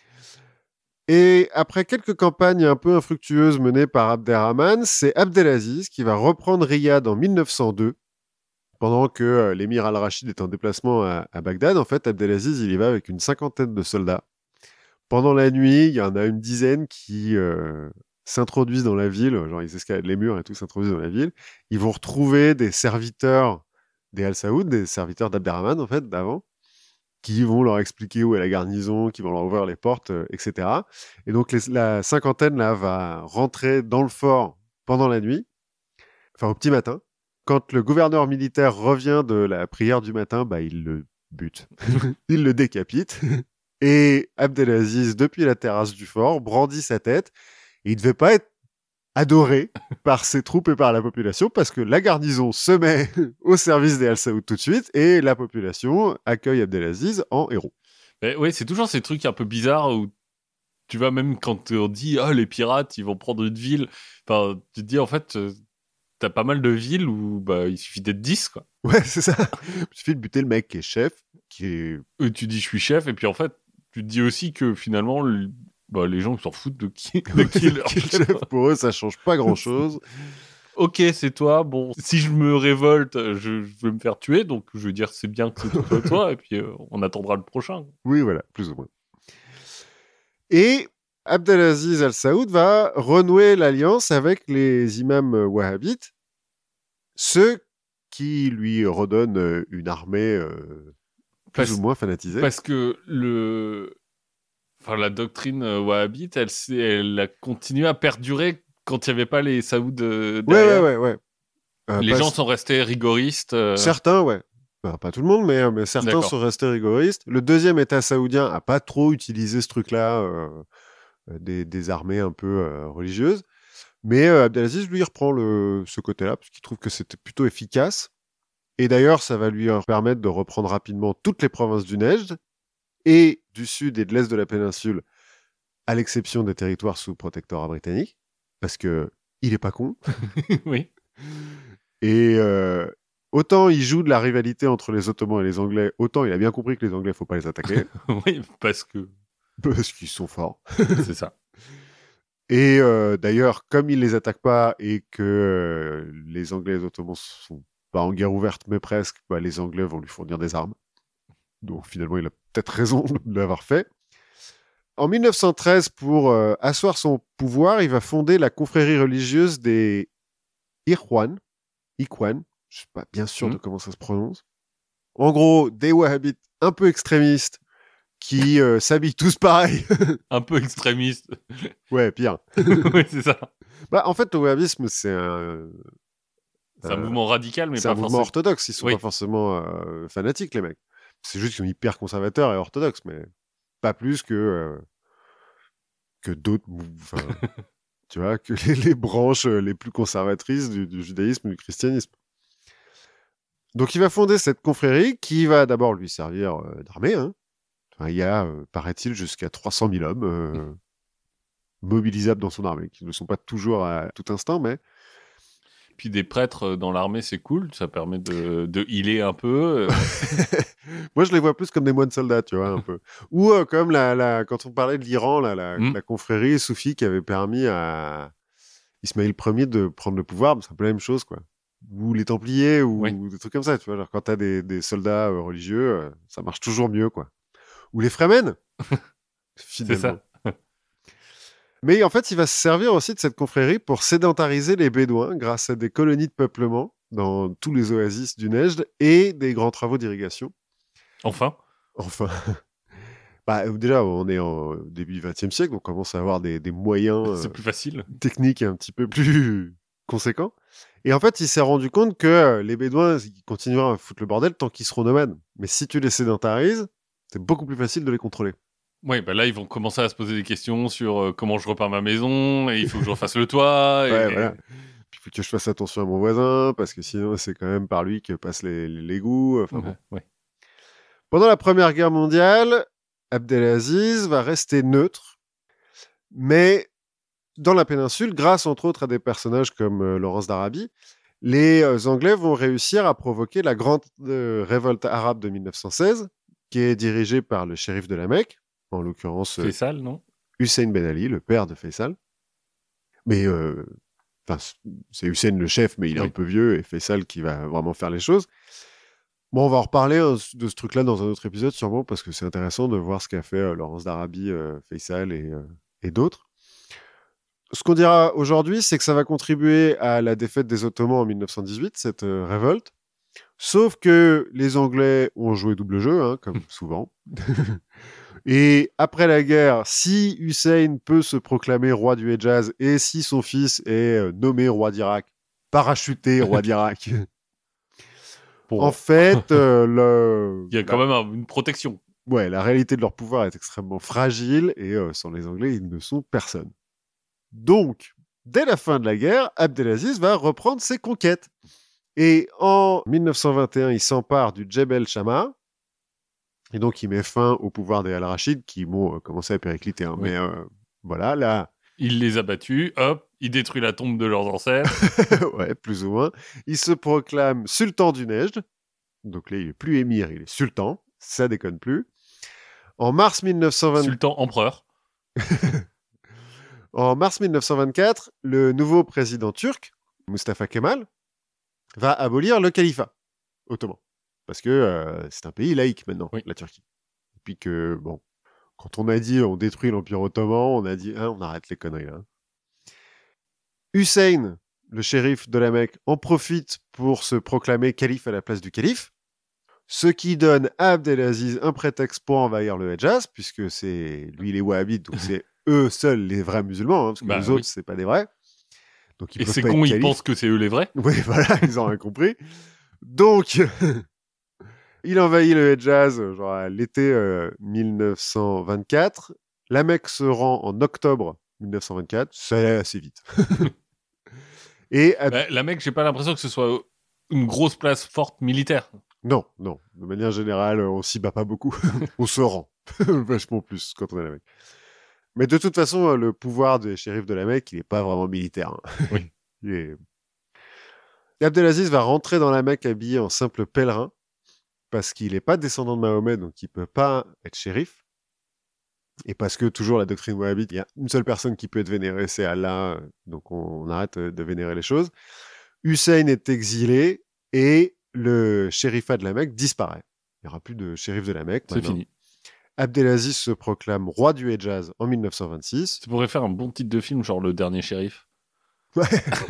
Et après quelques campagnes un peu infructueuses menées par Abderrahman, c'est Abdelaziz qui va reprendre Riyad en mille neuf cent deux. Pendant que euh, l'émir Al-Rachid est en déplacement à, à Bagdad, en fait, Abdelaziz, il y va avec une cinquantaine de soldats. Pendant la nuit, il y en a une dizaine qui euh, s'introduisent dans la ville, genre ils escaladent les murs et tout, s'introduisent dans la ville. Ils vont retrouver des serviteurs des Al Saoud, des serviteurs d'Abderrahman, en fait, d'avant, qui vont leur expliquer où est la garnison, qui vont leur ouvrir les portes, euh, et cetera. Et donc les, la cinquantaine, là, va rentrer dans le fort pendant la nuit, enfin au petit matin. Quand le gouverneur militaire revient de la prière du matin, bah, il le bute. Il le décapite. Et Abdelaziz, depuis la terrasse du fort, brandit sa tête. Et il ne devait pas être adoré par ses troupes et par la population parce que la garnison se met au service des Al Saoud tout de suite et la population accueille Abdelaziz en héros. Mais oui, c'est toujours ces trucs un peu bizarres où tu vois, même quand on dit ah, les pirates, ils vont prendre une ville, enfin, tu te dis en fait, euh, t'as pas mal de villes où bah, il suffit d'être dix, quoi. Ouais, c'est ça. Il suffit de buter le mec qui est chef, qui est. Et tu dis je suis chef, et puis en fait, tu te dis aussi que finalement, le- bah, les gens s'en foutent de qui, de qui est leur qui est chef. chef. Pour eux, ça change pas grand chose. Ok, c'est toi. Bon, si je me révolte, je, je vais me faire tuer. Donc, je veux dire, c'est bien que c'est toi, toi. Et puis, euh, on attendra le prochain. Oui, voilà, plus ou moins. Et Abdelaziz Al Saoud va renouer l'alliance avec les imams wahhabites, ceux qui lui redonnent une armée euh, plus Parce, ou moins fanatisée. parce que le, enfin, la doctrine euh, wahhabite, elle, s'est- elle a continué à perdurer quand il n'y avait pas les Saouds euh, Ouais, ouais, derrière. ouais, ouais. Euh, Les pas- gens sont restés rigoristes. euh, Certains, ouais. Bah, pas tout le monde, mais, mais certains D'accord. sont restés rigoristes. Le deuxième État saoudien a pas trop utilisé ce truc-là, euh, des, des armées un peu euh, religieuses. Mais euh, Abdelaziz, lui, il reprend le, ce côté-là, parce qu'il trouve que c'était plutôt efficace. Et d'ailleurs, ça va lui euh, permettre de reprendre rapidement toutes les provinces du Nejd, et du sud et de l'est de la péninsule, à l'exception des territoires sous protectorat britannique, parce que il est pas con. Oui. Et euh, autant il joue de la rivalité entre les Ottomans et les Anglais, autant il a bien compris que les Anglais, faut pas les attaquer, Oui, parce que parce qu'ils sont forts. c'est ça. Et euh, d'ailleurs, comme il les attaque pas et que euh, les Anglais et les Ottomans sont pas en guerre ouverte, mais presque, bah, les Anglais vont lui fournir des armes. Donc finalement, il a peut-être raison de l'avoir fait. En mille neuf cent treize, pour euh, asseoir son pouvoir, il va fonder la confrérie religieuse des Ikhwan. Ikhwan, je suis pas bien sûr Mm. de comment ça se prononce. En gros, des wahhabites un peu extrémistes qui euh, s'habillent tous pareil. Un peu extrémiste. Ouais, pire. Oui, c'est ça. Bah, en fait, le wahhabisme, c'est un, C'est un Euh, mouvement radical, mais c'est pas un mouvement forcément. orthodoxe. Ils sont Oui. pas forcément euh, fanatiques, les mecs. C'est juste qu'ils sont hyper conservateurs et orthodoxes, mais pas plus que euh, que d'autres. Enfin, tu vois, que les, les branches euh, les plus conservatrices du, du judaïsme et du christianisme. Donc, il va fonder cette confrérie qui va d'abord lui servir euh, d'armée. Hein. Enfin, il y a, euh, paraît-il, jusqu'à trois cent mille hommes euh, mobilisables dans son armée, qui ne sont pas toujours à tout instant, mais Puis des prêtres dans l'armée, c'est cool. Ça permet de, de healer un peu. moi, je les vois plus comme des moines soldats, tu vois, un peu. Ou euh, comme la, la, quand on parlait de l'Iran, là, la, Mm. la confrérie soufie qui avait permis à Ismaël Ier de prendre le pouvoir, c'est un peu la même chose, quoi. Ou les Templiers, ou Oui. des trucs comme ça, tu vois. Genre, quand t'as des, des soldats euh, religieux, euh, ça marche toujours mieux, quoi. Ou les Fremen, C'est finalement. ça. Mais en fait, il va se servir aussi de cette confrérie pour sédentariser les Bédouins grâce à des colonies de peuplement dans tous les oasis du Nejd et des grands travaux d'irrigation. Enfin. Enfin, bah, déjà, on est en début du vingtième siècle, donc on commence à avoir des, des moyens C'est euh, plus facile. techniques un petit peu plus conséquents. Et en fait, il s'est rendu compte que euh, les Bédouins ils continueront à foutre le bordel tant qu'ils seront nomades. Mais si tu les sédentarises, c'est beaucoup plus facile de les contrôler. Oui, bah là, ils vont commencer à se poser des questions sur euh, comment je repars ma maison, et il faut que je refasse le toit. Et... Ouais, voilà. Puis il faut que je fasse attention à mon voisin, parce que sinon, c'est quand même par lui que passent les, les, les goûts. Enfin, Ouais, bon. ouais. Pendant la Première Guerre mondiale, Abdelaziz va rester neutre, mais dans la péninsule, grâce entre autres à des personnages comme euh, Laurence d'Arabie, les euh, Anglais vont réussir à provoquer la grande euh, révolte arabe de mille neuf cent seize, qui est dirigée par le shérif de la Mecque, en l'occurrence euh, Faisal, non? Hussein Ben Ali, le père de Faisal. Mais euh, c'est Hussein le chef, mais il est Oui. un peu vieux, et Faisal qui va vraiment faire les choses. Bon, on va en reparler hein, de ce truc-là dans un autre épisode, sûrement, parce que c'est intéressant de voir ce qu'a fait euh, Laurence d'Arabie, euh, Faisal et, euh, et d'autres. Ce qu'on dira aujourd'hui, c'est que ça va contribuer à la défaite des Ottomans en mille neuf cent dix-huit, cette euh, révolte. Sauf que les Anglais ont joué double jeu, hein, comme souvent. Et après la guerre, si Hussein peut se proclamer roi du Hejaz et si son fils est euh, nommé roi d'Irak, parachuté roi d'Irak, bon. En fait, euh, le... il y a quand la... même un, une protection. Ouais, la réalité de leur pouvoir est extrêmement fragile et euh, sans les Anglais, ils ne sont personne. Donc, dès la fin de la guerre, Abdelaziz va reprendre ses conquêtes. Et en mille neuf cent vingt et un, il s'empare du Djebel Shammar. Et donc, il met fin au pouvoir des Al-Rachid qui vont euh, commencer à péricliter. Hein. Oui. Mais euh, voilà, là... Il les a battus, hop, il détruit la tombe de leurs ancêtres. Ouais, plus ou moins. Il se proclame sultan du Nejd. Donc là, il est plus émir, il est sultan. Ça déconne plus. En mars mille neuf cent vingt... Sultan empereur. En mars mille neuf cent vingt-quatre, le nouveau président turc, Mustafa Kemal, va abolir le califat ottoman. Parce que euh, c'est un pays laïque maintenant, oui. La Turquie. Et puis que, bon, quand on a dit on détruit l'Empire ottoman, on a dit hein, on arrête les conneries là. Hussein, le shérif de la Mecque, en profite pour se proclamer calife à la place du calife, ce qui donne à Abdelaziz un prétexte pour envahir le Hejaz, puisque c'est lui les wahhabites, donc c'est eux seuls les vrais musulmans, hein, parce que bah, les oui. autres, c'est pas des vrais. Donc, ils Et c'est con, ils pensent que c'est eux les vrais. Oui, voilà, ils ont rien compris. Donc, il envahit le Hejaz genre à l'été euh, mille neuf cent vingt-quatre. La Mecque se rend en octobre mille neuf cent vingt-quatre. Ça allait assez vite. Et à... bah, la Mecque, j'ai pas l'impression que ce soit une grosse place forte militaire. Non, non. De manière générale, on s'y bat pas beaucoup. On se rend vachement plus quand on est à la Mecque. Mais de toute façon, le pouvoir des shérifs de la Mecque, il n'est pas vraiment militaire. Hein. Oui. Il est... Et Abdelaziz va rentrer dans la Mecque habillé en simple pèlerin, parce qu'il n'est pas descendant de Mahomet, donc il ne peut pas être shérif. Et parce que, toujours la doctrine wahhabite, il y a une seule personne qui peut être vénérée, c'est Allah, donc on, on arrête de vénérer les choses. Hussein est exilé, et le shérifat de la Mecque disparaît. Il n'y aura plus de shérif de la Mecque. C'est maintenant. Fini. Abdelaziz se proclame roi du Hejaz en mille neuf cent vingt-six. Ça pourrait faire un bon titre de film, genre Le Dernier Shérif. Ouais.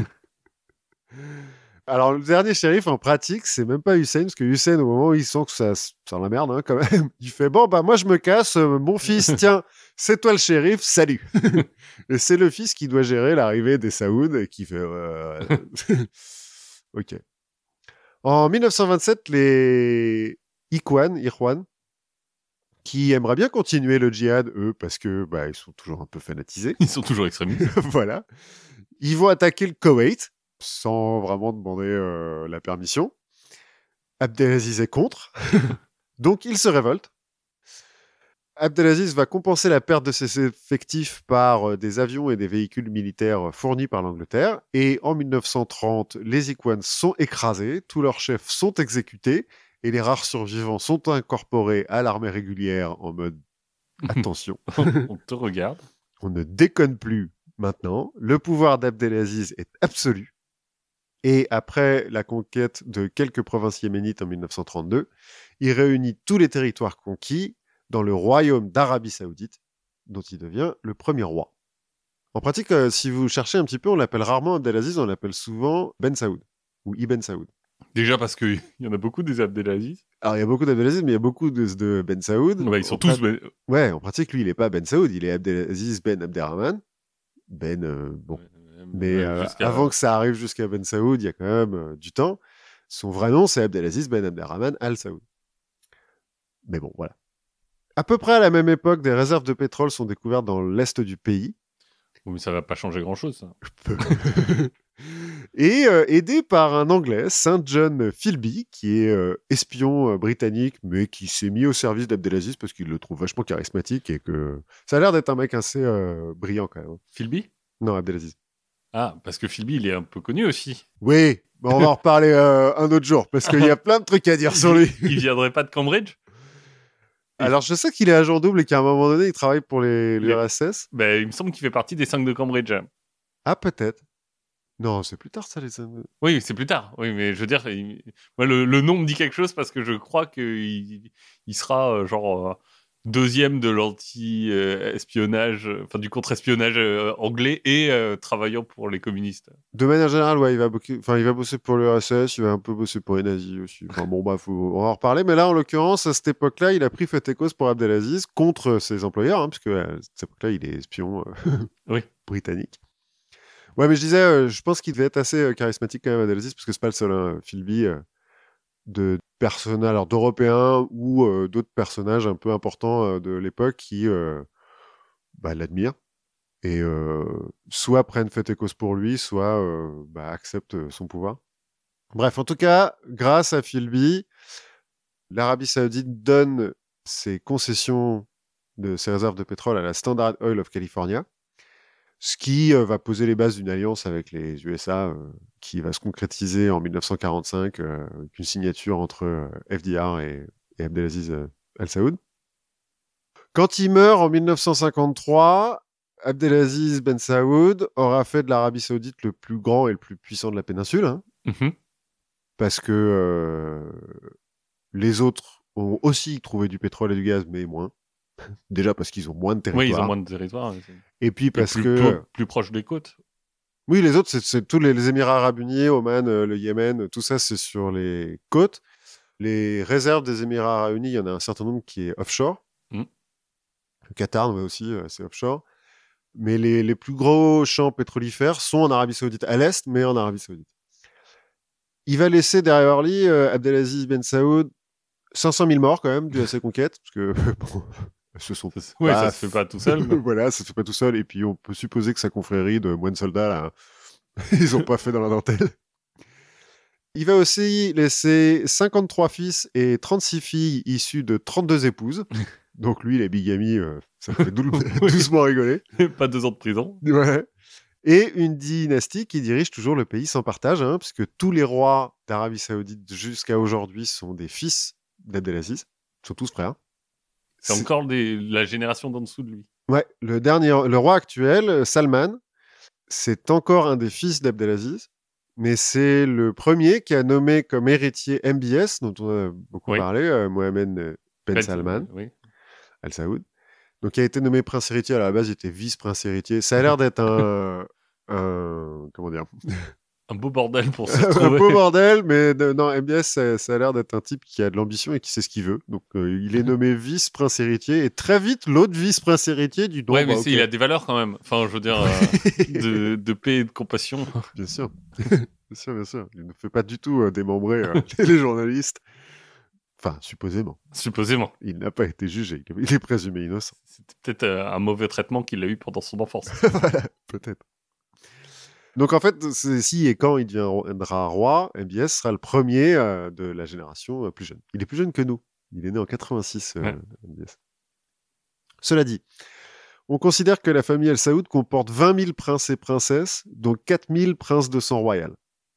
Alors, le dernier shérif, en pratique, c'est même pas Hussein, parce que Hussein, au moment où il sent que ça sent la merde, hein, quand même, il fait « Bon, bah moi, je me casse, euh, mon fils, tiens, c'est toi le shérif, salut !» Et c'est le fils qui doit gérer l'arrivée des Saouds, et qui fait euh... « Ok. » En mille neuf cent vingt-sept, les Ikhwan, Ikhwan, qui aimeraient bien continuer le djihad, eux, parce que bah, ils sont toujours un peu fanatisés. Ils sont toujours extrémistes. Voilà. Ils vont attaquer le Koweït, sans vraiment demander euh, la permission. Abdelaziz est contre. Donc, il se révolte. Abdelaziz va compenser la perte de ses effectifs par euh, des avions et des véhicules militaires fournis par l'Angleterre. Et en mille neuf cent trente, les Ikhwans sont écrasés, tous leurs chefs sont exécutés, et les rares survivants sont incorporés à l'armée régulière en mode « Attention, on te regarde. On ne déconne plus maintenant. Le pouvoir d'Abdelaziz est absolu. » Et après la conquête de quelques provinces yéménites en mille neuf cent trente-deux, il réunit tous les territoires conquis dans le royaume d'Arabie Saoudite, dont il devient le premier roi. En pratique, euh, si vous cherchez un petit peu, on l'appelle rarement Abdelaziz, on l'appelle souvent Ben Saoud, ou Ibn Saoud. Déjà parce qu'il y en a beaucoup des Abdelaziz. Alors, il y a beaucoup d'Abdelaziz, mais il y a beaucoup de, de Ben Saoud. Ouais, ils sont en tous... prat... Ben... Ouais, en pratique, lui, il n'est pas Ben Saoud, il est Abdelaziz Ben Abderrahman. Ben, euh, bon... Ouais. Mais euh, avant que ça arrive jusqu'à Ben Saoud, il y a quand même euh, du temps. Son vrai nom, c'est Abdelaziz Ben Abderrahman Al Saoud. Mais bon, voilà. À peu près à la même époque, des réserves de pétrole sont découvertes dans l'est du pays. Oui, mais ça va pas changer grand-chose, ça. Et euh, aidé par un Anglais, Saint John Philby, qui est euh, espion euh, britannique, mais qui s'est mis au service d'Abdelaziz parce qu'il le trouve vachement charismatique et que ça a l'air d'être un mec assez euh, brillant quand même. Philby ? Non, Abdelaziz. Ah, parce que Philby, il est un peu connu aussi. Oui, bon, on va en reparler euh, un autre jour, parce qu'il y a plein de trucs à dire sur lui. Il viendrait pas de Cambridge ? Alors, je sais qu'il est agent double et qu'à un moment donné, il travaille pour les, les R S S. Ben, il me semble qu'il fait partie des cinq de Cambridge. Ah, peut-être. Non, c'est plus tard, ça, les cinq. Oui, c'est plus tard. Oui, mais je veux dire, il... Moi, le, le nom me dit quelque chose parce que je crois qu'il il sera, euh, genre, euh, deuxième de l'anti-espionnage, enfin du contre-espionnage euh, anglais et euh, travaillant pour les communistes. De manière générale, ouais, il va, bo- enfin, il va bosser pour l'U R S S, il va un peu bosser pour les nazis aussi. Enfin bon, bah, faut, on va en reparler. Mais là, en l'occurrence, à cette époque-là, il a pris fait et cause pour Abdelaziz contre ses employeurs, hein, parce que à cette époque-là, il est espion euh, oui. britannique. Ouais, mais je disais, euh, je pense qu'il devait être assez euh, charismatique quand même, Abdelaziz, parce que c'est pas le seul, hein, Philby, euh, de personnages, alors d'Européens ou euh, d'autres personnages un peu importants euh, de l'époque qui euh, bah, l'admirent et euh, soit prennent fait et cause pour lui, soit euh, bah, acceptent son pouvoir. Bref, en tout cas, grâce à Philby, l'Arabie Saoudite donne ses concessions de ses réserves de pétrole à la Standard Oil of California, ce qui euh, va poser les bases d'une alliance avec les U S A euh, qui va se concrétiser en mille neuf cent quarante-cinq euh, avec une signature entre euh, F D R et, et Abdelaziz euh, Al Saoud. Quand il meurt en mille neuf cent cinquante-trois, Abdelaziz Ben Saoud aura fait de l'Arabie Saoudite le plus grand et le plus puissant de la péninsule, hein, mm-hmm. parce que euh, les autres ont aussi trouvé du pétrole et du gaz, mais moins. Déjà parce qu'ils ont moins de territoire. Oui, ils ont moins de territoire. Et puis parce plus, que... Plus, plus proche des côtes. Oui, les autres, c'est, c'est tous les, les Émirats Arabes Unis, Oman, euh, le Yémen, tout ça, c'est sur les côtes. Les réserves des Émirats Arabes Unis, il y en a un certain nombre qui est offshore. Mm. Le Qatar, ouais, aussi, euh, c'est offshore. Mais les, les plus gros champs pétrolifères sont en Arabie Saoudite, à l'est, mais en Arabie Saoudite. Il va laisser derrière lui, euh, Abdelaziz Ben Saoud, cinq cent mille morts quand même, dû à ses conquêtes, parce que, bon, ce sont ça, oui, ça se fait pas tout seul. Mais... voilà, ça se fait pas tout seul. Et puis, on peut supposer que sa confrérie de moines soldats, là, ils ont pas fait dans la dentelle. Il va aussi laisser cinquante-trois fils et trente-six filles issues de trente-deux épouses. Donc lui, les bigamies, euh, ça fait dou- doucement rigoler. Pas deux ans de prison. Ouais. Et une dynastie qui dirige toujours le pays sans partage, hein, puisque tous les rois d'Arabie Saoudite jusqu'à aujourd'hui sont des fils d'Abdelaziz. Ils sont tous frères. C'est, c'est encore des, la génération d'en dessous de lui. Ouais, le dernier, le roi actuel, Salman, c'est encore un des fils d'Abdelaziz, mais c'est le premier qui a nommé comme héritier M B S, dont on a beaucoup oui. parlé, euh, Mohamed Ben, ben Salman, oui. Al Saoud. Donc, il a été nommé prince héritier. À la base, il était vice-prince héritier. Ça a l'air d'être un, un comment dire, un beau bordel pour se retrouver. Un beau bordel, mais de, non, M B S, ça, ça a l'air d'être un type qui a de l'ambition et qui sait ce qu'il veut. Donc, euh, il est nommé vice-prince héritier et très vite, l'autre vice-prince héritier du nom. Ouais, mais bah, okay. Il a des valeurs quand même. Enfin, je veux dire, euh, de, de paix et de compassion. Bien sûr. Bien sûr, bien sûr. Il ne fait pas du tout euh, démembrer euh, les journalistes. Enfin, supposément. Supposément. Il n'a pas été jugé. Il est présumé innocent. C'était peut-être euh, un mauvais traitement qu'il a eu pendant son enfance. Voilà, peut-être. Donc, en fait, c'est, si et quand il deviendra roi, M B S sera le premier euh, de la génération euh, plus jeune. Il est plus jeune que nous. Il est né en quatre-vingt-six, euh, ouais. M B S. Cela dit, on considère que la famille Al Saoud comporte vingt mille princes et princesses, dont quatre mille princes de sang royal.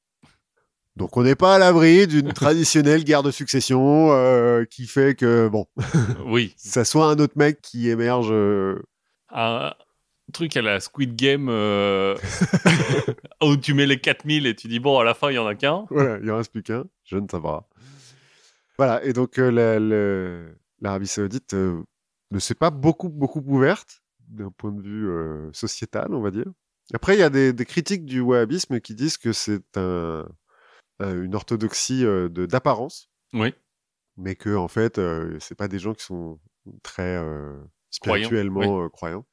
Donc, on n'est pas à l'abri d'une traditionnelle guerre de succession euh, qui fait que, bon, oui, ça soit un autre mec qui émerge. Euh... Un truc à la Squid Game euh... où tu mets les quatre mille et tu dis, bon, à la fin, il n'y en a qu'un. Voilà, il n'y en reste plus qu'un. Je ne sais pas. Voilà, et donc, euh, la, la, l'Arabie Saoudite euh, ne s'est pas beaucoup, beaucoup ouverte d'un point de vue euh, sociétal, on va dire. Après, il y a des, des critiques du wahhabisme qui disent que c'est un. une orthodoxie euh, de, d'apparence, oui. mais que en fait, euh, c'est pas des gens qui sont très euh, spirituellement croyants. Oui. Euh, croyants.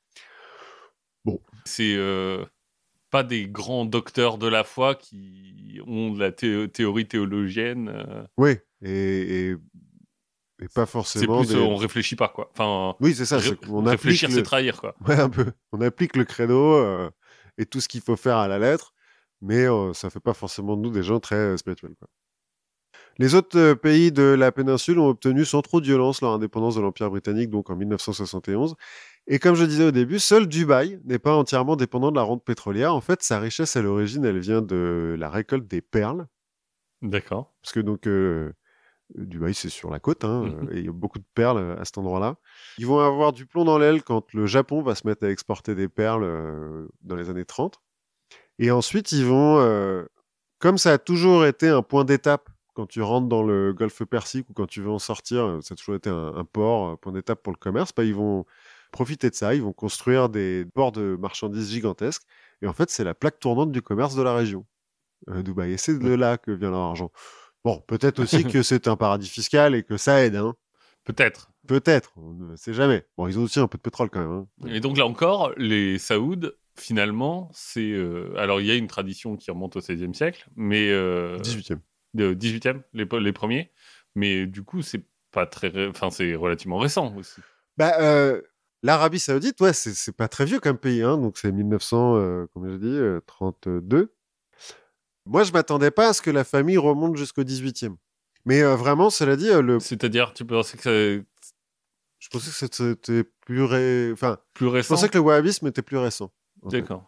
Bon, c'est euh, pas des grands docteurs de la foi qui ont de la thé- théorie théologienne. Euh... Oui, et, et, et pas forcément. C'est plus des... euh, on réfléchit pas quoi. Enfin, oui, c'est ça. Ré- c'est on réfléchir, le... c'est trahir quoi. Ouais, un peu. On applique le credo euh, et tout ce qu'il faut faire à la lettre. Mais euh, ça fait pas forcément de nous des gens très euh, spirituels. Quoi. Les autres euh, pays de la péninsule ont obtenu sans trop de violence leur indépendance de l'Empire britannique, donc en mille neuf cent soixante et onze. Et comme je disais au début, seul Dubaï n'est pas entièrement dépendant de la rente pétrolière. En fait, sa richesse à l'origine, elle vient de la récolte des perles. D'accord. Parce que donc euh, Dubaï, c'est sur la côte, hein, mm-hmm. et il y a beaucoup de perles à cet endroit-là. Ils vont avoir du plomb dans l'aile quand le Japon va se mettre à exporter des perles euh, dans les années trente. Et ensuite, ils vont, euh, comme ça a toujours été un point d'étape quand tu rentres dans le golfe Persique ou quand tu veux en sortir, ça a toujours été un, un port, un point d'étape pour le commerce, bah, ils vont profiter de ça, ils vont construire des ports de marchandises gigantesques. Et en fait, c'est la plaque tournante du commerce de la région, euh, Dubaï. Et c'est de Ouais. là que vient leur argent. Bon, peut-être aussi que c'est un paradis fiscal et que ça aide, hein. Peut-être. Peut-être, on ne sait jamais. Bon, ils ont aussi un peu de pétrole quand même, hein. Et donc là encore, les Saouds, finalement, c'est... euh, Alors, il y a une tradition qui remonte au seizième siècle, mais... Euh... dix-huitième. De dix-huitième, les, les premiers. Mais du coup, c'est pas très... ré- Enfin, c'est relativement récent aussi. Bah, euh, l'Arabie Saoudite, ouais, c'est c'est pas très vieux comme pays, hein. Donc c'est mille neuf cents, euh, comme j'ai dit, euh, trente-deux. Moi, je m'attendais pas à ce que la famille remonte jusqu'au dix-huitième. Mais euh, vraiment, cela dit, euh, le... C'est-à-dire, tu pensais que c'est je pensais que c'était plus ré... enfin, plus je récent? pensais que le wahhabisme était plus récent, en fait. D'accord.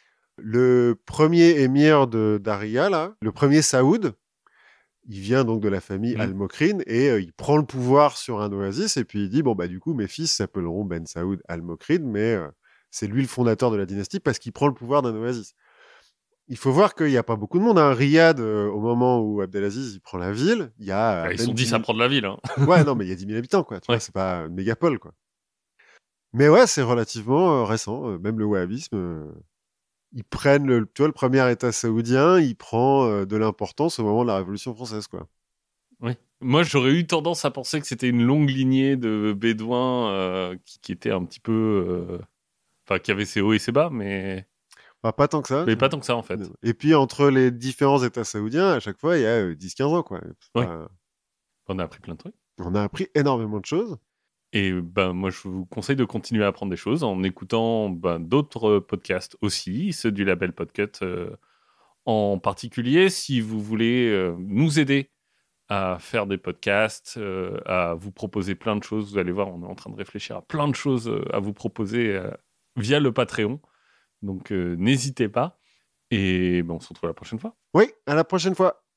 Le premier émir de d'Aria, là, le premier Saoud, il vient donc de la famille Mm. Al-Mokrin et euh, il prend le pouvoir sur un oasis et puis il dit bon bah du coup mes fils s'appelleront Ben Saoud Al-Mokrin, mais euh, c'est lui le fondateur de la dynastie parce qu'il prend le pouvoir d'un oasis. Il faut voir qu'il n'y a pas beaucoup de monde. Un Riyad, euh, au moment où Abdelaziz il prend la ville, il y a à Ah, ils peine sont dix dix à mille... prendre la ville. Hein. Ouais, non, mais il y a dix mille habitants, quoi. Tu Ouais. vois, c'est pas une mégapole, quoi. Mais ouais, c'est relativement euh, récent. Euh, même le wahhabisme, euh, ils prennent le, tu vois, le premier État saoudien, il prend euh, de l'importance au moment de la Révolution française, quoi. Oui. Moi, j'aurais eu tendance à penser que c'était une longue lignée de bédouins euh, qui, qui était un petit peu... euh, Enfin, qui avait ses hauts et ses bas, mais... Enfin, pas tant que ça. mais pas tant que ça, en fait. Et puis, entre les différents États saoudiens, à chaque fois, il y a euh, dix quinze ans, quoi. Oui. Enfin, On a appris plein de trucs. on a appris énormément de choses. Et ben, moi, je vous conseille de continuer à apprendre des choses en écoutant ben, d'autres podcasts aussi, ceux du label Podcut euh, en particulier. Si vous voulez euh, nous aider à faire des podcasts, euh, à vous proposer plein de choses, vous allez voir, on est en train de réfléchir à plein de choses euh, à vous proposer euh, via le Patreon. Donc, euh, n'hésitez pas. Et ben, on se retrouve la prochaine fois. Oui, à la prochaine fois.